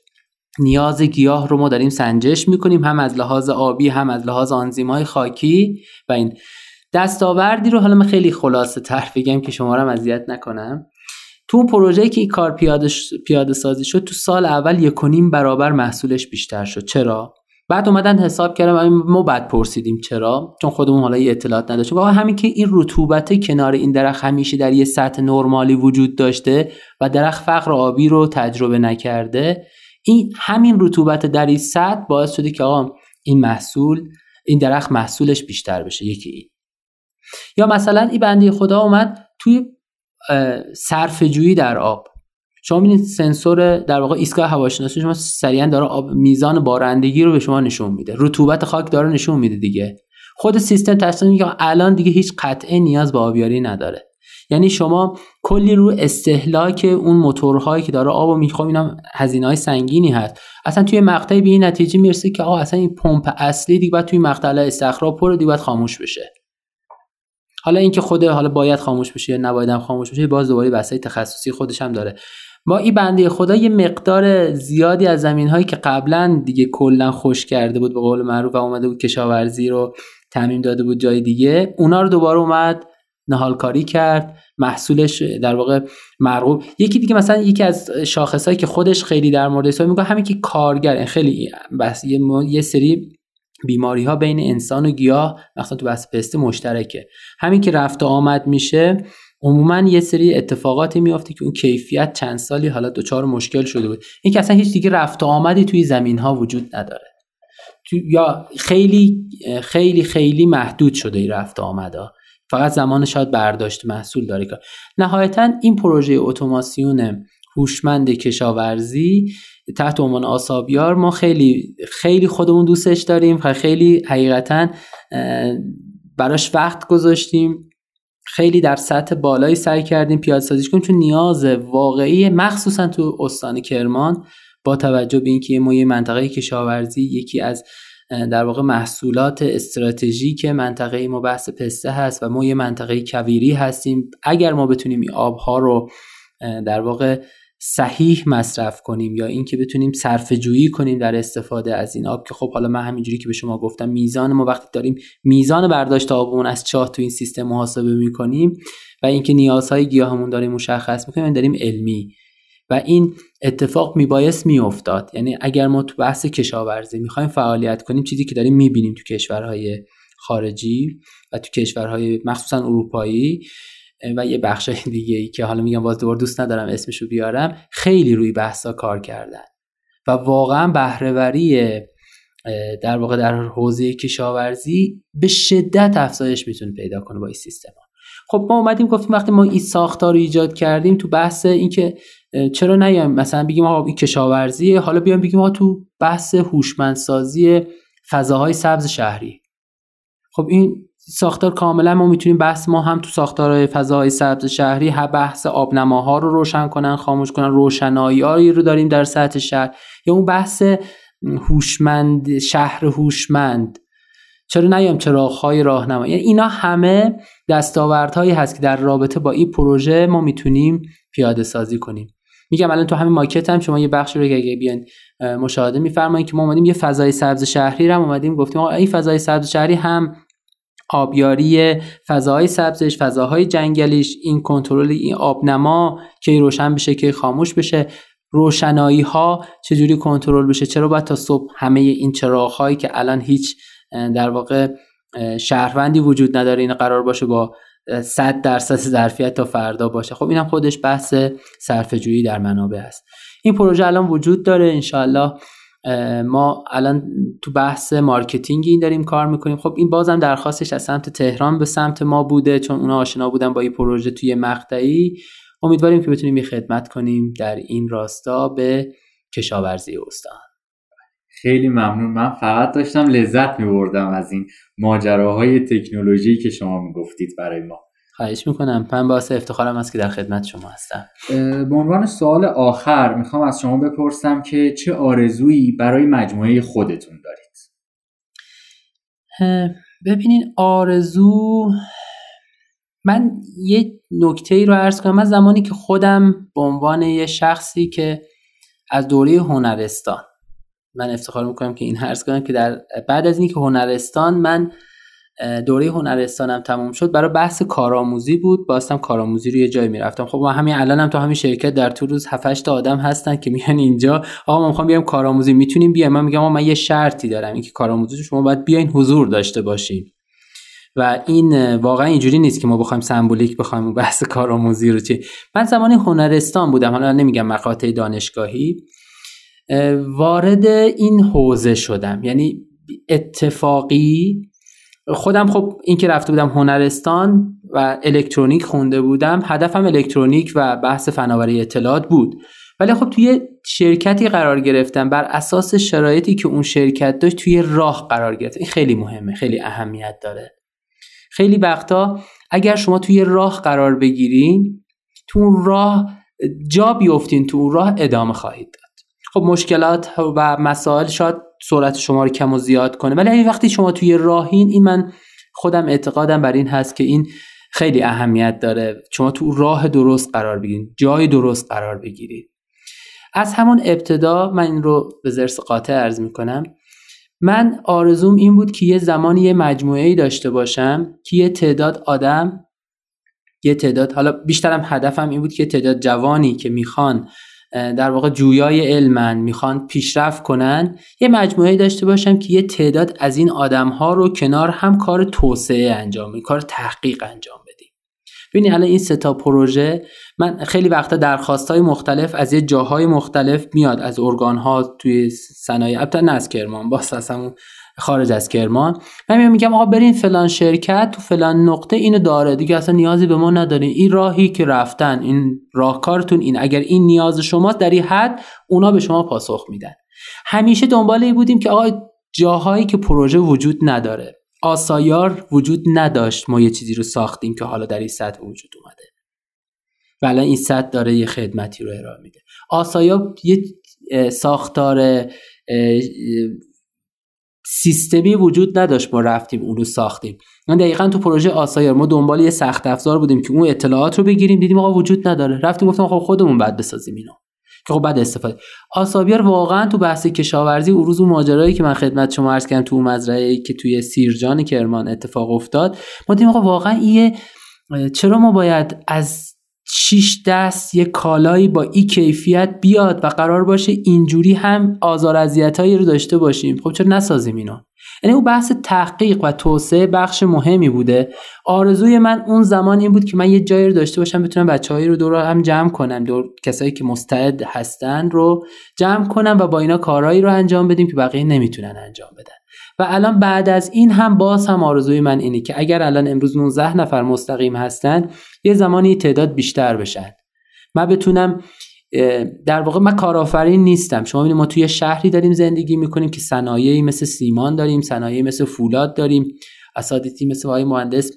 نیاز گیاه رو ما داریم سنجش میکنیم، هم از لحاظ آبی هم از لحاظ آنزیم‌های خاکی. و این دستاوردی رو حالا من خیلی خلاصه تر بگم که شما رو اذیت نکنم. تو اون پروژه‌ای که این کار پیاده پیاده سازی شد، تو سال اول یک و نیم برابر محصولش بیشتر شد. چرا؟ بعد اومدن حساب کردم، ما بعد پرسیدیم چرا، چون خودمون حالا یه اطلاعات نداشتیم. واقعا همین که این رطوبت کنار این درخت همیشه در یه سطح نرمالی وجود داشته و درخت فقر آبی رو تجربه نکرده، این همین رطوبت در این سطح باعث شده که آقا این محصول این درخت محصولش بیشتر بشه. یکی این. یا مثلا این بنده خدا اومد توی صرفه‌جویی در آب، شما می‌بینید سنسور در واقع ایستگاه هواشناسی شما سریعا داره آب میزان بارندگی رو به شما نشون میده، رطوبت خاک داره نشون میده دیگه. خود سیستم تصمیم میگه الان دیگه هیچ قطعه نیاز به آبیاری نداره. یعنی شما کلی رو استهلاک اون موتورهایی که داره آبو میخوام، اینا هزینه‌های سنگینی هست. اصلا توی مقطعی به این نتیجه میرسه که آقا اصلا این پمپ اصلی دیگه باید توی مقطع استخراج پر دیگه باید خاموش بشه. حالا اینکه خود حالا باید خاموش بشه یا نباید هم خاموش بشه باز دوباره بحثای تخصصی خودش هم داره. ما این بنده خدا یه مقدار زیادی از زمین‌هایی که قبلا دیگه کلا خوش کرده بود به قول معروف و اومده بود کشاورزی رو تعمیم داده بود جای دیگه، اونا رو دوباره اومد نهالکاری کرد، محصولش در واقع مرغوب. یکی دیگه مثلا یکی از شاخصایی که خودش خیلی در مورد حساب میگه همین که کارگر خیلی بس یه, یه سری بیماری ها بین انسان و گیاه مثلا تو بحث پست مشترکه. همین که رفت و آمد میشه عموما یه سری اتفاقاتی میفته که اون کیفیت چند سالی حالا دوچار مشکل شده بود. این که اصلا هیچ دیگه رفت و آمدی توی زمین ها وجود نداره، تو یا خیلی خیلی خیلی محدود شده این رفت و آمدا، فقط زمان شاید برداشت محصول داره. که نهایتا این پروژه اتوماسیون هوشمند کشاورزی تحت عنوان آسابیار ما خیلی خیلی خودمون دوستش داریم، خیلی حقیقتا براش وقت گذاشتیم، خیلی در سطح بالایی سعی کردیم پیاده سازیش کنیم، چون نیاز واقعی مخصوصا تو استان کرمان با توجه به اینکه ما یه منطقه کشاورزی یکی از در واقع محصولات استراتژیک منطقه ما بحث پسته هست و ما یه منطقه کویری هستیم. اگر ما بتونیم این آبها رو در واقع صحیح مصرف کنیم یا اینکه بتونیم صرفه جویی کنیم در استفاده از این آب، که خب حالا من همینجوری که به شما گفتم میزان ما وقتی داریم میزان برداشت آبمون از چاه تو این سیستم محاسبه میکنیم و اینکه نیازهای گیاهمون داریم مشخص میکنیم، داریم علمی و این اتفاق میبایست میافتاد. یعنی اگر ما تو بحث کشاورزی میخوایم فعالیت کنیم، چیزی که داریم میبینیم تو کشورهای خارجی و تو کشورهای مخصوصا اروپایی و یه بخش دیگه ای که حالا میگم باز دوباره دوست ندارم اسمشو بیارم، خیلی روی بحثا کار کردن و واقعا بهره‌وری در واقع در حوزه کشاورزی به شدت افزایش میتونه پیدا کنه با این سیستم ها. خب ما اومدیم گفتیم وقتی ما این ساختار رو ایجاد کردیم، تو بحث این که چرا نیایم مثلا بگیم آقا این کشاورزی، حالا بیایم بگیم آقا تو بحث هوشمندسازی فضاهای سبز شهری. خب این ساختار کاملا ما میتونیم بحث ما هم تو ساختارهای فضاهای سبز شهری ها بحث آبنماها رو روشن کنن خاموش کنن، روشنایی‌هایی رو داریم در سطح شهر، یا اون بحث هوشمند شهر هوشمند، چرا نیام چراغ‌های راهنمایی. یعنی اینا همه دستاوردهایی هست که در رابطه با این پروژه ما میتونیم پیاده سازی کنیم. میگم الان تو همین ماکت هم شما یه بخشی رو اگه بیان مشاهده می‌فرمایید که ما اومدیم یه فضای سبز شهری رو هم اومدیم گفتیم آقا این فضای سبز شهری هم آبیاری فضاهای سبزش، فضاهای جنگلیش، این کنترل این آبنما که روشن بشه که خاموش بشه، روشنایی ها چجوری کنترل بشه، چرا باید تا صبح همه این چراغ هایی که الان هیچ در واقع شهروندی وجود نداره این قرار باشه با صد درصد ظرفیت تا فردا باشه. خب اینم خودش بحث صرفه جویی در منابع است. این پروژه الان وجود داره، انشالله ما الان تو بحث مارکتینگ این داریم کار میکنیم. خب این بازم درخواستش از سمت تهران به سمت ما بوده، چون اونا آشنا بودن با این پروژه توی مقطعی. امیدواریم که بتونیم یه خدمت کنیم در این راستا به کشاورزی استان. خیلی ممنون. من فقط داشتم لذت میبردم از این ماجراهای تکنولوژی که شما میگفتید برای ما. خواهش میکنم. من باعث افتخارم است که در خدمت شما هستم. به عنوان سوال آخر میخوام از شما بپرسم که چه آرزویی برای مجموعه خودتون دارید؟ ببینین آرزو، من یه نکته‌ای رو عرض کنم. من زمانی که خودم به عنوان یه شخصی که از دوره هنرستان من افتخار میکنم که این عرض کنم که در بعد از اینکه هنرستان من دوره هنرستانم تموم شد، برای بحث کارآموزی بود، باستم کارآموزی رو یه جایی میرفتم. خب من همین الانم هم تو همین شرکت در طول روز هفت هشت تا آدم هستن که میان اینجا آقا ما میخوام بیام کارآموزی، میتونیم بیایم؟ من میگم آقا من یه شرطی دارم، اینکه کارآموزی شما باید بیاین حضور داشته باشین. و این واقعا اینجوری نیست که ما بخوایم سمبولیک بخوایم بحث کارآموزی رو چی. من زمانی هنرستان بودم، حالا نمیگم مقاطع دانشگاهی، وارد این حوزه شدم، یعنی اتفاقی. خودم خب این که رفته بودم هنرستان و الکترونیک خونده بودم، هدفم الکترونیک و بحث فناوری اطلاعات بود، ولی خب توی شرکتی قرار گرفتم بر اساس شرایطی که اون شرکت داشت توی راه قرار گرفتم. این خیلی مهمه، خیلی اهمیت داره. خیلی وقتا اگر شما توی راه قرار بگیرین، تو اون راه جا بیفتین، تو اون راه ادامه خواهید داد. خب مشکلات و مسائل شاید سرعت شما رو کم و زیاد کنه، ولی این وقتی شما توی راهین، این من خودم اعتقادم بر این هست که این خیلی اهمیت داره، شما تو راه درست قرار بگیرید، جای درست قرار بگیرید. از همون ابتدا من این رو به ضرس قاطع عرض میکنم، من آرزوم این بود که یه زمانی یه مجموعه‌ای داشته باشم که یه تعداد آدم، یه تعداد، حالا بیشترم هدفم این بود که یه تعداد جوانی که میخوان در واقع جویای علمن، میخوان پیشرفت کنن، یه مجموعه‌ای داشته باشم که یه تعداد از این آدم‌ها رو کنار هم کار توسعه انجام بدیم، کار تحقیق انجام بدیم. ببینید الان این سه تا پروژه، من خیلی وقتا درخواست‌های مختلف از یه جاهای مختلف میاد، از ارگان‌ها توی صنایع، البته نه از کرمان، باز اصلا خارج از کرمان، من میگم آقا برین فلان شرکت تو فلان نقطه اینو داره، دیگه اصلا نیازی به ما ندارین، این راهی که رفتن، این راهکارتون این، اگر این نیاز شماست در این حد، اونا به شما پاسخ میدن. همیشه دنبال این بودیم که آقا جاهایی که پروژه وجود نداره، آسایار وجود نداشت، ما یه چیزی رو ساختیم که حالا در این سطح وجود اومده و الان این سطح داره یه خدمتی رو ارائه میده. آسایار یه ساختار سیستمی وجود نداشت، ما رفتیم اون رو ساختیم. من دقیقاً تو پروژه آسایار ما دنبال یه سخت افزار بودیم که اون اطلاعات رو بگیریم، دیدیم آقا وجود نداره، رفتیم گفتم خب خودمون بعد بسازیم اینو که خب بعد استفاده. آسایار واقعاً تو بحث کشاورزی، اون روز اون ماجرایی که من خدمت شما عرض کردم تو مزرعه‌ای که توی سیرجان کرمان اتفاق افتاد، ما دیدیم آقا واقعاً این چرا ما باید از شش دست یک کالایی با این کیفیت بیاد و قرار باشه اینجوری هم آزار اذیتایی رو داشته باشیم، خب چرا نسازیم اینو؟ یعنی اون بحث تحقیق و توسعه بخش مهمی بوده. آرزوی من اون زمان این بود که من یه جایی رو داشته باشم بتونم بچه‌هایی رو دور هم جمع کنم، دور کسایی که مستعد هستن رو جمع کنم و با اینا کارهایی رو انجام بدیم که بقیه نمیتونن انجام بدن. و الان بعد از این هم باز هم آرزوی من اینه که اگر الان امروز نوزده نفر مستقیم هستن، یه زمانی تعداد بیشتر بشن، من بتونم، در واقع من کارآفرین نیستم. شما ببینید ما توی شهری داریم زندگی میکنیم که صنایعی مثل سیمان داریم، صنایعی مثل فولاد داریم، اساتیدی مثل آقای مهندس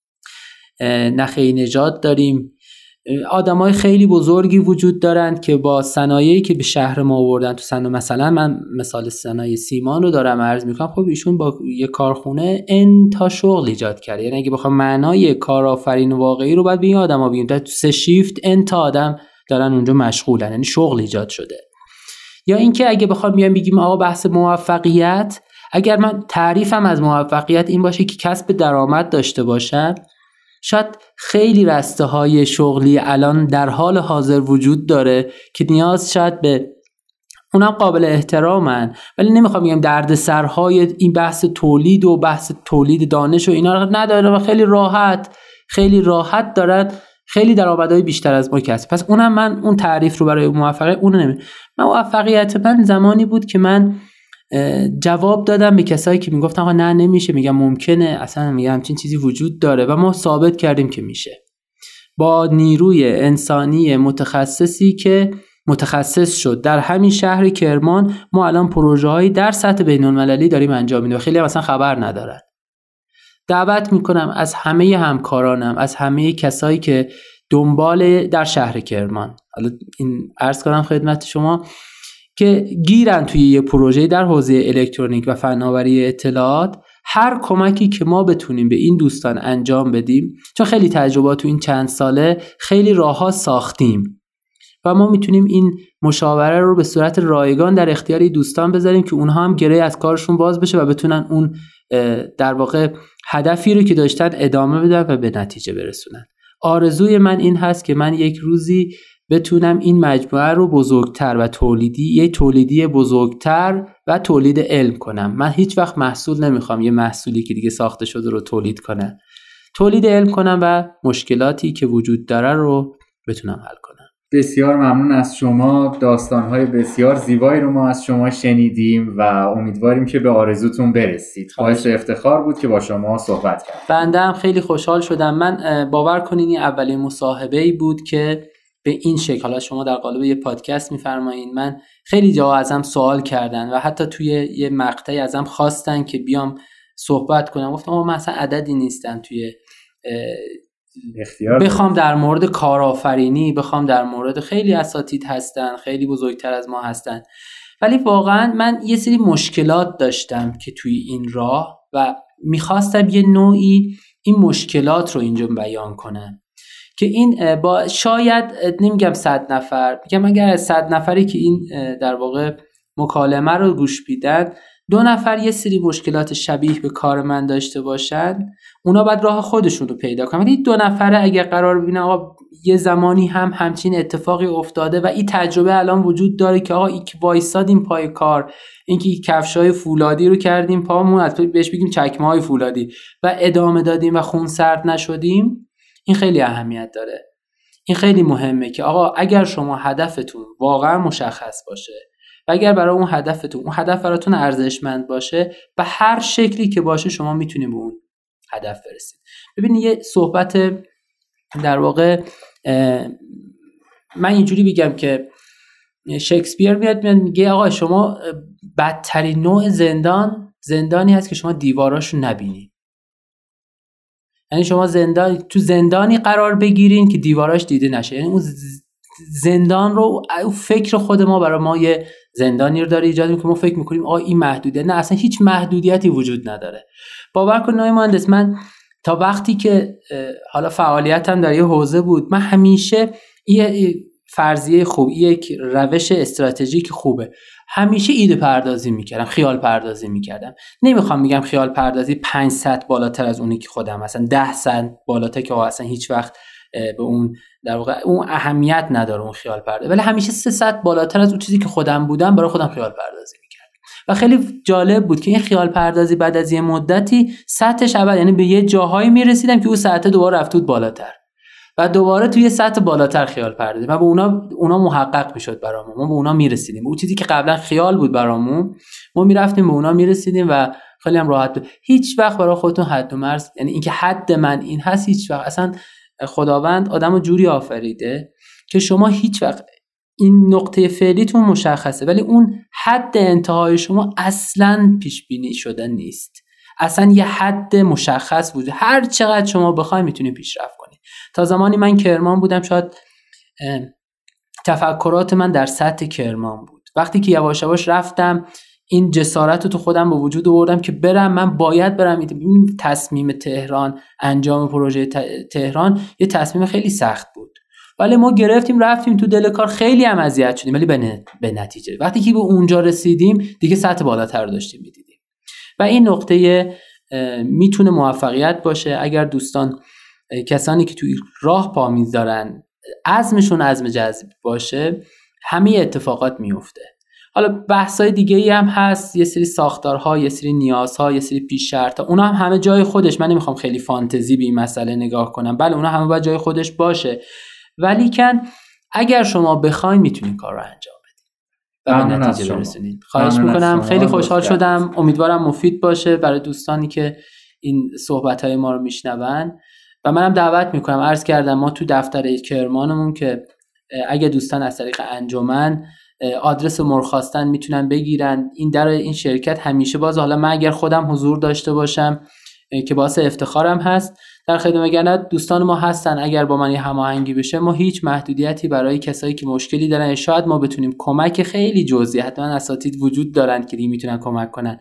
نخعی نژاد داریم، آدمای خیلی بزرگی وجود دارند که با صنایعی که به شهر ما آوردن تو صنایع، مثلا من مثال صنایع سیمان رو دارم عرض میکنم، خب ایشون با یه کارخونه ان تا شغل ایجاد کرده. یعنی اگه بخوام معنای کارآفرین واقعی رو بعد به این آدما بگیم، تو سه شیفت ان تا آدم دارن اونجا مشغولن، یعنی شغل ایجاد شده. یا اینکه اگه بخوام بیام بگیم آقا بحث موفقیت، اگر من تعریفم از موفقیت این باشه که کسب درآمد داشته باشم، شاید خیلی رسته های شغلی الان در حال حاضر وجود داره که نیاز شاید به اونم قابل احترامن، ولی نمیخوام بگم دردسرهای این بحث تولید و بحث تولید دانش و اینا رو نداره و خیلی راحت خیلی راحت دارن خیلی درآمدهای بیشتر از ما کسب. پس اونم من اون تعریف رو برای موفقیت اون نمی من موفقیت من زمانی بود که من جواب دادم به کسایی که میگفتن آقا نه نمیشه، میگم ممکنه، اصلا میگم همچین چیزی وجود داره و ما ثابت کردیم که میشه. با نیروی انسانی متخصصی که متخصص شد در همین شهر کرمان، ما الان پروژه‌هایی در سطح بین‌المللی داریم انجام میدیم و خیلی هم اصلا خبر ندارن. دعوت میکنم از همه همکارانم، از همه کسایی که دنبال در شهر کرمان، حالا این عرض کنم خدمت شما که گیرن توی یه پروژه در حوزه الکترونیک و فناوری اطلاعات، هر کمکی که ما بتونیم به این دوستان انجام بدیم، چون خیلی تجربات تو این چند ساله خیلی راه‌ها ساختیم و ما میتونیم این مشاوره رو به صورت رایگان در اختیار دوستان بذاریم که اونها هم گره از کارشون باز بشه و بتونن اون در واقع هدفی رو که داشتن ادامه بدن و به نتیجه برسونن. آرزوی من این هست که من یک روزی بتونم این مجموعه رو بزرگتر و تولیدی یه تولیدی بزرگتر و تولید علم کنم. من هیچ وقت محصول نمیخوام یه محصولی که دیگه ساخته شده رو تولید کنم. تولید علم کنم و مشکلاتی که وجود داره رو بتونم حل کنم. بسیار ممنون از شما. داستان‌های بسیار زیبایی رو ما از شما شنیدیم و امیدواریم که به آرزوتون برسید. باعث افتخار بود که با شما صحبت کردم. بنده هم خیلی خوشحال شدم. من باور کنین این اولین مصاحبه‌ای بود که به این شکل، حالا شما در قالب یه پادکست می‌فرمایید، من خیلی جا ازم سوال کردن و حتی توی یه مقطعی ازم خواستن که بیام صحبت کنم. گفتم من اصلا عددی نیستم توی اختیار بخوام در مورد کارآفرینی، بخوام در مورد خیلی اساتید هستن، خیلی بزرگتر از ما هستن، ولی واقعا من یه سری مشکلات داشتم که توی این راه و میخواستم یه نوعی این مشکلات رو اینجا بیان کنم که این با شاید نمیگم صد نفر، میگم اگر از صد نفری که این در واقع مکالمه رو گوش میدن دو نفر یه سری مشکلات شبیه به کار من داشته باشن، اونا باید راه خودشون رو پیدا کنن. ولی دو نفره اگر قرار ببینن آقا یه زمانی هم همچین اتفاقی افتاده و این تجربه الان وجود داره که آقا یک وایسادیم پای کار، اینکه کفشای فولادی رو کردیم پامون، از بهش بگیم چکمه‌های فولادی و ادامه دادیم و خون سرد نشدیم، این خیلی اهمیت داره. این خیلی مهمه که آقا اگر شما هدفتون واقعا مشخص باشه و اگر برای اون هدفتون اون هدف براتون ارزشمند باشه، به هر شکلی که باشه شما میتونید به اون هدف برسید. ببینید یه صحبت در واقع من اینجوری بگم که شکسپیر میاد میگه آقا شما بدترین نوع زندان زندانی هست که شما دیواراشو نبینید. یعنی شما زندان تو زندانی قرار بگیرین که دیواراش دیده نشه. یعنی اون زندان رو اون فکر خود ما برای ما یه زندانی رو داره ایجاد می‌کنه که ما فکر می‌کنیم آ این محدوده. نه، اصلا هیچ محدودیتی وجود نداره. باور کن آقای مهندس، من تا وقتی که حالا فعالیتم در یه حوزه بود، من همیشه یه فرضیه خوب، یک روش استراتژیک خوبه، همیشه ایده پردازی میکردم، خیال پردازی میکردم. نمیخوام بگم خیال پردازی پنج سطح بالاتر از اونی که خودم، مثلا ده سطح بالاتر که اصلا هیچ وقت به اون در واقع اون اهمیت نداره اون خیال پردازی، ولی همیشه سه سطح بالاتر از اون چیزی که خودم بودم برای خودم خیال پردازی میکردم. و خیلی جالب بود که این خیال پردازی بعد از یه مدتی سطحش اول، یعنی به یه جاهایی میرسیدم که اون سطح دوباره رفت بود بالاتر و دوباره توی سطح بالاتر خیال پردازی و به اونا اونا محقق میشد برامون، ما به اونا میرسیدیم. به اون چیزی که قبلا خیال بود برامون ما میرفتیم به اونا میرسیدیم و خیلی هم راحت بود. هیچ وقت برای خودتون حد و مرز، یعنی اینکه حد من این هست، هیچ وقت. اصلا خداوند آدمو جوری آفریده که شما هیچ وقت این نقطه فعلیتون مشخصه ولی اون حد انتهای شما اصلاً پیش بینی شده نیست. اصلا یه حد مشخص بود، هر چقدر شما بخواید میتونید پیشرفت کنید. تا زمانی من کرمان بودم شاید تفکرات من در سطح کرمان بود. وقتی که یواش یواش رفتم این جسارت رو تو خودم به وجود آوردم که برم، من باید برم. ببینیم تصمیم تهران، انجام پروژه تهران یه تصمیم خیلی سخت بود، ولی ما گرفتیم رفتیم تو دل کار، خیلی هم اذیت شدیم ولی به, به نتیجه وقتی که به اونجا رسیدیم دیگه سطح بالاتر رو داشتیم میدیدیم. و این نقطه میتونه موفقیت باشه اگر دوستان، کسانی که توی راه پا میذارن، عزمشون عزم جذب باشه، همه اتفاقات میفته. حالا بحثای دیگه ای هم هست، یه سری ساختارها، یه سری نیازها، یه سری پیش شرطها، اونا هم همه جای خودش. من نمیخوام خیلی فانتزی به این مسئله نگاه کنم، بله اونا همه باید جای خودش باشه، ولی کن اگر شما بخواید میتونید کار رو انجام بدید و به نتیجه برسونید. خواهش میکنم، خیلی خوشحال شدم. امیدوارم مفید باشه برای دوستانی که این صحبت‌های ما رو میشنون و منم دعوت میکنم. عرض کردم ما تو دفتر کرمانمون که اگه دوستان از طریق انجمن آدرس مرخواستن میتونن بگیرن. این در این شرکت همیشه باز، حالا من اگر خودم حضور داشته باشم که باعث افتخارم هست، در خدمت گردن دوستان ما هستن. اگر با من یه هماهنگی بشه، ما هیچ محدودیتی برای کسایی که مشکلی دارن، شاید ما بتونیم کمک خیلی جزئی، حتما اساتید وجود دارن که میتونن کمک کنن،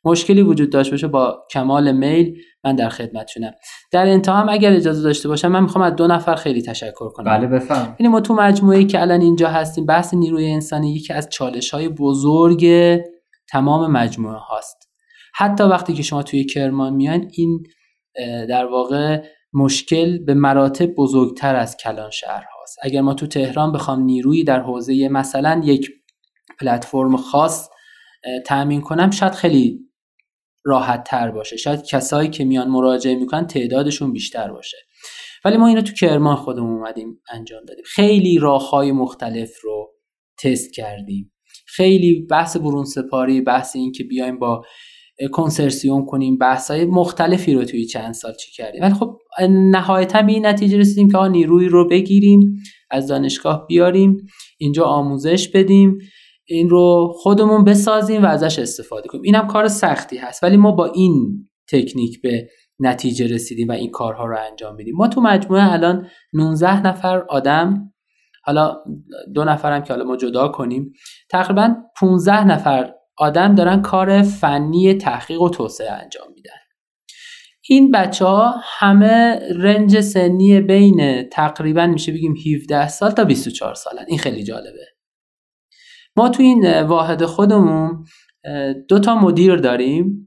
مشکلی وجود داشت باشه با کمال میل من در خدمتشونم. در انتها هم اگر اجازه داشته باشم من میخوام از دو نفر خیلی تشکر کنم. بله بفهم. یعنی ما تو مجموعه‌ای که الان اینجا هستیم بحث نیروی انسانی یکی از چالش‌های بزرگ تمام مجموعه هاست. حتی وقتی که شما توی کرمان میان این در واقع مشکل به مراتب بزرگتر از کلان شهر هاست. اگر ما تو تهران بخوام نیرویی در حوزه مثلا یک پلتفرم خاص تأمین کنم شاید خیلی راحت تر باشه، شاید کسایی که میان مراجعه میکنن تعدادشون بیشتر باشه، ولی ما اینو تو کرمان خودمون اومدیم انجام دادیم. خیلی راههای مختلف رو تست کردیم، خیلی بحث برون سپاری، بحث این که بیایم با کنسرسیوم کنیم، بحث‌های مختلفی رو توی چند سال چی کردیم. ولی خب نهایتاً به این نتیجه رسیدیم که آ نیروی رو بگیریم از دانشگاه بیاریم اینجا آموزش بدیم، این رو خودمون بسازیم و ازش استفاده کنیم. اینم کار سختی هست ولی ما با این تکنیک به نتیجه رسیدیم و این کارها رو انجام میدیم. ما تو مجموعه الان نوزده نفر آدم، حالا دو نفرم که حالا ما جدا کنیم، تقریبا پانزده نفر آدم دارن کار فنی تحقیق و توسعه انجام میدن. این بچه ها همه رنج سنی بین تقریبا میشه بگیم هفده سال تا بیست و چهار سالن. این خیلی جالبه. ما تو این واحد خودمون دو تا مدیر داریم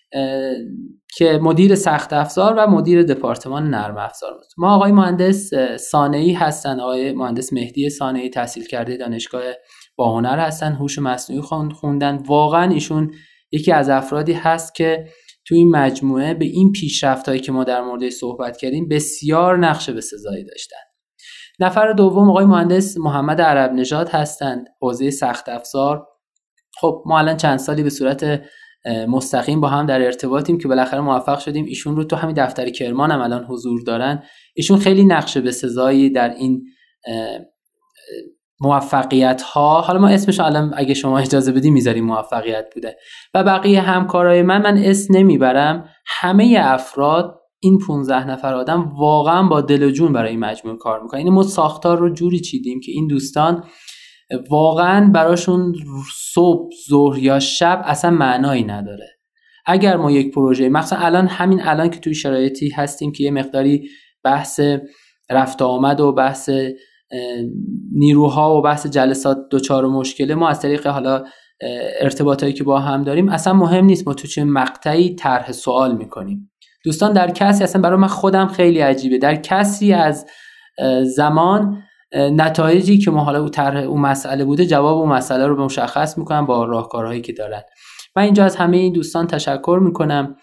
که مدیر سخت افزار و مدیر دپارتمان نرم افزار. ما آقای مهندس صانعی هستن، آقای مهندس مهدی صانعی تحصیل کرده دانشگاه باهنر هستن، هوش مصنوعی خوندن. واقعا ایشون یکی از افرادی هست که تو این مجموعه به این پیشرفتایی که ما در موردش صحبت کردیم بسیار نقش بسزایی داشتن. نفر دوم آقای مهندس محمد عرب نژاد هستند، حوزه سخت افزار. خب ما الان چند سالی به صورت مستقیم با هم در ارتباطیم که بالاخره موفق شدیم ایشون رو تو همین دفتر کرمان هم الان حضور دارن. ایشون خیلی نقش بسزایی در این موفقیت ها، حالا ما اسمش الان اگه شما اجازه بدی میذاریم موفقیت بوده، و بقیه همکارای من من اسم نمیبرم. همه افراد این پانزده نفر آدم واقعا با دل و جون برای این مجموعه کار میکنن. این ما ساختار رو جوری چیدیم که این دوستان واقعا براشون صبح، ظهر یا شب اصلا معنایی نداره. اگر ما یک پروژه، مثلا الان همین الان که توی شرایطی هستیم که یه مقداری بحث رفت آمد و بحث نیروها و بحث جلسات دوچار مشکله، ما از طریق حالا ارتباطایی که با هم داریم اصلا مهم نیست ما تو چه مقطعی طرح سوال میکنیم. دوستان در کسی، اصلا برای من خودم خیلی عجیبه، در کسی از زمان نتایجی که ما حالا اون طرح اون مسئله بوده جواب اون مسئله رو مشخص میکنم با راهکارهایی که دارن. من اینجا از همه این دوستان تشکر میکنم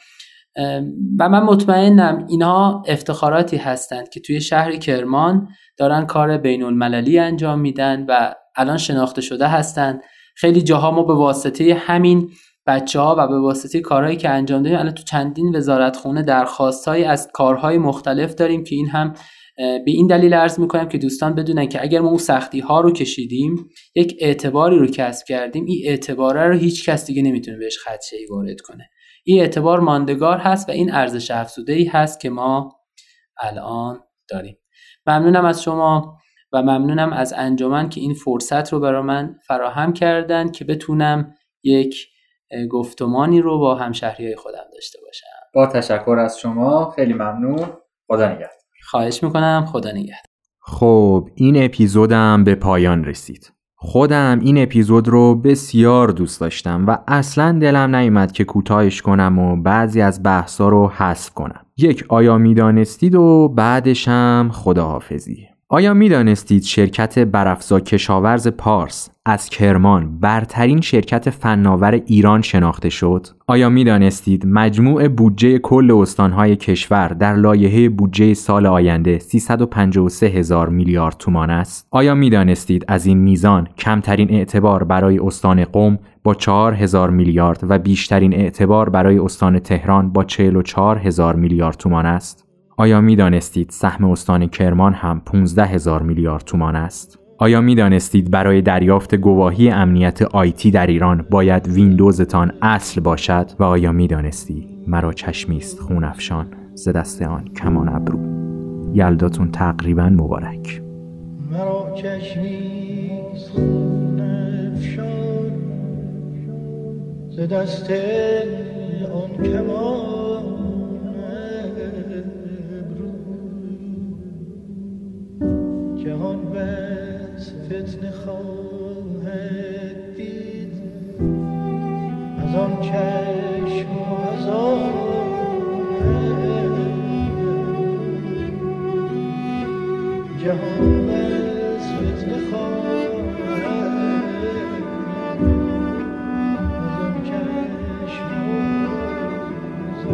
و من مطمئنم اینها افتخاراتی هستند که توی شهر کرمان دارن کار بین المللی انجام میدن و الان شناخته شده هستند. خیلی جاها ما به واسطه همین بچه‌ها و به واسطه کارهایی که انجام دادیم الان تو چندین وزارتخونه درخواست‌هایی از کارهای مختلف داریم که این هم به این دلیل عرض میکنم که دوستان بدونن که اگر ما اون سختی ها رو کشیدیم، یک اعتباری رو کسب کردیم، این اعتباره رو هیچ کس دیگه نمیتونه بهش خدشه‌ای وارد کنه. این اعتبار ماندگار هست و این ارزش افزوده‌ای هست که ما الان داریم. ممنونم از شما و ممنونم از انجمن که این فرصت رو برای من فراهم کردن که بتونم یک گفتمانی رو با همشهریای خودم داشته باشم. با تشکر از شما، خیلی ممنون. خدا نگهدار. خواهش میکنم. خدا نگهدار. خب این اپیزودم به پایان رسید. خودم این اپیزود رو بسیار دوست داشتم و اصلا دلم نیومد که کوتاهش کنم و بعضی از بحثا رو حذف کنم. یک، آیا میدانستید و بعدش هم خداحافظی. آیا میدانستید شرکت برافزا کشاورز پارس از کرمان برترین شرکت فناور ایران شناخته شد؟ آیا میدانستید مجموع بودجه کل استانهای کشور در لایحه بودجه سال آینده سیصد و پنجاه و سه هزار میلیارد تومان است؟ آیا میدانستید از این میزان کمترین اعتبار برای استان قم با چهار هزار میلیارد و بیشترین اعتبار برای استان تهران با چهل و چهار هزار میلیارد تومان است؟ آیا می دانستید سهم استان کرمان هم پانزده هزار میلیارد تومان است؟ آیا می دانستید برای دریافت گواهی امنیت آیتی در ایران باید ویندوزتان اصل باشد؟ و آیا می دانستی مرا چشمیست خون افشان ز دست آن کمان ابرو؟ یلداتون تقریبا مبارک. مرا چشمیست خون افشان ز دست آن کمان ابرو جهان بس فتنه خواهد دید از آن چشم و از آن جهان بس فتنه خواهد از آن چشم و از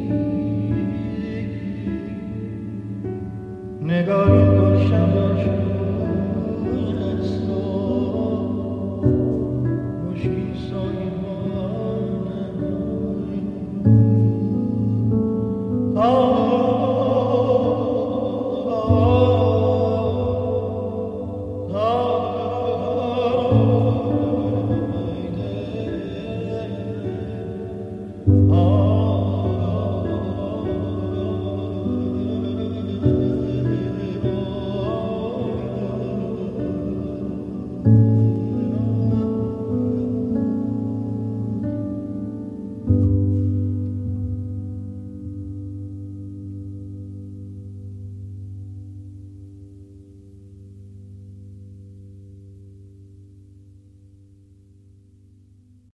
نگاری گلشن